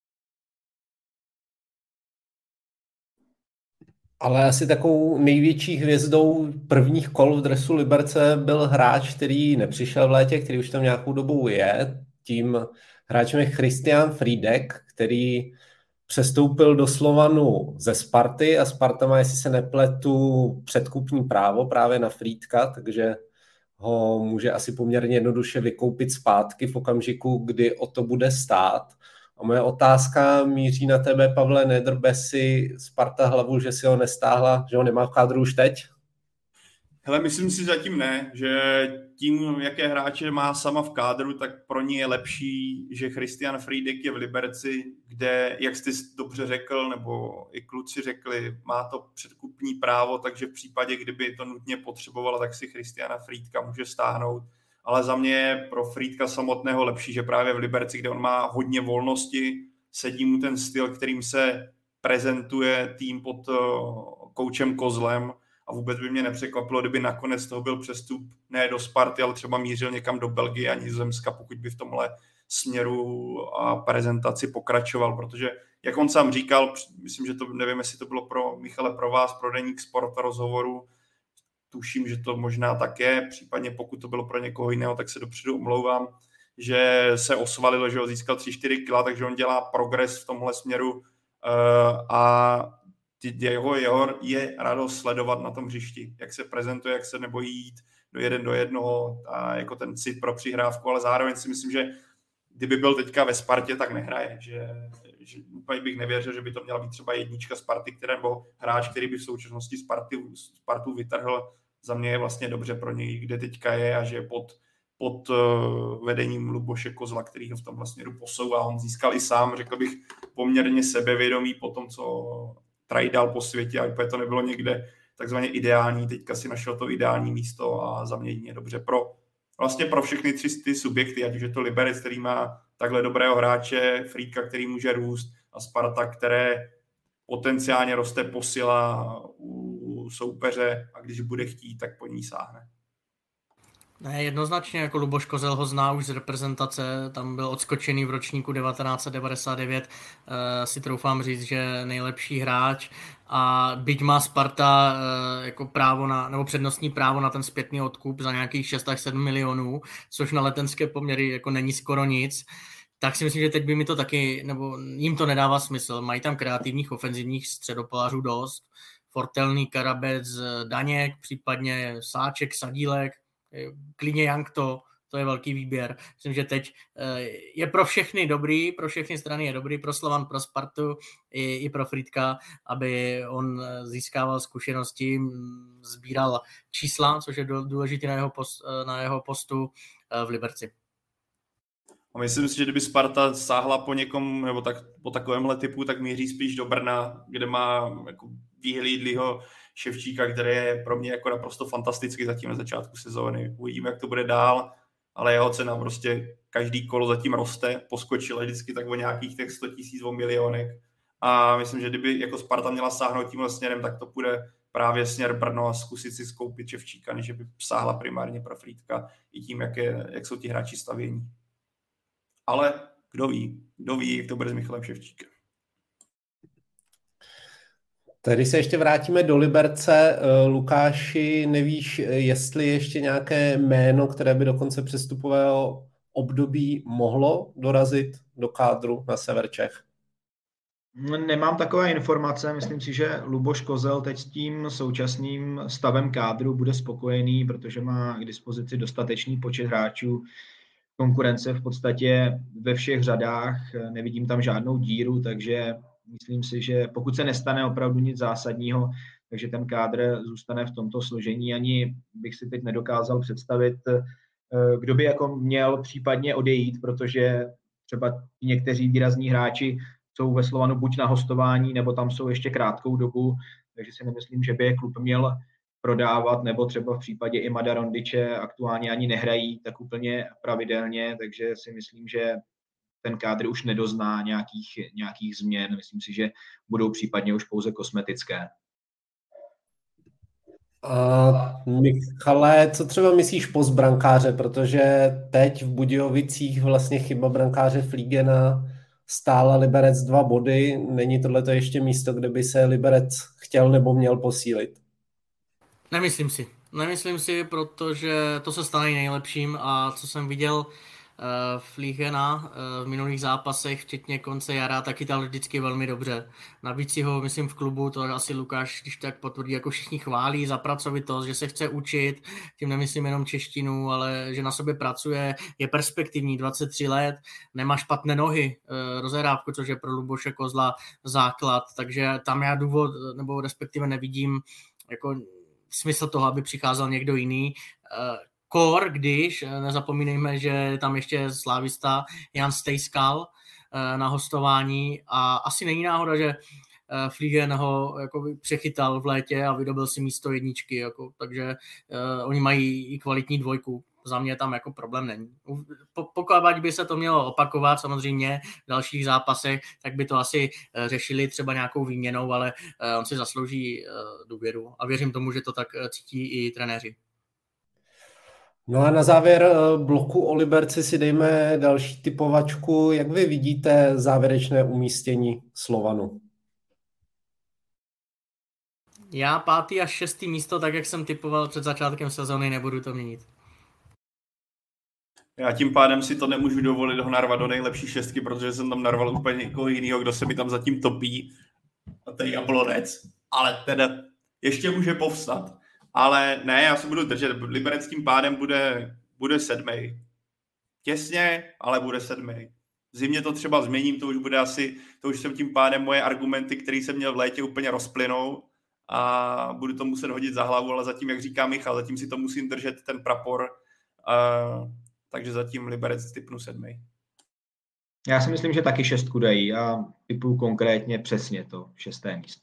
Ale asi takovou největší hvězdou prvních kol v dresu Liberce byl hráč, který nepřišel v létě, který už tam nějakou dobu je. Tím hráčem je Christian Friedek, který přestoupil do Slovanu ze Sparty a Sparta má, jestli se nepletu, předkupní právo právě na Friedka, takže ho může asi poměrně jednoduše vykoupit zpátky v okamžiku, kdy o to bude stát. A moje otázka míří na tebe, Pavle, nedrbe si Sparta hlavu, že si ho nestáhla, že ho nemá v kádru už teď? Hele, myslím si zatím ne, že tím, jaké hráče má sama v kádru, tak pro ní je lepší, že Christian Friedek je v Liberci, kde, jak jsi dobře řekl, nebo i kluci řekli, má to předkupní právo, takže v případě, kdyby to nutně potřebovala, tak si Christiana Friedka může stáhnout. Ale za mě je pro Friedka samotného lepší, že právě v Liberci, kde on má hodně volnosti, sedí mu ten styl, kterým se prezentuje tým pod koučem Kozlem a vůbec by mě nepřekvapilo, kdyby nakonec toho byl přestup ne do Sparty, ale třeba mířil někam do Belgie a Nizozemska, pokud by v tomhle směru a prezentaci pokračoval, protože jak on sám říkal, myslím, že to, nevím, jestli to bylo pro Michale, pro vás, pro Deník Sport rozhovoru, tuším, že to možná tak je, případně pokud to bylo pro někoho jiného, tak se dopředu omlouvám, že se osvalilo, že ho získal 3-4 kg, takže on dělá progres v tomhle směru a jeho je radost sledovat na tom hřišti, jak se prezentuje, jak se nebojí jít do 1-1 a jako ten cit pro přihrávku, ale zároveň si myslím, že kdyby byl teďka ve Spartě, tak nehraje, že úplně bych nevěřil, že by to měla být třeba jednička Sparty, nebo hráč, který by v současnosti Spartu vytrhl. Za mě je vlastně dobře pro něj, kde teďka je a že je pod vedením Luboše Kozla, který ho v tomhle směru posouvá. On získal i sám, řekl bych, poměrně sebevědomí po tom, co trajdal po světě a úplně to nebylo někde takzvaně ideální. Teďka si našel to ideální místo a za mě je dobře pro všechny tři ty subjekty, ať už je to Liberec, který má takhle dobrého hráče, Friedka, který může růst a Sparta, které potenciálně roste posila u soupeře a když bude chtít, tak po ní sáhne. Ne, jednoznačně, jako Luboš Kozel ho zná už z reprezentace, tam byl odskočený v ročníku 1999, si troufám říct, že nejlepší hráč, a byť má Sparta jako právo nebo přednostní právo na ten zpětný odkup za nějakých 6 až 7 milionů, což na letenské poměry jako není skoro nic, tak si myslím, že teď by mi to taky, nebo jim to nedává smysl. Mají tam kreativních ofenzivních středopolářů dost, Fortelný, Karabec, Daněk, případně Sáček, Sadílek, klidně Jank, to je velký výběr. Myslím, že teď je pro všechny dobrý, pro všechny strany je dobrý, pro Slovan, pro Spartu i pro Frýdka, aby on získával zkušenosti, sbíral čísla, což je důležité na jeho postu v Liberci. A myslím si, že kdyby Sparta sáhla po někom, nebo tak, po takovémhle typu, tak míří spíš do Brna, kde má jako výhlídlýho Ševčíka, který je pro mě jako naprosto fantastický zatím na začátku sezóny. Uvidíme, jak to bude dál, ale jeho cena prostě každý kolo zatím roste, poskočila vždycky tak o nějakých těch 100 000, o milionech. A myslím, že kdyby jako Sparta měla sáhnout tímhle směrem, tak to půjde právě směr Brno a zkusit si skoupit Ševčíka, než by sáhla primárně pro Frýdka i tím, jak jsou ti hráči stavění. Ale kdo ví, jak to bude s Michalem Ševčíkem. Tady se ještě vrátíme do Liberce. Lukáši, nevíš, jestli ještě nějaké jméno, které by do konce přestupového období mohlo dorazit do kádru na sever Čech? Nemám takové informace. Myslím si, že Luboš Kozel teď s tím současným stavem kádru bude spokojený, protože má k dispozici dostatečný počet hráčů. Konkurence v podstatě ve všech řadách, nevidím tam žádnou díru, takže myslím si, že pokud se nestane opravdu nic zásadního, takže ten kádr zůstane v tomto složení. Ani bych si teď nedokázal představit, kdo by jako měl případně odejít, protože třeba někteří výrazní hráči jsou ve Slovanu buď na hostování, nebo tam jsou ještě krátkou dobu, takže si nemyslím, že by je klub měl prodávat, nebo třeba v případě i Mada Rondiče aktuálně ani nehrají tak úplně pravidelně, takže si myslím, že ten kádr už nedozná nějakých změn. Myslím si, že budou případně už pouze kosmetické. A Michale, co třeba myslíš post brankáře, protože teď v Budějovicích vlastně chyba brankáře Flígena stála Liberec 2 body. Není tohleto ještě místo, kde by se Liberec chtěl nebo měl posílit? Nemyslím si, protože to se stane nejlepším, a co jsem viděl Flígena v minulých zápasech, včetně konce jara, taky tam vždycky velmi dobře. Navíc si ho, myslím, v klubu, to asi Lukáš, když tak potvrdí, jako všichni chválí za pracovitost, že se chce učit, tím nemyslím jenom češtinu, ale že na sobě pracuje, je perspektivní, 23 let, nemá špatné nohy, rozehrávku, což je pro Luboše Kozla základ, takže tam já důvod, nebo respektive nevidím jako smysl toho, aby přicházel někdo jiný. Kor, když nezapomínejme, že tam ještě slávista Jan Stejskal na hostování, a asi není náhoda, že Flígen ho jako přechytal v létě a vydobil si místo jedničky, jako, takže oni mají i kvalitní dvojku. Za mě tam jako problém není. Pokud by se to mělo opakovat samozřejmě v dalších zápasech, tak by to asi řešili třeba nějakou výměnou, ale on si zaslouží důvěru a věřím tomu, že to tak cítí i trenéři. No a na závěr bloku o Liberci si dejme další typovačku. Jak vy vidíte závěrečné umístění Slovanu? Já 5. až 6. místo, tak jak jsem typoval před začátkem sezóny, nebudu to měnit. Já tím pádem si to nemůžu dovolit ho narvat do nejlepší 6, protože jsem tam narval úplně někoho jiného, kdo se mi tam zatím topí. A to je Jablonec. Ale teda ještě může povstat. Ale ne, já se budu držet. Liberec tím pádem bude 7. Těsně, ale bude 7. V zimě to třeba změním, to už jsem tím pádem moje argumenty, které jsem měl v létě, úplně rozplynou a budu to muset hodit za hlavu, ale zatím, jak říká Michal, zatím si to musím držet ten prapor, takže zatím Liberec typnu 7. Já si myslím, že taky 6 dají. Já typuju konkrétně přesně to 6. místo.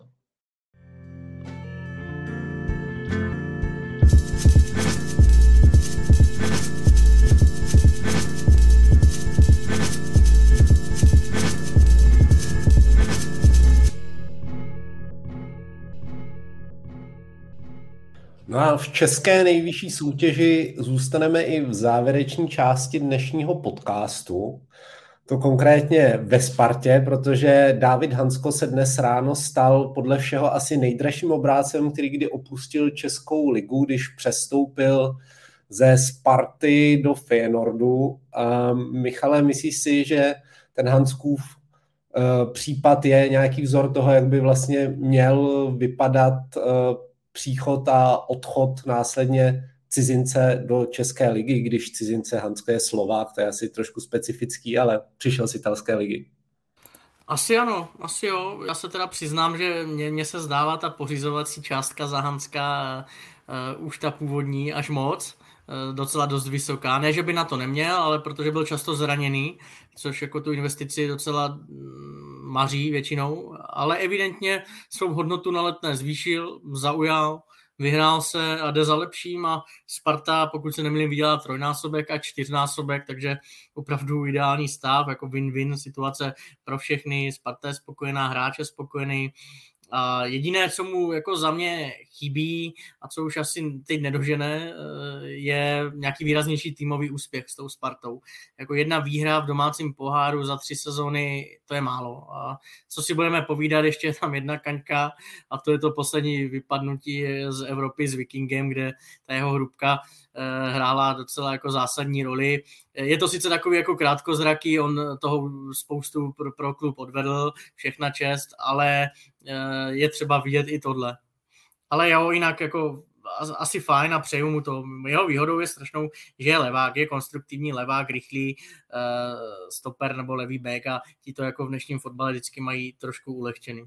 No a v české nejvyšší soutěži zůstaneme i v závěrečné části dnešního podcastu. To konkrétně ve Spartě, protože David Hansko se dnes ráno stal podle všeho asi nejdražším obrácem, který kdy opustil Českou ligu, když přestoupil ze Sparty do Feyenoordu. Michale, myslíš si, že ten Hanskův případ je nějaký vzor toho, jak by vlastně měl vypadat příchod a odchod následně cizince do České ligy, když cizince Hansko je Slovák, to je asi trošku specifický, ale přišel z italské ligy. Asi ano, asi jo. Já se teda přiznám, že mně se zdává ta pořizovací částka za Hanska už ta původní až moc, docela dost vysoká. Ne, že by na to neměl, ale protože byl často zraněný, což jako tu investici docela maří většinou, ale evidentně svou hodnotu na Letné zvýšil, zaujal, vyhrál se a jde za lepším a Sparta, pokud se nemýlím, vydělá 3násobek a 4násobek, takže opravdu ideální stav, jako win-win situace pro všechny, Sparta je spokojená, hráč je spokojený. A jediné, co mu jako za mě chybí a co už asi teď nedožene, je nějaký výraznější týmový úspěch s tou Spartou. Jako jedna výhra v domácím poháru za 3 sezóny, to je málo. A co si budeme povídat, ještě je tam jedna kaňka a to je to poslední vypadnutí z Evropy s Vikingem, kde ta jeho hrubka hrála docela jako zásadní roli. Je to sice takový jako krátkozraký, on toho spoustu pro klub odvedl, všechna čest, ale je třeba vidět i tohle. Ale jo, jinak jako asi fajn a přeju mu to. Jeho výhodou je strašnou, že je levák, je konstruktivní levák, rychlý stoper nebo levý back a ti to jako v dnešním fotbale vždycky mají trošku ulehčený.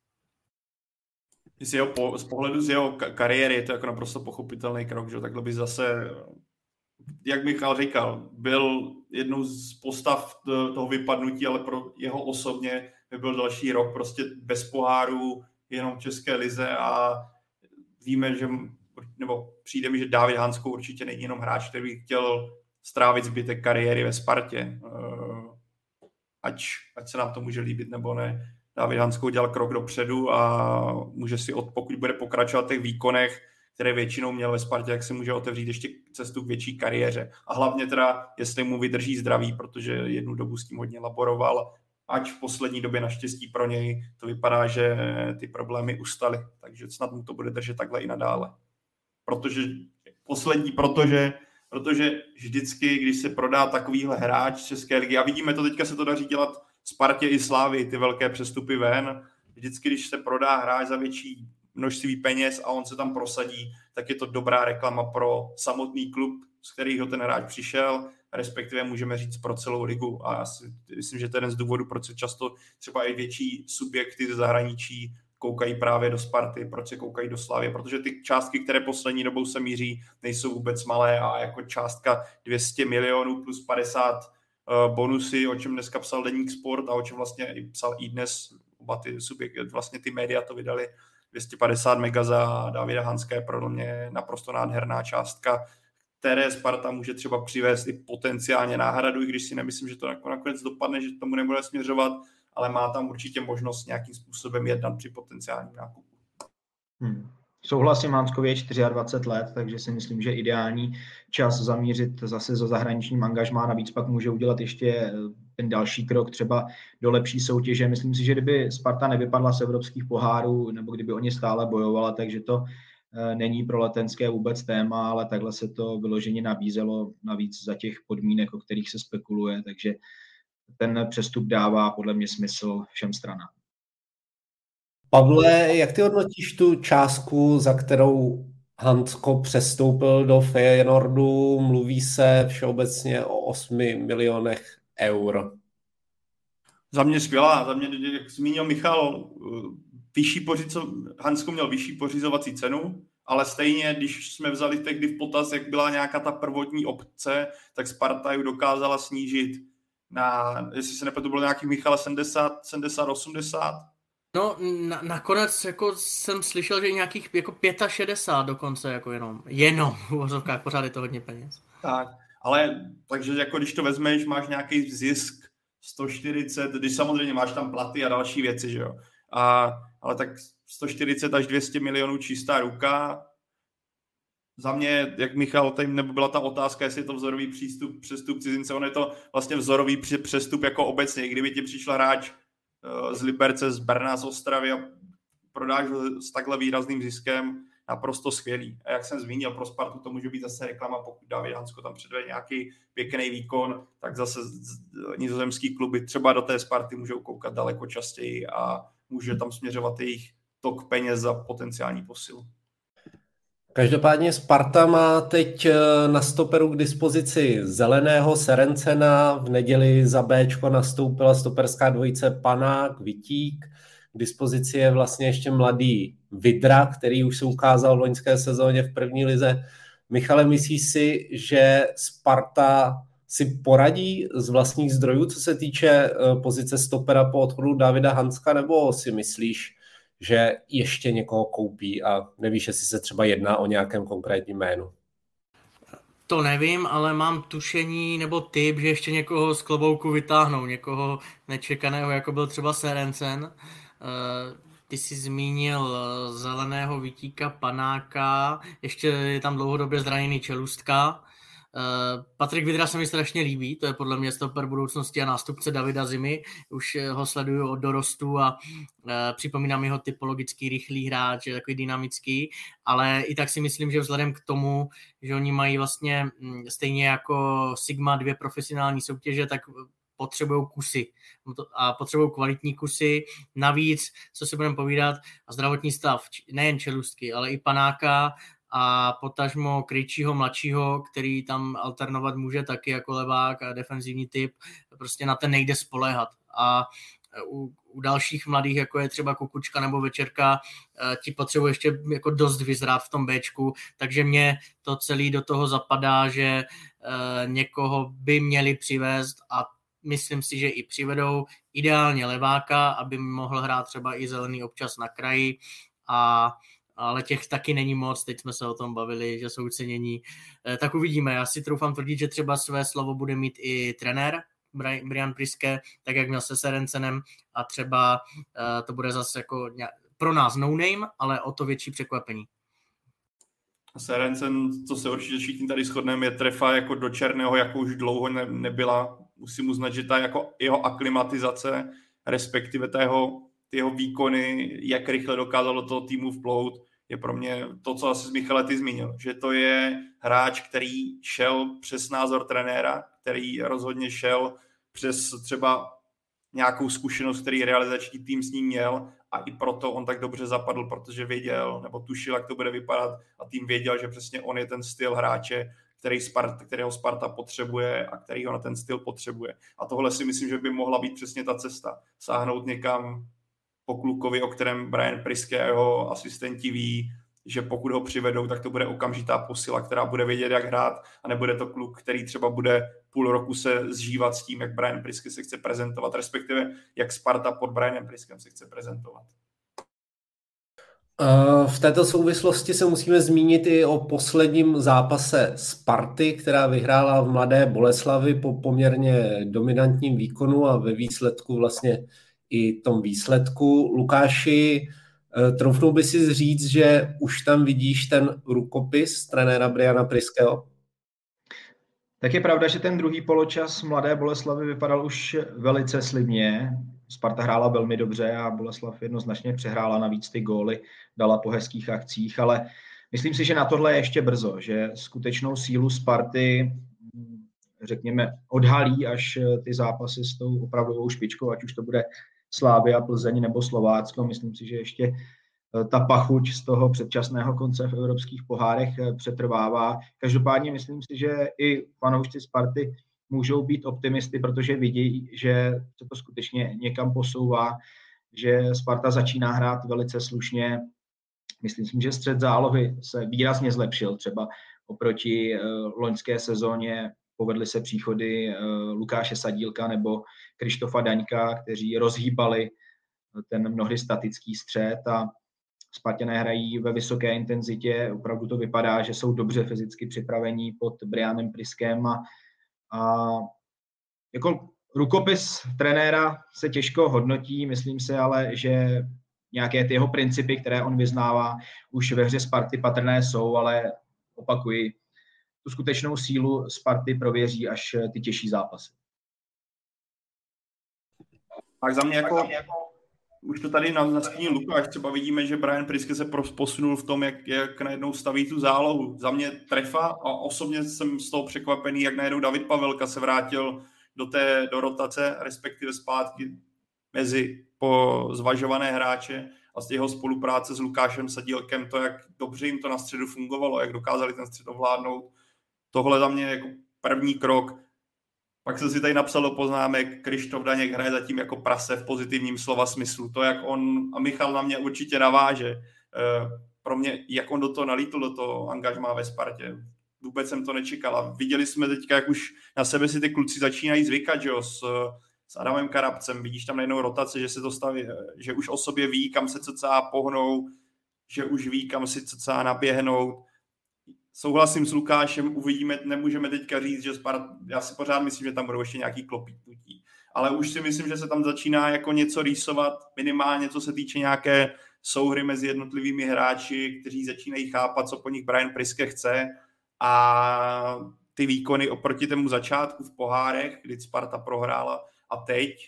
Z pohledu z jeho kariéry je to jako naprosto pochopitelný krok, že takhle by zase, jak Michal říkal, byl jednou z postav toho vypadnutí, ale pro jeho osobně by byl další rok prostě bez poháru, jenom v České lize a víme, že, nebo přijde mi, že David Hansko určitě není jenom hráč, který by chtěl strávit zbytek kariéry ve Spartě. Ať se nám to může líbit nebo ne. David Hansko udělal krok dopředu a může si, pokud bude pokračovat v těch výkonech, které většinou měl ve Spartě, jak se může otevřít ještě cestu k větší kariéře. A hlavně teda, jestli mu vydrží zdraví, protože jednu dobu s tím hodně laboroval, ať v poslední době naštěstí pro něj to vypadá, že ty problémy ustaly. Takže snad mu to bude držet takhle i nadále. Protože vždycky, když se prodá takovýhle hráč z České ligy, a vidíme to, teďka se to daří dělat Spartě i Slávy, ty velké přestupy ven, vždycky, když se prodá hráč za větší množství peněz a on se tam prosadí, tak je to dobrá reklama pro samotný klub, z kterého ten hráč přišel, respektive můžeme říct pro celou ligu. A já si myslím, že to je jeden z důvodů, proč se často třeba i větší subjekty ze zahraničí koukají právě do Sparty, proč se koukají do Slávy, protože ty částky, které poslední dobou se míří, nejsou vůbec malé a jako částka 200 milionů plus 50 bonusy, o čem dneska psal Deník Sport a o čem vlastně i psal i dnes, oba ty subjekty, vlastně ty média to vydali, 250 mega za Davida Hanska je pro mě naprosto nádherná částka, které Sparta může třeba přivést i potenciálně náhradu, i když si nemyslím, že to nakonec dopadne, že tomu nebude směřovat, ale má tam určitě možnost nějakým způsobem jednat při potenciálním nákupu. Souhlasím, Hanskovi je 24 let, takže si myslím, že ideální čas zamířit zase za zahraničním angažmá, navíc pak může udělat ještě ten další krok třeba do lepší soutěže. Myslím si, že kdyby Sparta nevypadla z evropských pohárů, nebo kdyby oni stále bojovala, takže to není pro Letenské vůbec téma, ale takhle se to vyloženě nabízelo navíc za těch podmínek, o kterých se spekuluje, takže ten přestup dává podle mě smysl všem stranám. Pavle, jak ty hodnotíš tu částku, za kterou Hansko přestoupil do Feyenoordu? Mluví se všeobecně o 8 milionech eur. Za mě skvělá. Za mě, jak zmínil Michal, Hansko měl vyšší pořizovací cenu, ale stejně, když jsme vzali tehdy v potaz, jak byla nějaká ta prvotní opce, tak Sparta ji dokázala snížit na, jestli se nepletu, bylo nějakých Michala 70, 80. No, nakonec jako jsem slyšel, že nějakých jako 65 dokonce, jako jenom v uvozovkách, pořád je to hodně peněz. Tak, ale takže jako když to vezmeš, máš nějaký zisk 140, když samozřejmě máš tam platy a další věci, že jo. Ale tak 140 až 200 milionů čistá ruka, za mě, jak Michal, tady nebo byla ta otázka, jestli je to vzorový přestup cizince, on je to vlastně vzorový přestup jako obecně. Kdyby ti přišel hráč z Liberce, z Brna, z Ostravy a prodáš s takhle výrazným ziskem, naprosto skvělý. A jak jsem zmínil, pro Spartu to může být zase reklama, pokud David Hansko tam předvede nějaký pěkný výkon, tak zase nizozemský kluby třeba do té Sparty můžou koukat daleko častěji a může tam směřovat jejich tok peněz za potenciální posilu. Každopádně Sparta má teď na stoperu k dispozici Zeleného, Serencena, v neděli za Bčko nastoupila stoperská dvojice Panák, Vitík, k dispozici je vlastně ještě mladý Vidra, který už se ukázal v loňské sezóně v první lize. Michale, myslíš si, že Sparta si poradí z vlastních zdrojů, co se týče pozice stopera po odchodu Davida Hanska, nebo si myslíš, že ještě někoho koupí a nevíš, jestli se třeba jedná o nějakém konkrétním jménu? To nevím, ale mám tušení nebo tip, že ještě někoho z klobouku vytáhnou, někoho nečekaného, jako byl třeba Serencen. Ty jsi zmínil Zeleného, Vitíka, Panáka, ještě je tam dlouhodobě zraněný Čelůstka. Patrik Vidra se mi strašně líbí, to je podle mě stoper budoucnosti a nástupce Davida Zimy. Už ho sleduju od dorostu a připomíná mi ho typologický, rychlý hráč, je takový dynamický, ale i tak si myslím, že vzhledem k tomu, že oni mají vlastně stejně jako Sigma 2 profesionální soutěže, tak potřebují kusy a potřebují kvalitní kusy. Navíc, co si budeme povídat, a zdravotní stav nejen Čelůstky, ale i Panáka a potažmo Krejčího mladšího, který tam alternovat může taky jako levák a defenzivní typ, prostě na ten nejde spoléhat. A u dalších mladých, jako je třeba Kukučka nebo Večerka, ti potřebuje ještě jako dost vyzrát v tom Bčku, takže mě to celý do toho zapadá, že někoho by měli přivést a myslím si, že i přivedou ideálně leváka, aby mohl hrát třeba i Zelený občas na kraji, ale těch taky není moc, teď jsme se o tom bavili, že jsou cenění. Tak uvidíme, já si troufám tvrdit, že třeba své slovo bude mít i trenér Brian Priske, tak jak měl se Serencenem a třeba to bude zase jako pro nás no name, ale o to větší překvapení. Serencen, co se určitě všichni tady shodneme, je trefa jako do černého, jako už dlouho nebyla. Musím uznat, že ta jako jeho aklimatizace, respektive jeho výkony, jak rychle dokázal do toho týmu vplout, je pro mě to, co asi z Michale ty zmínil, že to je hráč, který šel přes názor trenéra, který rozhodně šel přes třeba nějakou zkušenost, který realizační tým s ním měl a i proto on tak dobře zapadl, protože věděl nebo tušil, jak to bude vypadat a tým věděl, že přesně on je ten styl hráče, kterého Sparta potřebuje a který ho na ten styl potřebuje. A tohle si myslím, že by mohla být přesně ta cesta. Sáhnout někam po klukovi, o kterém Brian Priske a jeho asistenti ví, že pokud ho přivedou, tak to bude okamžitá posila, která bude vědět, jak hrát a nebude to kluk, který třeba bude půl roku se zžívat s tím, jak Brian Priske se chce prezentovat, respektive jak Sparta pod Brianem Priskem se chce prezentovat. V této souvislosti se musíme zmínit i o posledním zápase Sparty, která vyhrála v Mladé Boleslavi po poměrně dominantním výkonu a ve výsledku vlastně i tom výsledku. Lukáši, troufnul by si říct, že už tam vidíš ten rukopis trenéra Briana Priskeho? Tak je pravda, že ten druhý poločas Mladé Boleslavy vypadal už velice slibně. Sparta hrála velmi dobře a Boleslav jednoznačně přehrála, navíc ty góly dala po hezkých akcích, ale myslím si, že na tohle je ještě brzo, že skutečnou sílu Sparty, řekněme, odhalí až ty zápasy s tou opravdovou špičkou, ať už to bude Slavia, Plzeň nebo Slovácko. Myslím si, že ještě ta pachuť z toho předčasného konce v evropských pohárech přetrvává. Každopádně myslím si, že i fanoušci Sparty můžou být optimisty, protože vidí, že se to skutečně někam posouvá, že Sparta začíná hrát velice slušně. Myslím si, že střed zálohy se výrazně zlepšil, třeba oproti loňské sezóně povedly se příchody Lukáše Sadílka nebo Krištofa Daňka, kteří rozhýbali ten mnohdy statický střed a Spartané hrají ve vysoké intenzitě. Opravdu to vypadá, že jsou dobře fyzicky připravení pod Brianem Priskem a jako rukopis trenéra se těžko hodnotí, myslím si ale, že nějaké ty jeho principy, které on vyznává, už ve hře Sparty patrné jsou, ale opakuji, tu skutečnou sílu Sparty prověří až ty těžší zápasy. Tak za mě jako už to tady nastínil Lukáš, třeba vidíme, že Brian Priske se posunul v tom, jak najednou staví tu zálohu. Za mě trefa a osobně jsem z toho překvapený, jak najednou David Pavelka se vrátil do rotace, respektive zpátky mezi zvažované hráče a z jeho spolupráce s Lukášem Sadílkem, to, jak dobře jim to na středu fungovalo, jak dokázali ten střed ovládnout. Tohle za mě jako první krok. Pak jsem si tady napsal do poznámek, Krištof Daněk hraje zatím jako prase v pozitivním slova smyslu. To, jak on, a Michal na mě určitě naváže, pro mě, jak on do toho nalítl, do toho angažmá ve Spartě. Vůbec jsem to nečekal. A viděli jsme teďka, jak už na sebe si ty kluci začínají zvykat, že jo, s Adamem Karabcem. Vidíš tam najednou rotace, že se to staví, že už o sobě ví, kam se cca pohnou, že už ví, kam si cca naběhnout. Souhlasím s Lukášem, uvidíme, nemůžeme teďka říct, že já si pořád myslím, že tam budou ještě nějaký klopítnutí. Ale už si myslím, že se tam začíná jako něco rýsovat, minimálně co se týče nějaké souhry mezi jednotlivými hráči, kteří začínají chápat, co po nich Brian Priske chce, a ty výkony oproti tomu začátku v pohárech, kdy Sparta prohrála, a teď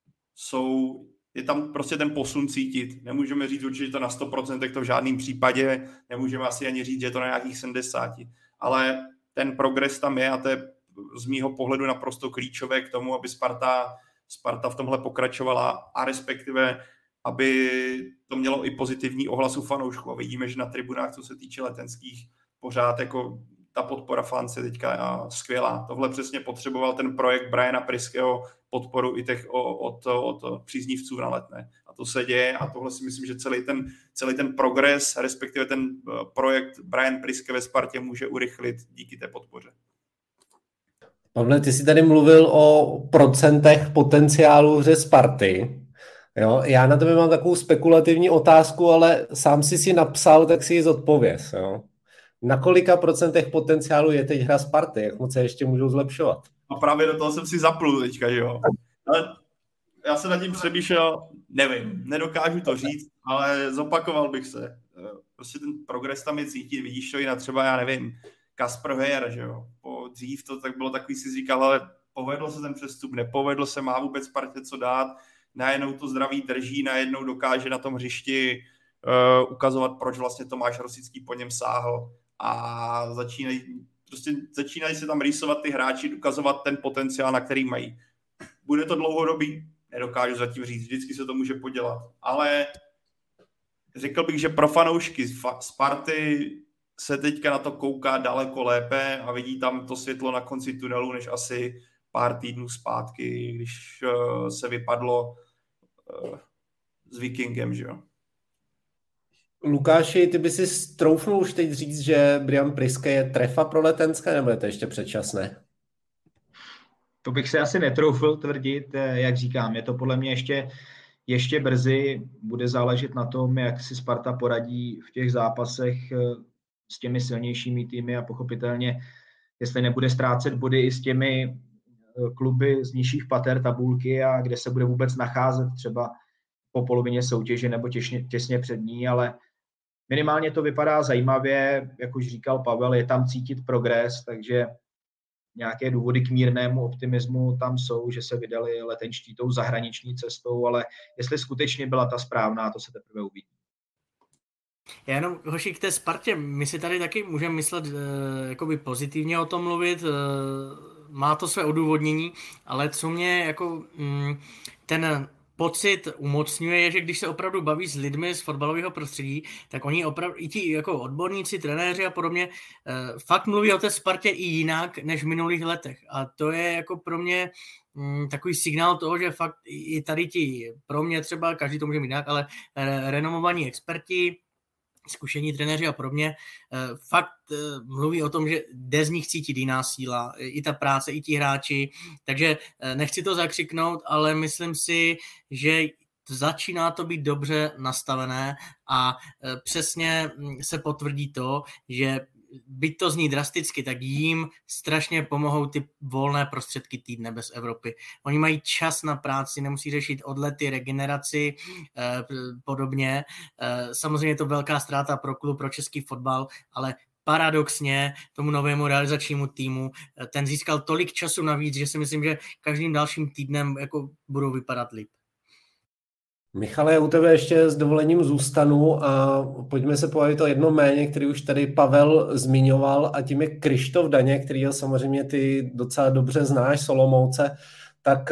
je tam prostě ten posun cítit. Nemůžeme říct určitě to na 100%, to v žádném případě, nemůžeme asi ani říct, že je to na nějakých 70%, ale ten progres tam je a to je z mýho pohledu naprosto klíčové k tomu, aby Sparta v tomhle pokračovala a respektive, aby to mělo i pozitivní ohlas u fanoušků. A vidíme, že na tribunách, co se týče letenských, pořád jako ta podpora fans je teďka skvělá. Tohle přesně potřeboval ten projekt Briana Priskeho, podporu i těch od příznivců na Letné. A to se děje a tohle si myslím, že celý ten progres, respektive ten projekt Brian Priske ve Spartě může urychlit díky té podpoře. Pavle, ty jsi tady mluvil o procentech potenciálu hře Sparty. Jo, já na tebe mám takovou spekulativní otázku, ale sám si napsal, tak si ji zodpověz. Jo. Na kolika procentech potenciálu je teď hra Sparty? Jak moc se ještě můžou zlepšovat? A právě do toho jsem si zaplul teďka, že jo. Ale já se nad tím přemýšlel, nevím, nedokážu to říct, ale zopakoval bych se. Prostě ten progres tam je cítit, vidíš to i na třeba, já nevím, Kasper Heyer, že jo. Dřív to tak bylo takový, si říkal, ale povedl se ten přestup, nepovedl se, má vůbec Spartě co dát, najednou to zdraví drží, najednou dokáže na tom hřišti ukazovat, proč vlastně Tomáš Rosický po něm sáhl a začínají se tam rýsovat ty hráči, ukazovat ten potenciál, na který mají. Bude to dlouhodobý? Nedokážu zatím říct, vždycky se to může podělat, ale řekl bych, že pro fanoušky Sparty se teďka na to kouká daleko lépe a vidí tam to světlo na konci tunelu, než asi pár týdnů zpátky, když se vypadlo s Vikingem, že jo. Lukáši, ty by si troufnul už teď říct, že Brian Priske je trefa pro Letenské, nebo je to ještě předčasné? To bych se asi netroufl tvrdit, jak říkám, je to podle mě ještě brzy, bude záležet na tom, jak si Sparta poradí v těch zápasech s těmi silnějšími týmy a pochopitelně, jestli nebude ztrácet body i s těmi kluby z nižších pater tabulky a kde se bude vůbec nacházet třeba po polovině soutěže nebo těsně před ní, ale minimálně to vypadá zajímavě, jak už říkal Pavel, je tam cítit progres, takže nějaké důvody k mírnému optimismu tam jsou, že se vydali letenští tou zahraniční cestou, ale jestli skutečně byla ta správná, to se teprve uvidí. Já jenom, hoši, k té Spartě, my si tady taky můžeme myslet jakoby pozitivně o tom mluvit, má to své odůvodnění, ale co mě jako ten pocit umocňuje, je, že když se opravdu baví s lidmi z fotbalového prostředí, tak oni opravdu, i ti jako odborníci, trenéři a podobně, fakt mluví o té Spartě i jinak, než v minulých letech. A to je jako pro mě takový signál toho, že fakt i tady ti, pro mě třeba, každý to může mít jinak, ale renomovaní experti, zkušení trenéři a podobně, fakt mluví o tom, že jde z nich cítit jiná síla, i ta práce, i ti hráči, takže nechci to zakřiknout, ale myslím si, že začíná to být dobře nastavené a přesně se potvrdí to, že byť to zní drasticky, tak jim strašně pomohou ty volné prostředky týdne bez Evropy. Oni mají čas na práci, nemusí řešit odlety, regeneraci, podobně. Samozřejmě je to velká ztráta pro klub, pro český fotbal, ale paradoxně tomu novému realizačnímu týmu. Ten získal tolik času navíc, že si myslím, že každým dalším týdnem jako budou vypadat líp. Michale, u tebe ještě s dovolením zůstanu a pojďme se pobavit o jednom jméně, který už tady Pavel zmiňoval, a tím je Kryštof Daněk, kterýho samozřejmě ty docela dobře znáš z Olomouce. Tak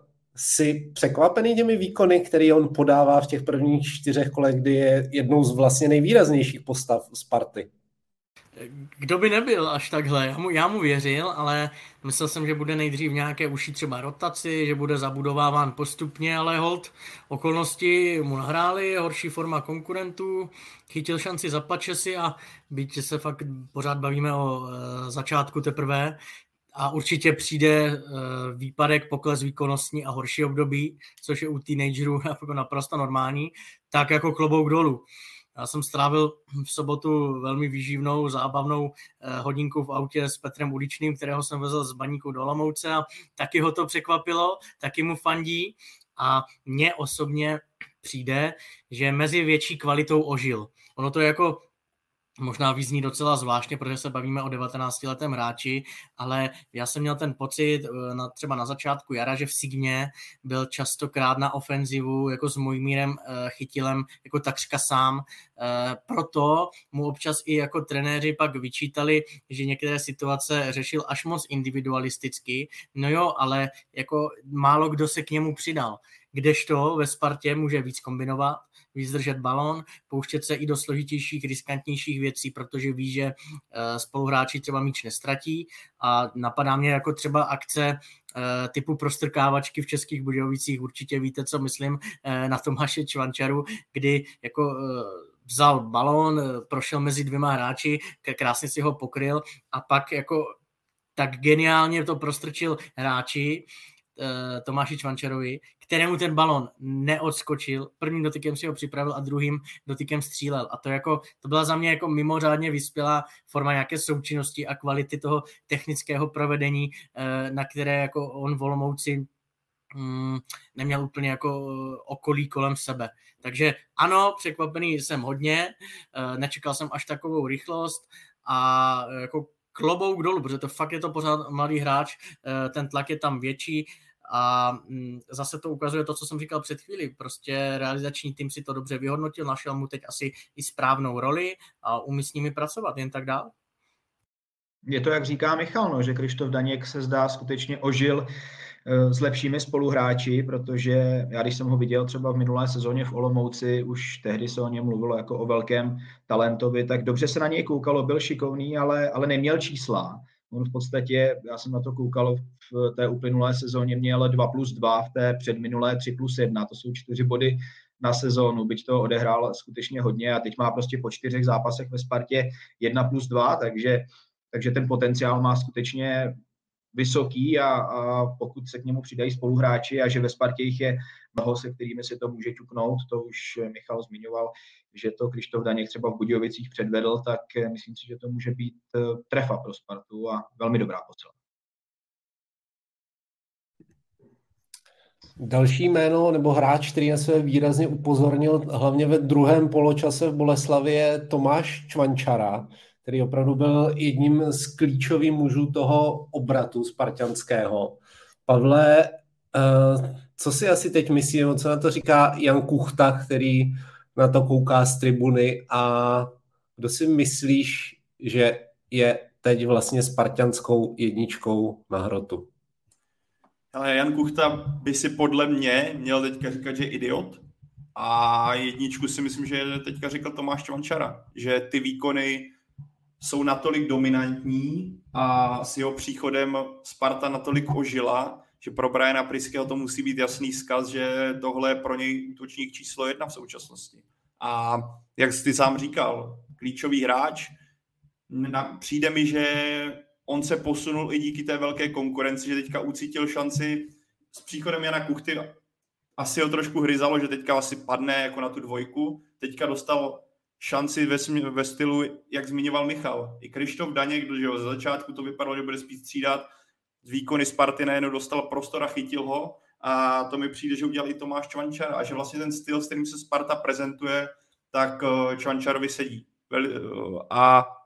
jsi překvapený těmi výkony, který on podává v těch prvních 4 kolech, kdy je jednou z vlastně nejvýraznějších postav Sparty? Kdo by nebyl až takhle? Já mu věřil, ale myslel jsem, že bude nejdřív nějaké uší třeba rotaci, že bude zabudováván postupně, ale hold, okolnosti mu nahrály, horší forma konkurentů, chytil šanci, zaplače si a byť se fakt pořád bavíme o začátku teprve a určitě přijde výpadek, pokles výkonnostní a horší období, což je u teenagerů jako naprosto normální, tak jako klobouk dolů. Já jsem strávil v sobotu velmi výživnou, zábavnou hodinku v autě s Petrem Uličným, kterého jsem vezl z Baníku do Olomouce a taky ho to překvapilo, taky mu fandí a mně osobně přijde, že mezi větší kvalitou ožil. Ono to je jako možná vyzní docela zvláštně, protože se bavíme o 19letém hráči, ale já jsem měl ten pocit třeba na začátku jara, že v Sigmě byl častokrát na ofenzivu jako s Mojmírem Chytilem jako takřka sám. Proto mu občas i jako trenéři pak vyčítali, že některé situace řešil až moc individualisticky. No jo, ale jako málo kdo se k němu přidal. Kdežto ve Spartě může víc kombinovat, víc držet balón, pouštět se i do složitějších, riskantnějších věcí, protože ví, že spoluhráči třeba míč nestratí a napadá mě jako třeba akce typu prostrkávačky v Českých Budějovicích, určitě víte, co myslím, na Tomáše Čvančaru, kdy jako vzal balón, prošel mezi 2 hráči, krásně si ho pokryl a pak jako tak geniálně to prostrčil hráči, Tomáši Čvančarovi, kterému ten balon neodskočil, prvním dotykem si ho připravil a druhým dotykem střílel. A to byla za mě jako mimořádně vyspělá forma nějaké součinnosti a kvality toho technického provedení, na které jako on v Olomouci neměl úplně jako okolí kolem sebe. Takže ano, překvapený jsem hodně, nečekal jsem až takovou rychlost a jako klobouk dolů, protože to fakt je to pořád mladý hráč, ten tlak je tam větší a zase to ukazuje to, co jsem říkal před chvíli. Prostě realizační tým si to dobře vyhodnotil, našel mu teď asi i správnou roli a umí s nimi pracovat, jen tak dál. Je to, jak říká Michal, no, že Kryštof Daněk se zdá skutečně ožil s lepšími spoluhráči, protože já, když jsem ho viděl třeba v minulé sezóně v Olomouci, už tehdy se o něm mluvilo jako o velkém talentovi, tak dobře se na něj koukalo, byl šikovný, ale neměl čísla. On v podstatě, já jsem na to koukal v té uplynulé sezóně, měl 2+2, v té předminulé 3+1, to jsou 4 body na sezónu, byť to odehrál skutečně hodně a teď má prostě po 4 zápasech ve Spartě 1+2, takže ten potenciál má skutečně vysoký a pokud se k němu přidají spoluhráči a že ve Spartě jich je mnoho, se kterými si to může ťuknout, to už Michal zmiňoval, že to Kryštof Daněk třeba v Budějovicích předvedl, tak myslím si, že to může být trefa pro Spartu a velmi dobrá posila. Další jméno nebo hráč, který na sebe výrazně upozornil, hlavně ve druhém poločase v Boleslavi, je Tomáš Čvančara, který opravdu byl jedním z klíčových mužů toho obratu spartanského. Pavle, co si asi teď myslí, nebo co na to říká Jan Kuchta, který na to kouká z tribuny, a kdo si myslíš, že je teď vlastně spartanskou jedničkou na hrotu? Ale Jan Kuchta by si podle mě měl teďka říkat, že je idiot, a jedničku si myslím, že teďka říkal Tomáš Čvančara, že ty výkony jsou natolik dominantní a s jeho příchodem Sparta natolik ožila, že pro Briana Priského to musí být jasný vzkaz, že tohle je pro něj útočník číslo 1 v současnosti. A jak jsi ty sám říkal, klíčový hráč, přijde mi, že on se posunul i díky té velké konkurenci, že teďka ucítil šanci s příchodem Jana Kuchty. Asi ho trošku hryzalo, že teďka asi padne jako na tu 2. Teďka dostal šanci ve stylu, jak zmiňoval Michal. I Kryštof Daněk, že ze začátku to vypadalo, že bude spíš střídat. Z výkony Sparty najednou dostal prostor a chytil ho. A to mi přijde, že udělal i Tomáš Čvančar. A že vlastně ten styl, s kterým se Sparta prezentuje, tak Čvančarovi sedí. A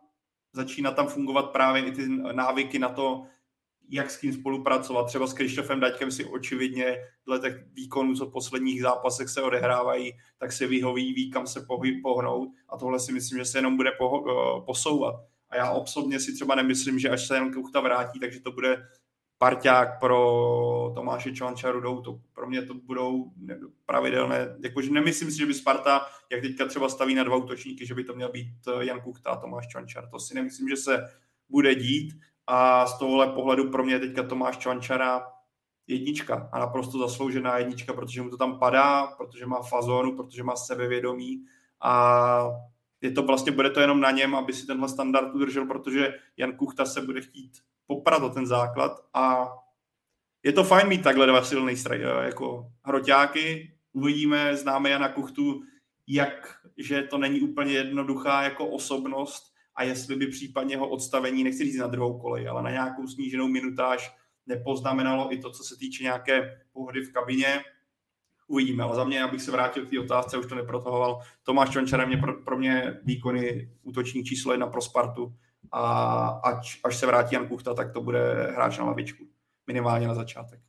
začíná tam fungovat právě i ty návyky na to, jak s kým spolupracovat. Třeba s Krištofem Daďkem si očividně dle těch výkonů, co v posledních zápasech se odehrávají, tak se vyhoví, ví, kam se pohnout a tohle si myslím, že se jenom bude posouvat. A já osobně si třeba nemyslím, že až se Jan Kuchta vrátí, takže to bude parťák pro Tomáše Čvančaru. To pro mě to budou pravidelné. Jakože nemyslím si, že by Sparta, jak teďka třeba staví na 2 útočníky, že by to měl být Jan Kuchta a Tomáš Čvančar. To si nemyslím, že se bude dít. A z tohohle pohledu pro mě je teďka Tomáš Čvančara jednička a naprosto zasloužená jednička, protože mu to tam padá, protože má fazónu, protože má sebevědomí a je to vlastně, bude to jenom na něm, aby si tenhle standard udržel, protože Jan Kuchta se bude chtít poprat o ten základ a je to fajn mít takhle 2 silný jako hroťáky. Uvidíme, známe Jana Kuchtu, že to není úplně jednoduchá jako osobnost a jestli by případně jeho odstavení, nechci říct na druhou kolej, ale na nějakou sníženou minutáž nepoznamenalo i to, co se týče nějaké pohody v kabině. Uvidíme, ale za mě, abych se vrátil k té otázce, už to neprotahoval. Tomáš Čvančar je pro mě výkony útočník číslo 1 pro Spartu a až se vrátí Jan Kuchta, tak to bude hráč na lavičku. Minimálně na začátek.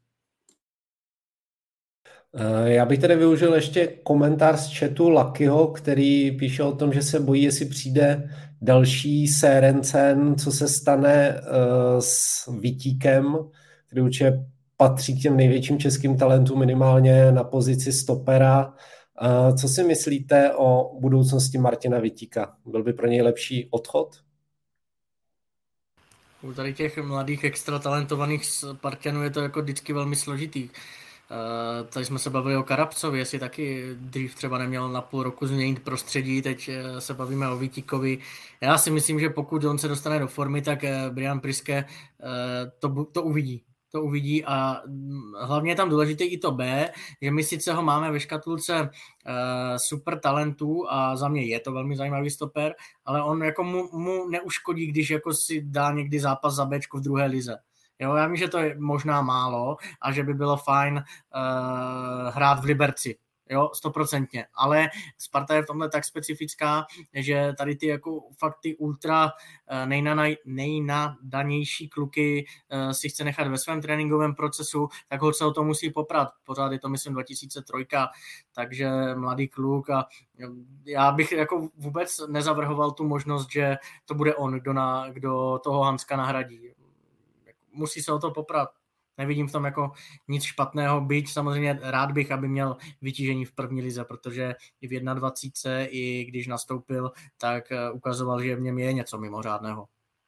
Já bych tedy využil ještě komentář z chatu Lakyho, který píše o tom, že se bojí, jestli přijde další Sérencen, co se stane s Vítíkem, který určitě patří k těm největším českým talentům minimálně na pozici stopera. Co si myslíte o budoucnosti Martina Vítíka? Byl by pro něj lepší odchod? U tady těch mladých extra talentovaných Spartanů je to jako vždycky velmi složitý. Tady jsme se bavili o Karabcovi, jestli taky dřív třeba neměl na půl roku změnit prostředí, teď se bavíme o Vítíkovi. Já si myslím, že pokud on se dostane do formy, tak Brian Priske to uvidí a hlavně je tam důležité i to B, že my sice ho máme ve škatulce super talentů a za mě je to velmi zajímavý stoper, ale on jako mu neuškodí, když jako si dá někdy zápas za Bčko v druhé lize. Jo, já vím, že to je možná málo a že by bylo fajn hrát v Liberci, jo, 100%, ale Sparta je v tomhle tak specifická, že tady ty jako fakt ty ultra nejnadanější kluky si chce nechat ve svém tréninkovém procesu, tak ho se o to musí poprat. Pořád je to, myslím, 2003, takže mladý kluk a já bych jako vůbec nezavrhoval tu možnost, že to bude on, kdo toho Hanska nahradí. Musí se o to poprat. Nevidím v tom jako nic špatného, byť samozřejmě rád bych, aby měl vytížení v první lize, protože i v 21, i když nastoupil, tak ukazoval, že v něm je něco mimořádného.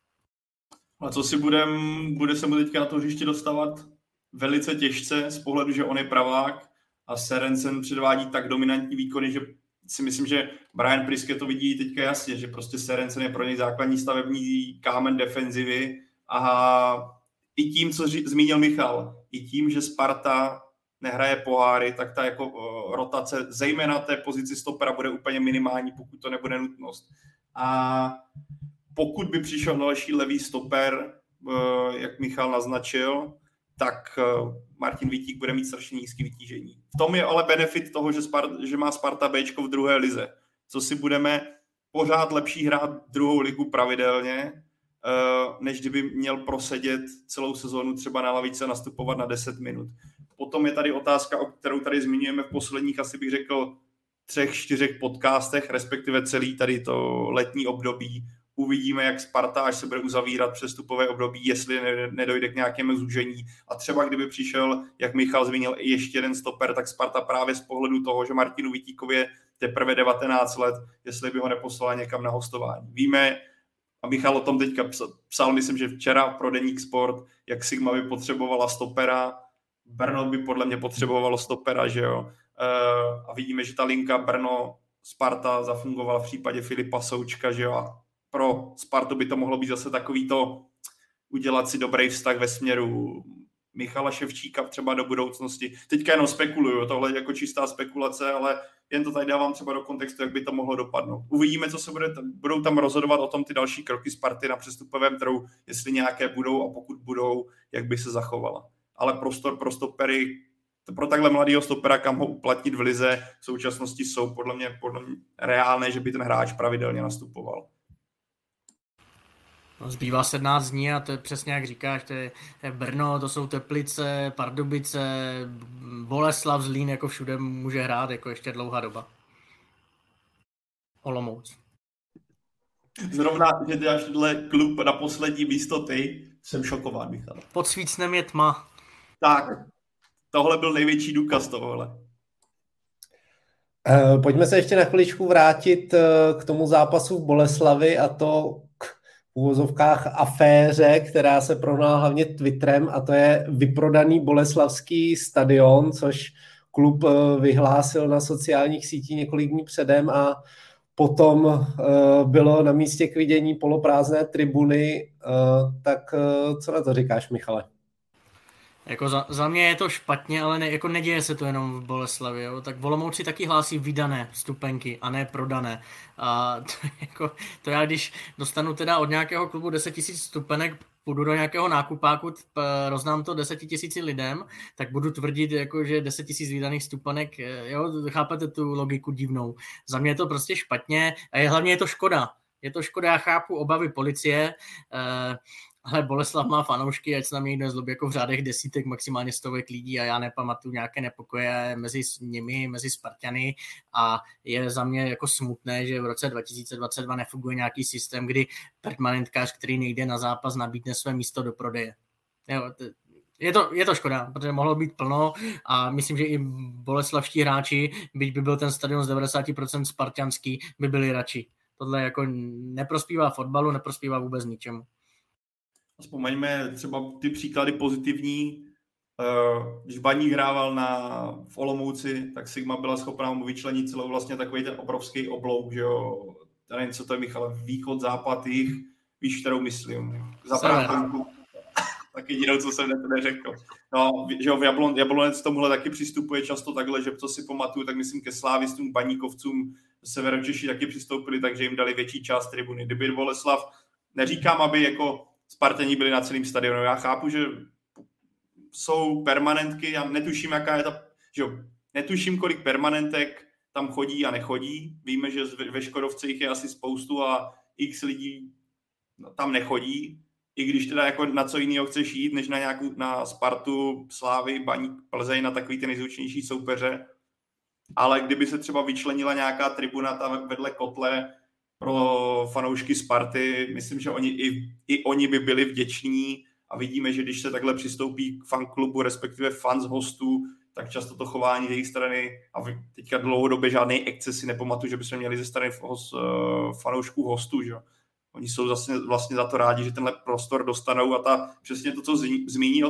A co si bude se mu teďka na to hřiště dostávat velice těžce z pohledu, že on je pravák a Sérencen předvádí tak dominantní výkony, že si myslím, že Brian Priske to vidí teďka jasně, že prostě Sérencen je pro něj základní stavební kámen defenzivy a i tím, co zmínil Michal, i tím, že Sparta nehraje poháry, tak ta jako rotace, zejména té pozici stopera, bude úplně minimální, pokud to nebude nutnost. A pokud by přišel další levý stoper, jak Michal naznačil, tak Martin Vítík bude mít strašně nízký vytížení. V tom je ale benefit toho, že má Sparta Bčko v druhé lize. Co si budeme pořád lepší hrát druhou ligu pravidelně, než kdyby měl prosedět celou sezónu třeba na lavice nastupovat na 10 minut. Potom je tady otázka, o kterou tady zmiňujeme v posledních, asi bych řekl, 3-4 podcastech, respektive celý tady to letní období. Uvidíme, jak Sparta, až se bude uzavírat přestupové období, jestli nedojde k nějakému zúžení. A třeba kdyby přišel, jak Michal zmínil, ještě jeden stoper, tak Sparta právě z pohledu toho, že Martinu Vítíkovi je teprve 19 let, jestli by ho neposlala někam na hostování. Víme, a Michal o tom teďka psal, myslím, že včera pro Deník Sport, jak Sigma by potřebovala stopera, Brno by podle mě potřebovalo stopera, že jo. A vidíme, že ta linka Brno-Sparta zafungovala v případě Filipa Součka, že jo. A pro Spartu by to mohlo být zase takový to udělat si dobrý vztah ve směru Michala Ševčíka třeba do budoucnosti. Teďka jenom spekuluju, tohle je jako čistá spekulace, ale jen to tady dávám třeba do kontextu, jak by to mohlo dopadnout. Uvidíme, co se budou tam rozhodovat o tom ty další kroky Sparty na přestupovém trhu, jestli nějaké budou a pokud budou, jak by se zachovala. Ale prostor pro stopery, pro takhle mladého stopera, kam ho uplatnit v lize, v současnosti jsou podle mě reálné, že by ten hráč pravidelně nastupoval. Zbývá 17 dní a to je přesně jak říkáš, to je Brno, to jsou Teplice, Pardubice, Boleslav, Zlín, jako všude může hrát jako ještě dlouhá doba. Olomouc. Zrovna, že dáš tenhle klub na poslední místo ty, jsem šokován, Michal. Pod svícnem je tma. Tak, tohle byl největší důkaz tohohle. Pojďme se ještě na chviličku vrátit k tomu zápasu v Boleslavi a to k uvozovkách aféře, která se prohnala hlavně Twitterem, a to je vyprodaný boleslavský stadion, což klub vyhlásil na sociálních sítích několik dní předem a potom bylo na místě k vidění poloprázdné tribuny. Tak co na to říkáš, Michale? Jako za mě je to špatně, ale jako neděje se to jenom v Boleslavi. Jo? Tak v Olomouci taky hlásí vydané vstupenky a ne prodané. A to já, když dostanu teda od nějakého klubu 10 000 vstupenek, půjdu do nějakého nákupáku, roznám to 10 000 lidem, tak budu tvrdit, jako, že 10 000 vydaných vstupenek, jo, chápete tu logiku divnou. Za mě je to prostě špatně a hlavně je to škoda. Je to škoda, já chápu obavy policie, ale Boleslav má fanoušky, ať se na mě někdo zlobí, jako v řádech desítek, maximálně stovek lidí a já nepamatuju nějaké nepokoje mezi nimi, mezi Spartany a je za mě jako smutné, že v roce 2022 nefunguje nějaký systém, kdy permanentkář, který nejde na zápas, nabídne své místo do prodeje. Jo, je to škoda, protože mohlo být plno a myslím, že i boleslavští hráči, byť by byl ten stadion z 90% spartanský, by byli radši. Tohle jako neprospívá fotbalu, neprospívá vůbec ničemu. Vzpomeňme třeba ty příklady pozitivní. Když Baník hrával v Olomouci, tak Sigma byla schopná mu vyčlenit celou vlastně takový ten obrovský oblouk, že jo. Nevím, co to je, Michale, východ, západ, jich, víš, kterou myslím. Tak jedinou, co jsem neřekl. No, že jo, Jablonec tomuhle taky přistupuje často takhle, že co si pamatuju, tak myslím ke slávistům, Baníkovcům, Severočeši taky přistoupili, takže jim dali větší část tribuny. Kdyby Boleslav, neříkám, aby jako Spartani byli na celém stadionu. Já chápu, že jsou permanentky, já netuším, jaká je ta, že netuším, kolik permanentek tam chodí a nechodí. Víme, že ve Škodovce jich je asi spoustu a x lidí tam nechodí. I když teda jako na co jiného chceš jít, než na Spartu, Slávy, Baník, Plzeň, na takový ty nejzvučnější soupeře. Ale kdyby se třeba vyčlenila nějaká tribuna tam vedle kotle pro fanoušky Sparty, myslím, že oni by byli vděční a vidíme, že když se takhle přistoupí k fanklubu, respektive fans hostů, tak často to chování jejich strany a teďka dlouhodobě žádný exces si nepamatuju, že bychom měli ze strany fanoušků hostů, že? Oni jsou vlastně za to rádi, že tenhle prostor dostanou a přesně to, co zmínil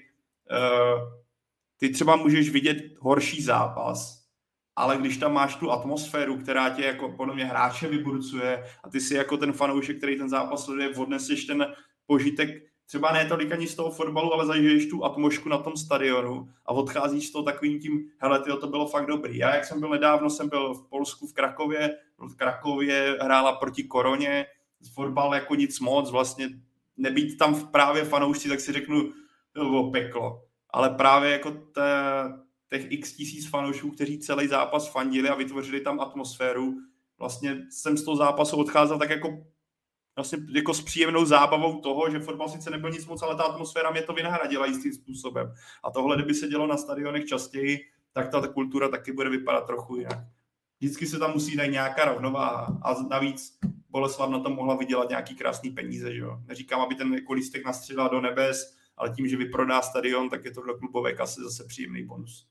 ty třeba můžeš vidět horší zápas, ale když tam máš tu atmosféru, která tě jako podle mě hráče vyburcuje a ty si jako ten fanoušek, který ten zápas sleduje, odneseš ten požitek, třeba ne tolik ani z toho fotbalu, ale zažiješ tu atmosféru na tom stadionu a odcházíš z toho takovým tím, hele, tyjo, to bylo fakt dobrý. Já, jak jsem byl nedávno, jsem byl v Polsku, v Krakově hrála proti Koroně, fotbal jako nic moc, vlastně nebýt tam právě fanoušci, tak si řeknu, to bylo peklo. Ale právě jako těch x tisíc fanoušků, kteří celý zápas fandili a vytvořili tam atmosféru, vlastně jsem z toho zápasu odcházel tak jako s příjemnou zábavou toho, že fotbal sice nebyl nic moc, ale ta atmosféra mě to vynahradila jistým způsobem. A tohle, kdyby se dělo na stadionech častěji, tak ta kultura taky bude vypadat trochu jinak. Vždycky se tam musí najít nějaká rovnováha a navíc Boleslav na tom mohla vydělat nějaký krásný peníze. Že jo? Neříkám, aby ten jako lístek nastřelil do nebes, ale tím, že vyprodá stadion, tak je to do klubové kasy zase příjemný bonus.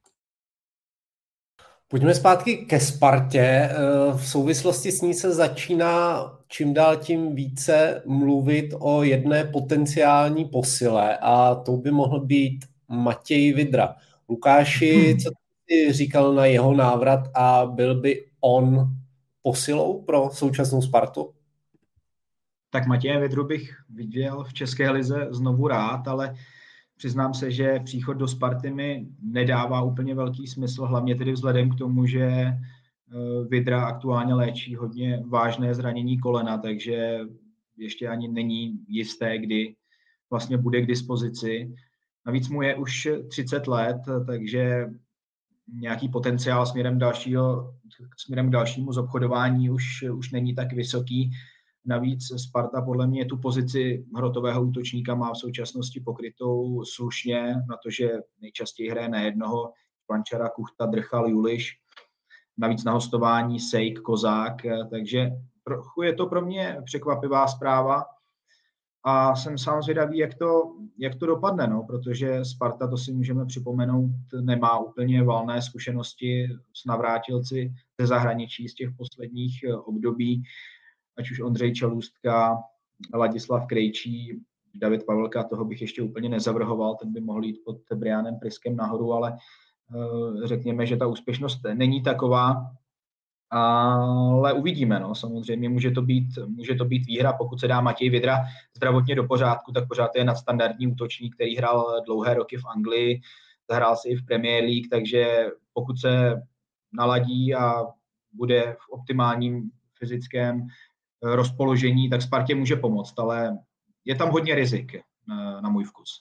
Pojďme zpátky ke Spartě. V souvislosti s ní se začíná čím dál tím více mluvit o jedné potenciální posile a to by mohl být Matěj Vydra. Lukáši, co ty říkal na jeho návrat a byl by on posilou pro současnou Spartu? Tak Matěje Vydru bych viděl v České lize znovu rád, ale přiznám se, že příchod do Sparty mi nedává úplně velký smysl, hlavně tedy vzhledem k tomu, že Vydra aktuálně léčí hodně vážné zranění kolena, takže ještě ani není jisté, kdy vlastně bude k dispozici. Navíc mu je už 30 let, takže nějaký potenciál směrem k dalšímu zobchodování už není tak vysoký. Navíc Sparta podle mě tu pozici hrotového útočníka má v současnosti pokrytou slušně, na to, že nejčastěji hraje na jednoho, Pančara, Kuchta, Drchal, Juliš, navíc na hostování Sejk, Kozák, takže trochu je to pro mě překvapivá zpráva a jsem sám zvědavý, jak to dopadne, no, protože Sparta, to si můžeme připomenout, nemá úplně valné zkušenosti s navrátilci ze zahraničí z těch posledních období, ať už Ondřej Čelůstka, Ladislav Krejčí, David Pavelka, toho bych ještě úplně nezavrhoval, ten by mohl jít pod Brianem Priskem nahoru, ale řekněme, že ta úspěšnost není taková, ale uvidíme, no, samozřejmě může to být výhra, pokud se dá Matěj Vydra zdravotně do pořádku, tak pořád je nadstandardní útočník, který hrál dlouhé roky v Anglii, zahrál si i v Premier League, takže pokud se naladí a bude v optimálním fyzickém rozpoložení, tak Spartě může pomoct, ale je tam hodně rizik na můj vkus.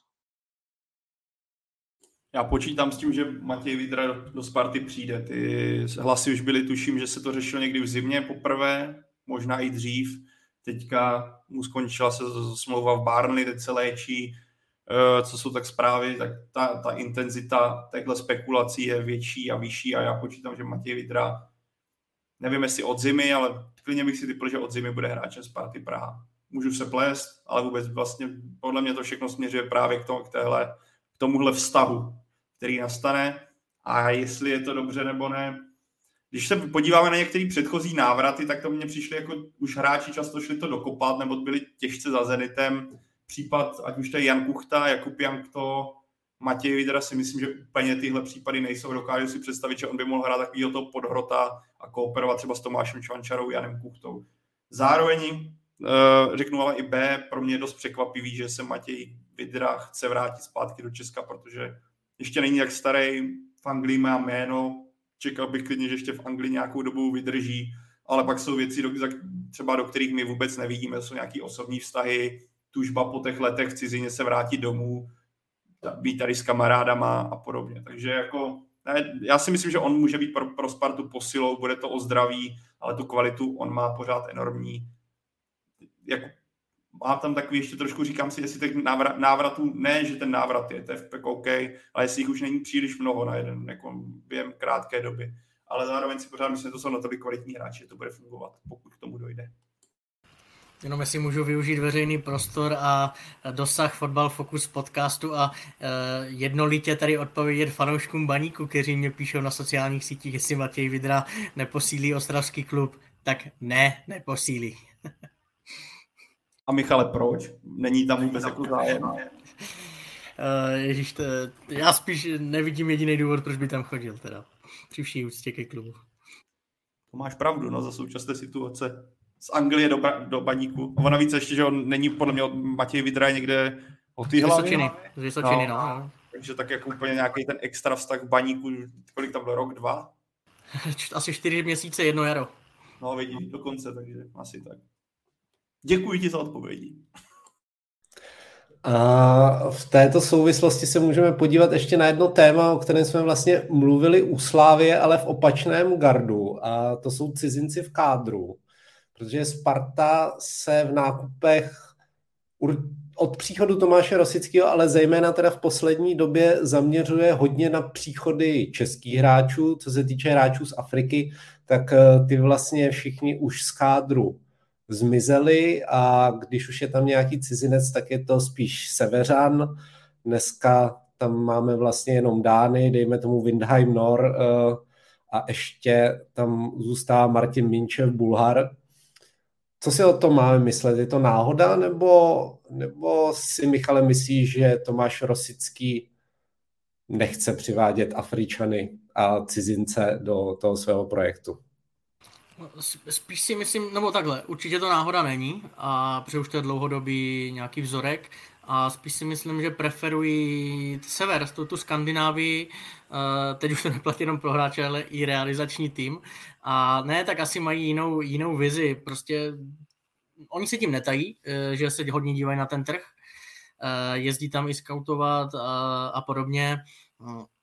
Já počítám s tím, že Matěj Vydra do Sparty přijde. Ty hlasy už byly, tuším, že se to řešilo někdy v zimě poprvé, možná i dřív. Teďka mu skončila se smlouva v Burnley, teď se léčí. Co jsou tak zprávy, tak ta intenzita téhle spekulací je větší a vyšší a já počítám, že Matěj Vydra, nevím jestli od zimy, ale klidně bych si typl, že od zimy bude hráčem Sparty Praha. Můžu se plést, ale vůbec vlastně podle mě to všechno směřuje právě k tomuhle vztahu, který nastane a jestli je to dobře nebo ne. Když se podíváme na některé předchozí návraty, tak to mně přišli jako už hráči často šli to dokopat nebo byli těžce za Zenitem. Případ, ať už to je Jan Kuchta, Jakub Jankto, Matěj Vydra, si myslím, že úplně tyhle případy nejsou. Dokážu si představit, že on by mohl hrát takovýho toho podhrota a kooperovat třeba s Tomášem Čvančarou, Janem Kuchtou. Zároveň řeknu ale i B, pro mě je dost překvapivý, že se Matěj Vydra chce vrátit zpátky do Česka, protože ještě není tak starý, v Anglii má jméno, čekal bych klidně, že ještě v Anglii nějakou dobu vydrží, ale pak jsou věci, třeba do kterých my vůbec nevidíme, jsou nějaké osobní vztahy, tužba po těch letech v cizině se vrátit domů, být tady s kamarádama a podobně. Takže jako, já si myslím, že on může být pro Spartu posilou, bude to o zdraví, ale tu kvalitu on má pořád enormní. Jako, má tam takový ještě trošku, říkám si, jestli těch návratů, ne, že ten návrat je TFP OK, ale jestli jich už není příliš mnoho na jeden, jako během krátké doby. Ale zároveň si pořád myslím, že to jsou natolik kvalitní hráči, že to bude fungovat, pokud k tomu dojde. Jenom jestli můžu využít veřejný prostor a dosah Fotbal Focus podcastu a jednolitě tady odpovědět fanouškům Baníku, kteří mě píšou na sociálních sítích, jestli Matěj Vydra neposílí ostravský klub, tak neposílí. A Michale, proč? Není tam vůbec jako zájem? Ježíš, já spíš nevidím jediný důvod, proč by tam chodil, teda. Při vší úctě ke klubu. To máš pravdu, no, za současné situace. Z Anglie do Baníku. A navíc ještě, že on není podle mě Matěj Vydra někde od té hlavy. Z Vysočiny, no. Takže tak jako úplně nějaký ten extra vztah v Baníku, kolik tam byl, rok, 2? Asi 4 měsíce, 1 jaro. No vidí, dokonce, takže asi tak. Děkuji ti za odpovědi. A v této souvislosti se můžeme podívat ještě na jedno téma, o kterém jsme vlastně mluvili u Slavie, ale v opačném gardu. A to jsou cizinci v kádru. Protože Sparta se v nákupech od příchodu Tomáše Rosického, ale zejména teda v poslední době zaměřuje hodně na příchody českých hráčů. Co se týče hráčů z Afriky, tak ty vlastně všichni už z kádru zmizeli a když už je tam nějaký cizinec, tak je to spíš Severan. Dneska tam máme vlastně jenom Dány, dejme tomu Windheim Nor a ještě tam zůstává Martin Minčev, Bulhar. Co si o tom máme myslet? Je to náhoda, nebo si, Michale, myslíš, že Tomáš Rosický nechce přivádět Afričany a cizince do toho svého projektu? Spíš si myslím, nebo takhle, určitě to náhoda není, a protože už to je dlouhodobý nějaký vzorek, a spíš si myslím, že preferují sever, tu Skandinávii, teď už to neplatí jenom pro hráče, ale i realizační tým. A ne, tak asi mají jinou vizi, prostě oni se tím netají, že se hodně dívají na ten trh, jezdí tam i skautovat a podobně.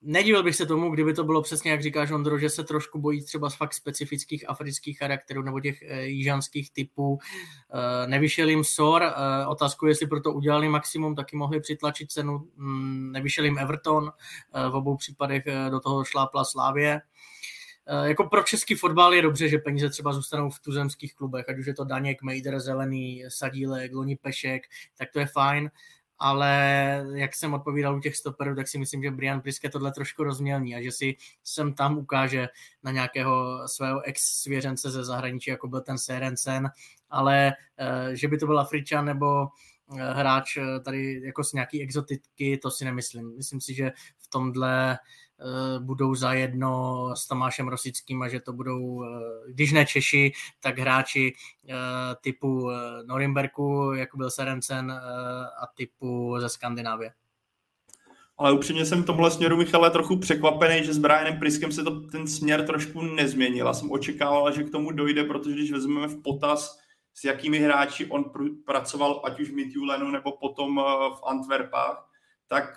nedivil bych se tomu, kdyby to bylo přesně, jak říkáš, Ondro, že se trošku bojí třeba z fakt specifických afrických charakterů nebo těch jižanských typů. Nevyšel jim SOR, otázku, jestli proto udělali maximum, taky mohli přitlačit cenu. Nevyšel jim Everton, v obou případech do toho šlápla Slavie. Jako pro český fotbal je dobře, že peníze třeba zůstanou v tuzemských klubech, ať už je to Daněk, Mejder, Zelený, Sadílek, Loni Pešek, tak to je fajn. Ale jak jsem odpovídal u těch stoperů, tak si myslím, že Brian Priske tohle trošku rozmělní a že si sem tam ukáže na nějakého svého ex-svěřence ze zahraničí, jako byl ten Sørensen, ale že by to byl Afričan nebo hráč tady jako z nějaký exotiky, to si nemyslím. Myslím si, že v tomhle budou zajedno s Tomášem Rosickým a že to budou, když ne Češi, tak hráči typu Norimberku, jako byl Sørensen, a typu ze Skandinávie. Ale upřímně jsem v tomhle směru, Michale, trochu překvapený, že s Brianem Priskem se ten směr trošku nezměnil. Já jsem očekával, že k tomu dojde, protože když vezmeme v potaz, s jakými hráči on pracoval, ať už v Midtjyllandu nebo potom v Antwerpách, tak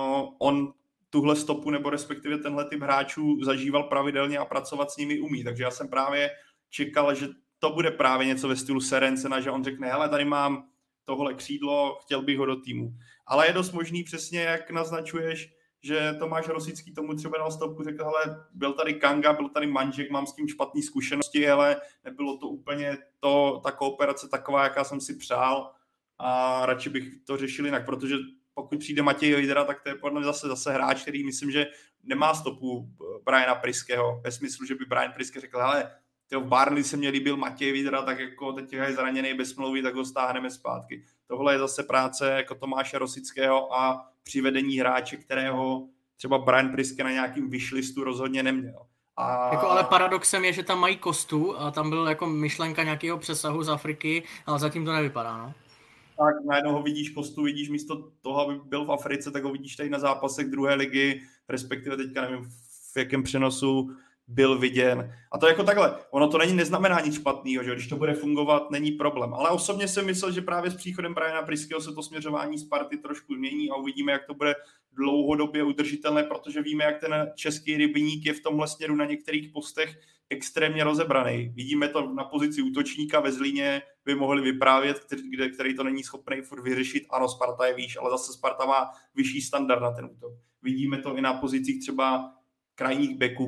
on tuhle stopu nebo respektive tenhle typ hráčů zažíval pravidelně a pracovat s nimi umí. Takže já jsem právě čekal, že to bude právě něco ve stylu Sørensena, že on řekne, hele, tady mám tohle křídlo, chtěl bych ho do týmu. Ale je dost možný přesně, jak naznačuješ, že Tomáš Rosický tomu třeba dal stopku, řekl, hele, byl tady Kanga, byl tady Manžek, mám s tím špatný zkušenosti, ale nebylo to úplně ta kooperace taková, jaká jsem si přál a radši bych to řešil jinak, protože pokud přijde Matěj Vydra, tak to je podle mě zase hráč, který myslím, že nemá stopu Briana Priskeho, ve smyslu, že by Brian Priske řekl, hele, v Barnley se mě líbil Matěj Vydra, tak jako teď je zraněný bez smlouvy, tak ho stáhneme zpátky. Tohle je zase práce jako Tomáše Rosického a přivedení hráče, kterého třeba Brian Priske na nějakým wishlistu rozhodně neměl. Jako, ale paradoxem je, že tam mají Kostu a tam byl jako myšlenka nějakého přesahu z Afriky, ale zatím to nevypadá, no. Tak najednou ho vidíš Kostu, vidíš místo toho, aby byl v Africe, tak ho vidíš tady na zápasech druhé ligy, respektive teďka nevím, v jakém přenosu byl viděn. A to jako takhle, ono to neznamená nic špatného, že když to bude fungovat, není problém. Ale osobně jsem myslel, že právě s příchodem Briana Priskeho se to směřování Sparty trošku změní a uvidíme, jak to bude dlouhodobě udržitelné, protože víme, jak ten český rybník je v tomhle směru na některých postech extrémně rozebraný. Vidíme to na pozici útočníka ve Zlíně, by mohli vyprávět, který to není schopný furt vyřešit. Ano, Sparta je výš, ale zase Sparta má vyšší standard na ten útok. Vidíme to i na pozicích třeba krajních beků,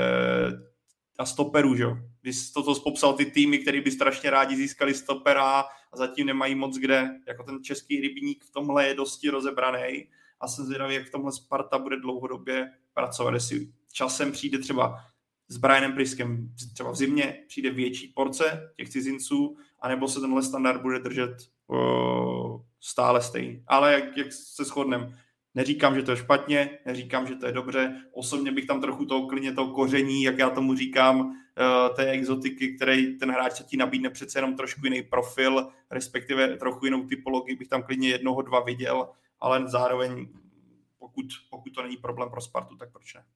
a stoperů, že jo. Když to popsal ty týmy, který by strašně rádi získali stopera a zatím nemají moc kde. Jako ten český rybník v tomhle je dosti rozebraný a jsem zvědavý, jak v tomhle Sparta bude dlouhodobě pracovat. Jestli časem přijde třeba s Brianem Priskem, třeba v zimě přijde větší porce těch cizinců, anebo se tenhle standard bude držet stále stejný. Ale jak se shodneme, neříkám, že to je špatně, neříkám, že to je dobře. Osobně bych tam trochu toho koření, jak já tomu říkám, té exotiky, který ten hráč se ti nabídne přece jenom trošku jiný profil, respektive trochu jinou typologii, bych tam klidně 1-2 viděl, ale zároveň, pokud to není problém pro Spartu, tak proč ne?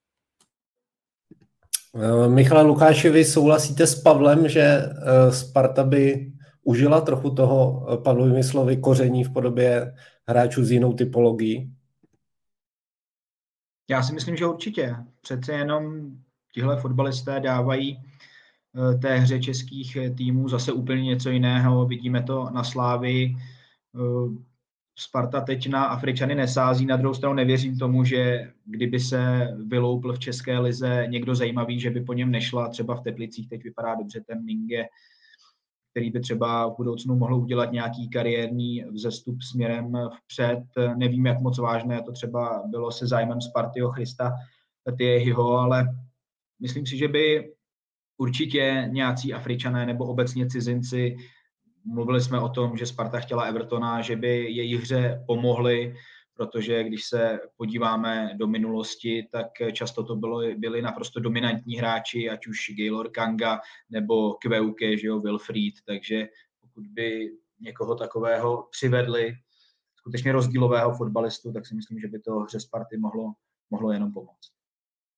Michale Lukáševi, souhlasíte s Pavlem, že Sparta by užila trochu toho Pavlovými slovy koření v podobě hráčů s jinou typologií? Já si myslím, že určitě. Přece jenom tihle fotbalisté dávají té hře českých týmů zase úplně něco jiného. Vidíme to na Slávii. Sparta teď na Afričany nesází, na druhou stranu nevěřím tomu, že kdyby se vyloupl v české lize někdo zajímavý, že by po něm nešla. Třeba v Teplicích teď vypadá dobře ten Minge, který by třeba v budoucnu mohl udělat nějaký kariérní vzestup směrem vpřed. Nevím, jak moc vážné to třeba bylo se zájmem Sparty o Christa Tiehyho, ale myslím si, že by určitě nějací Afričané nebo obecně cizinci, mluvili jsme o tom, že Sparta chtěla Evertona, že by její hře pomohli, protože když se podíváme do minulosti, tak často to byli naprosto dominantní hráči, ať už Gaylor Kanga nebo Kveuke, že jo, Wilfried, takže pokud by někoho takového přivedli, skutečně rozdílového fotbalistu, tak si myslím, že by to hře Sparty mohlo jenom pomoct.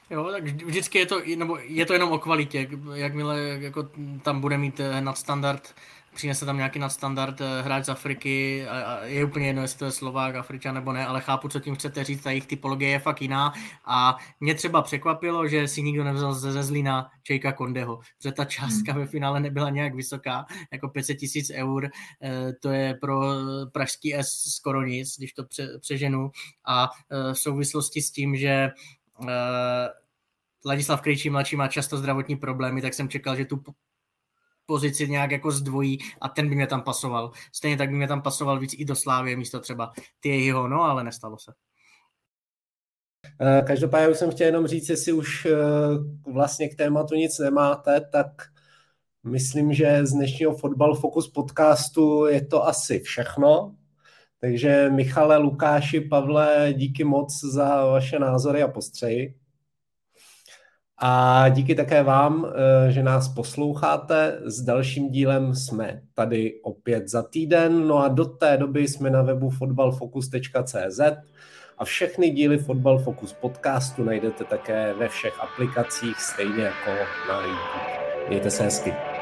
Jo, tak vždycky je to jenom o kvalitě. Jakmile jako tam bude mít nadstandard, přinese tam nějaký nadstandard hráč z Afriky a je úplně jedno, jestli to je Slovák, Afričan nebo ne, ale chápu, co tím chcete říct, ta jejich typologie je fakt jiná a mě třeba překvapilo, že si nikdo nevzal ze Zlína Jayka Kondeho, protože ta částka ve finále nebyla nějak vysoká, jako 500 000 eur, to je pro pražský S skoro nic, když to přeženu a v souvislosti s tím, že Ladislav Krejčí mladší má často zdravotní problémy, tak jsem čekal, že tu pozici nějak jako zdvojí a ten by mě tam pasoval. Stejně tak by mě tam pasoval víc i do Slávie místo třeba Thierryho, no ale nestalo se. Každopádně už jsem chtěl jenom říct, jestli už vlastně k tématu nic nemáte, tak myslím, že z dnešního Fotbal Focus podcastu je to asi všechno. Takže Michale, Lukáši, Pavle, díky moc za vaše názory a postřehy. A díky také vám, že nás posloucháte. S dalším dílem jsme tady opět za týden. No a do té doby jsme na webu fotbalfocus.cz a všechny díly Fotbal Focus podcastu najdete také ve všech aplikacích, stejně jako na YouTube. Mějte se hezky.